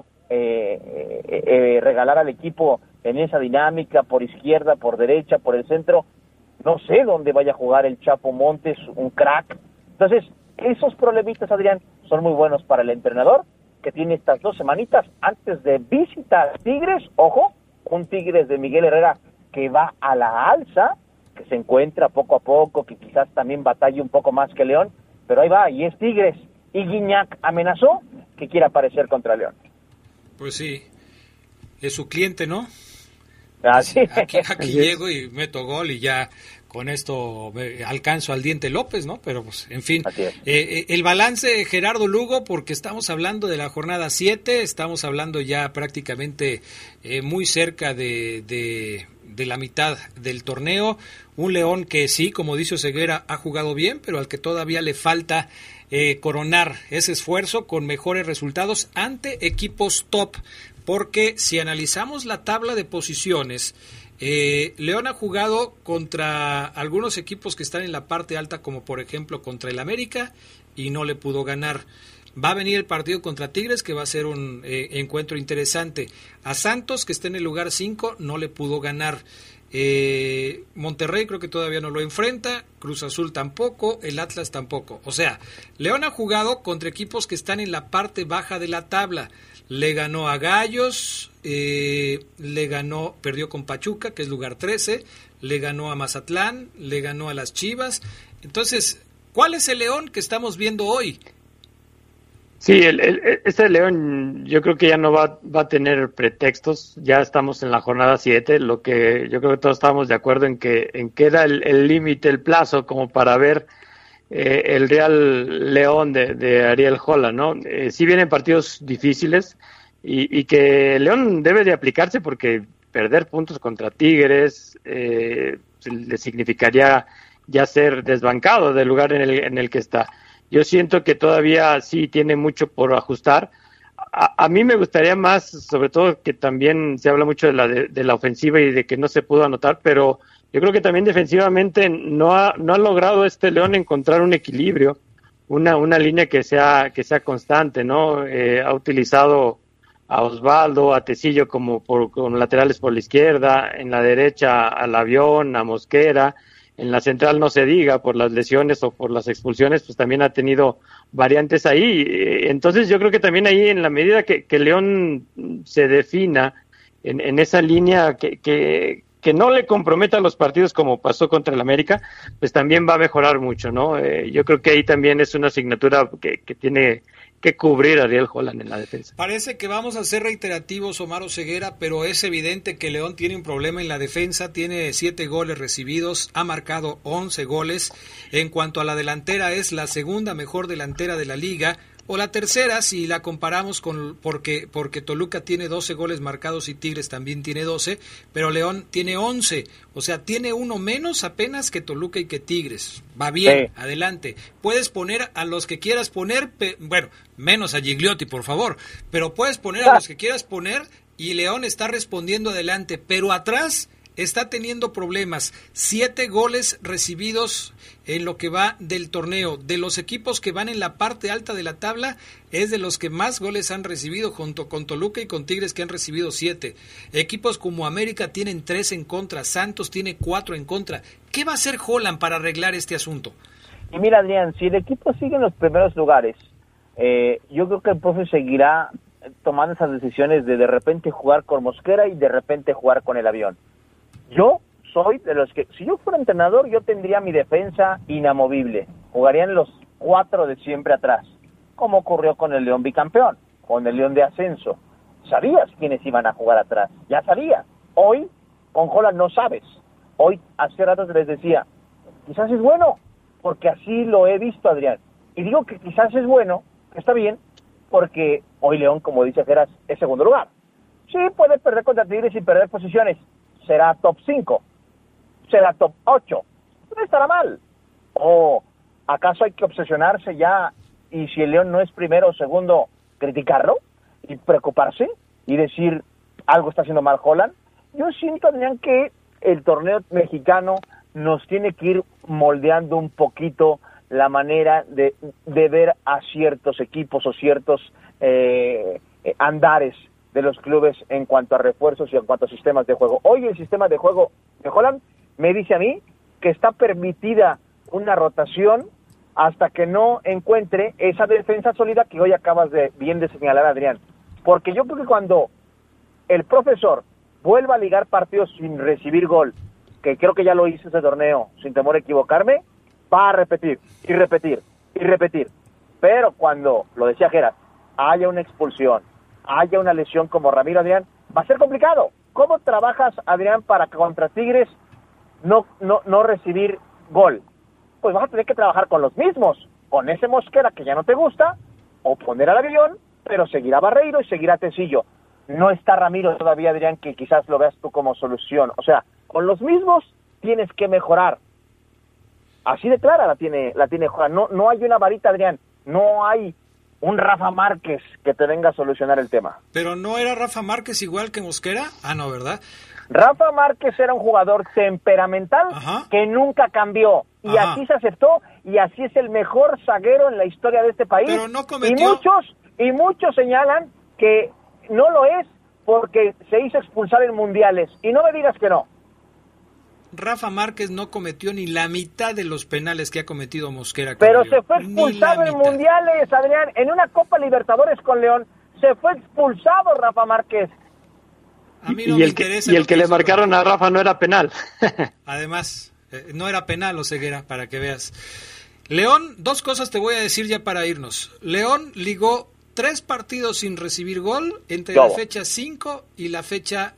regalar al equipo en esa dinámica, por izquierda, por derecha, por el centro. No sé dónde vaya a jugar el Chapo Montes, un crack. Entonces, esos problemitas, Adrián, son muy buenos para el entrenador, que tiene estas 2 semanitas antes de visitar Tigres. Ojo, un Tigres de Miguel Herrera que va a la alza, que se encuentra poco a poco, que quizás también batalle un poco más que León, pero ahí va, y es Tigres. Y Guiñac amenazó que quiere aparecer contra León. Pues sí, es su cliente, ¿no? Así. Aquí llego y meto gol y ya con esto alcanzo al Diente López, ¿no? Pero pues, en fin, el balance, Gerardo Lugo, porque estamos hablando de la jornada 7, estamos hablando ya prácticamente muy cerca de la mitad del torneo. Un León que sí, como dice Ceguera, ha jugado bien, pero al que todavía le falta coronar ese esfuerzo con mejores resultados ante equipos top, porque si analizamos la tabla de posiciones, León ha jugado contra algunos equipos que están en la parte alta, como por ejemplo contra el América, y no le pudo ganar. Va a venir el partido contra Tigres, que va a ser un encuentro interesante. A Santos, que está en el lugar 5, no le pudo ganar. Monterrey creo que todavía no lo enfrenta, Cruz Azul tampoco, el Atlas tampoco. O sea, León ha jugado contra equipos que están en la parte baja de la tabla. Le ganó a Gallos, perdió con Pachuca, que es lugar 13, le ganó a Mazatlán, le ganó a las Chivas. Entonces, ¿cuál es el León que estamos viendo hoy? Sí, este León yo creo que ya no va a tener pretextos. Ya estamos en la jornada 7, lo que yo creo que todos estábamos de acuerdo en que era el límite, el plazo como para ver el Real León de Ariel Holland, ¿no? Sí vienen partidos difíciles y que León debe de aplicarse, porque perder puntos contra Tigres le significaría ya ser desbancado del lugar en el que está. Yo siento que todavía sí tiene mucho por ajustar. A mí me gustaría más, sobre todo que también se habla mucho de la ofensiva y de que no se pudo anotar, pero yo creo que también defensivamente no ha logrado León encontrar un equilibrio, una línea que sea constante, ¿no? Ha utilizado a Osvaldo, a Tecillo con laterales por la izquierda, en la derecha al Avión, a Mosquera. En la central no se diga, por las lesiones o por las expulsiones, pues también ha tenido variantes ahí. Entonces yo creo que también ahí, en la medida que León se defina en esa línea que no le comprometa los partidos como pasó contra el América, pues también va a mejorar mucho, ¿no? Yo creo que ahí también es una asignatura que tiene que cubrir a Ariel Holland en la defensa. Parece que vamos a ser reiterativos, Omar Oseguera, pero es evidente que León tiene un problema en la defensa. Tiene 7 goles recibidos, ha marcado 11 goles. En cuanto a la delantera, es la segunda mejor delantera de la liga, o la tercera si la comparamos porque Toluca tiene 12 goles marcados y Tigres también tiene 12, pero León tiene 11, o sea, tiene uno menos apenas que Toluca y que Tigres. Va bien, sí. Adelante. Puedes poner a los que quieras poner, bueno, menos a Gigliotti, por favor, pero puedes poner a los que quieras poner y León está respondiendo adelante, pero atrás está teniendo problemas. 7 goles recibidos en lo que va del torneo. De los equipos que van en la parte alta de la tabla, es de los que más goles han recibido, junto con Toluca y con Tigres, que han recibido 7. Equipos como América tienen 3 en contra, Santos tiene 4 en contra. ¿Qué va a hacer Holland para arreglar este asunto? Y mira, Adrián, si el equipo sigue en los primeros lugares, yo creo que el profe seguirá tomando esas decisiones de repente jugar con Mosquera y de repente jugar con el Avión. Yo soy de los que, si yo fuera entrenador, yo tendría mi defensa inamovible. Jugarían los 4 de siempre atrás, como ocurrió con el León bicampeón, con el León de ascenso. Sabías quiénes iban a jugar atrás, ya sabías. Hoy, con Holland no sabes. Hoy, hace rato les decía, quizás es bueno, porque así lo he visto, Adrián. Y digo que quizás es bueno, está bien, porque hoy León, como dice Geras, es segundo lugar. Sí, puede perder contra Tigres y perder posiciones. Será top 5, será top 8, no estará mal. ¿O acaso hay que obsesionarse ya, y si el León no es primero o segundo, criticarlo y preocuparse y decir algo está haciendo mal Holland? Yo siento, Adrián, que el torneo mexicano nos tiene que ir moldeando un poquito la manera de ver a ciertos equipos o ciertos andares de los clubes en cuanto a refuerzos y en cuanto a sistemas de juego. Hoy el sistema de juego de Holland me dice a mí que está permitida una rotación hasta que no encuentre esa defensa sólida que hoy acabas de señalar, Adrián. Porque yo creo que cuando el profesor vuelva a ligar partidos sin recibir gol, que creo que ya lo hizo ese torneo, sin temor a equivocarme, va a repetir y repetir y repetir. Pero cuando, lo decía Geras, haya una expulsión, haya una lesión como Ramiro, Adrián, va a ser complicado. ¿Cómo trabajas, Adrián, para que contra Tigres no recibir gol? Pues vas a tener que trabajar con los mismos, con ese Mosquera que ya no te gusta, o poner al Avión, pero seguirá Barreiro y seguirá Tecillo. No está Ramiro todavía, Adrián, que quizás lo veas tú como solución. O sea, con los mismos tienes que mejorar. Así de clara la tiene Juan. No hay una varita, Adrián, no hay un Rafa Márquez que te venga a solucionar el tema. ¿Pero no era Rafa Márquez igual que Mosquera? Ah, no, ¿verdad? Rafa Márquez era un jugador temperamental que nunca cambió. Y así se aceptó, y así es el mejor zaguero en la historia de este país. Pero no cometió... Y muchos señalan que no lo es porque se hizo expulsar en mundiales. Y no me digas que no. Rafa Márquez no cometió ni la mitad de los penales que ha cometido Mosquera. Pero se fue expulsado en mundiales, Adrián. En una Copa Libertadores con León se fue expulsado Rafa Márquez. A mí no me interesa. Y el que le marcaron a Rafa no era penal. Además, no era penal, Oseguera, para que veas. León, 2 cosas te voy a decir ya para irnos. León ligó 3 partidos sin recibir gol entre la fecha 5 y la fecha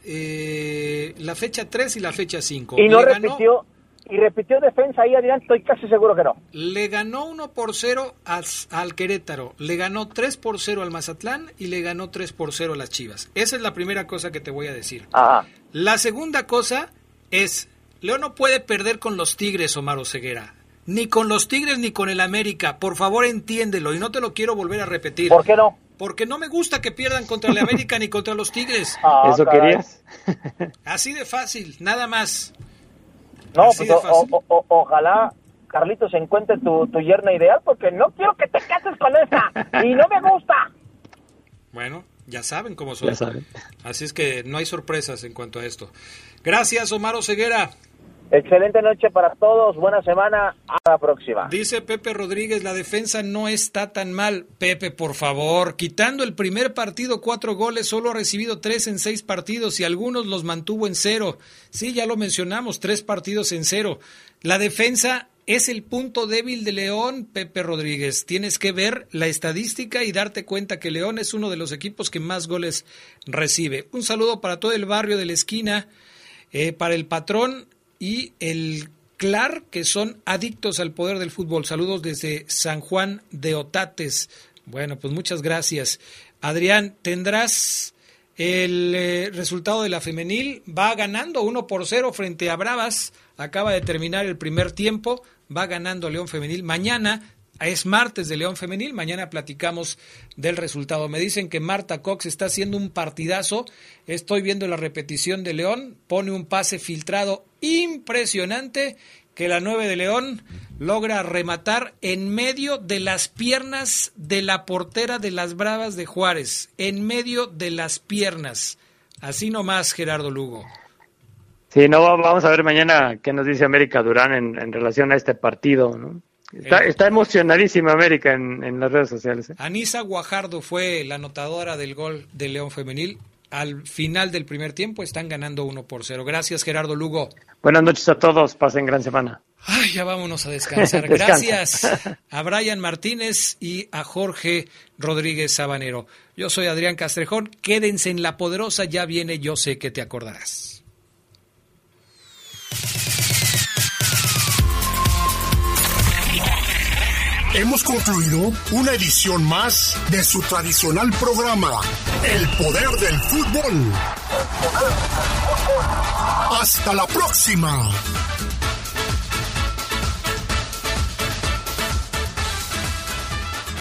3 y la fecha 5. Y no repitió. Y repitió defensa ahí, Adrián, estoy casi seguro que no. Le ganó 1-0 al Querétaro, le ganó 3-0 al Mazatlán y le ganó 3-0 a las Chivas. Esa es la primera cosa que te voy a decir. Ajá. La segunda cosa es, León no puede perder con los Tigres, Omar Oseguera. Ni con los Tigres ni con el América. Por favor, entiéndelo y no te lo quiero volver a repetir. ¿Por qué no? Porque no me gusta que pierdan contra el América ni contra los Tigres. ¿Eso querías? Así de fácil, nada más. No, pues ojalá Carlitos encuentre tu yerna ideal, porque no quiero que te cases con esa y no me gusta. Bueno, ya saben cómo soy. Ya saben. Así es que no hay sorpresas en cuanto a esto. Gracias, Omar Oseguera. Excelente noche para todos, buena semana, a la próxima. Dice Pepe Rodríguez, la defensa no está tan mal. Pepe, por favor, quitando el primer partido 4 goles, solo ha recibido 3 en 6 partidos y algunos los mantuvo en 0. Sí, ya lo mencionamos, 3 partidos en 0. La defensa es el punto débil de León, Pepe Rodríguez. Tienes que ver la estadística y darte cuenta que León es uno de los equipos que más goles recibe. Un saludo para todo el barrio de la esquina, para el patrón y el Clar, que son adictos al poder del fútbol. Saludos desde San Juan de Otates. Bueno, pues muchas gracias. Adrián, tendrás el resultado de la femenil. Va ganando 1-0 frente a Bravas. Acaba de terminar el primer tiempo. Va ganando León Femenil. Mañana es martes de León Femenil. Mañana platicamos del resultado. Me dicen que Marta Cox está haciendo un partidazo. Estoy viendo la repetición de León. Pone un pase filtrado impresionante que la 9 de León logra rematar en medio de las piernas de la portera de las Bravas de Juárez. En medio de las piernas. Así nomás, Gerardo Lugo. Sí, no, vamos a ver mañana qué nos dice América Durán en relación a este partido, ¿no? Está emocionadísima América en las redes sociales. Anisa Guajardo fue la anotadora del gol de León Femenil. Al final del primer tiempo están ganando 1-0. Gracias, Gerardo Lugo. Buenas noches a todos, pasen gran semana. Ay, ya vámonos a descansar. Gracias a Brian Martínez y a Jorge Rodríguez Sabanero. Yo soy Adrián Castrejón. Quédense en La Poderosa, ya viene Yo Sé Que Te Acordarás. Hemos concluido una edición más de su tradicional programa, El Poder del Fútbol. ¡Hasta la próxima!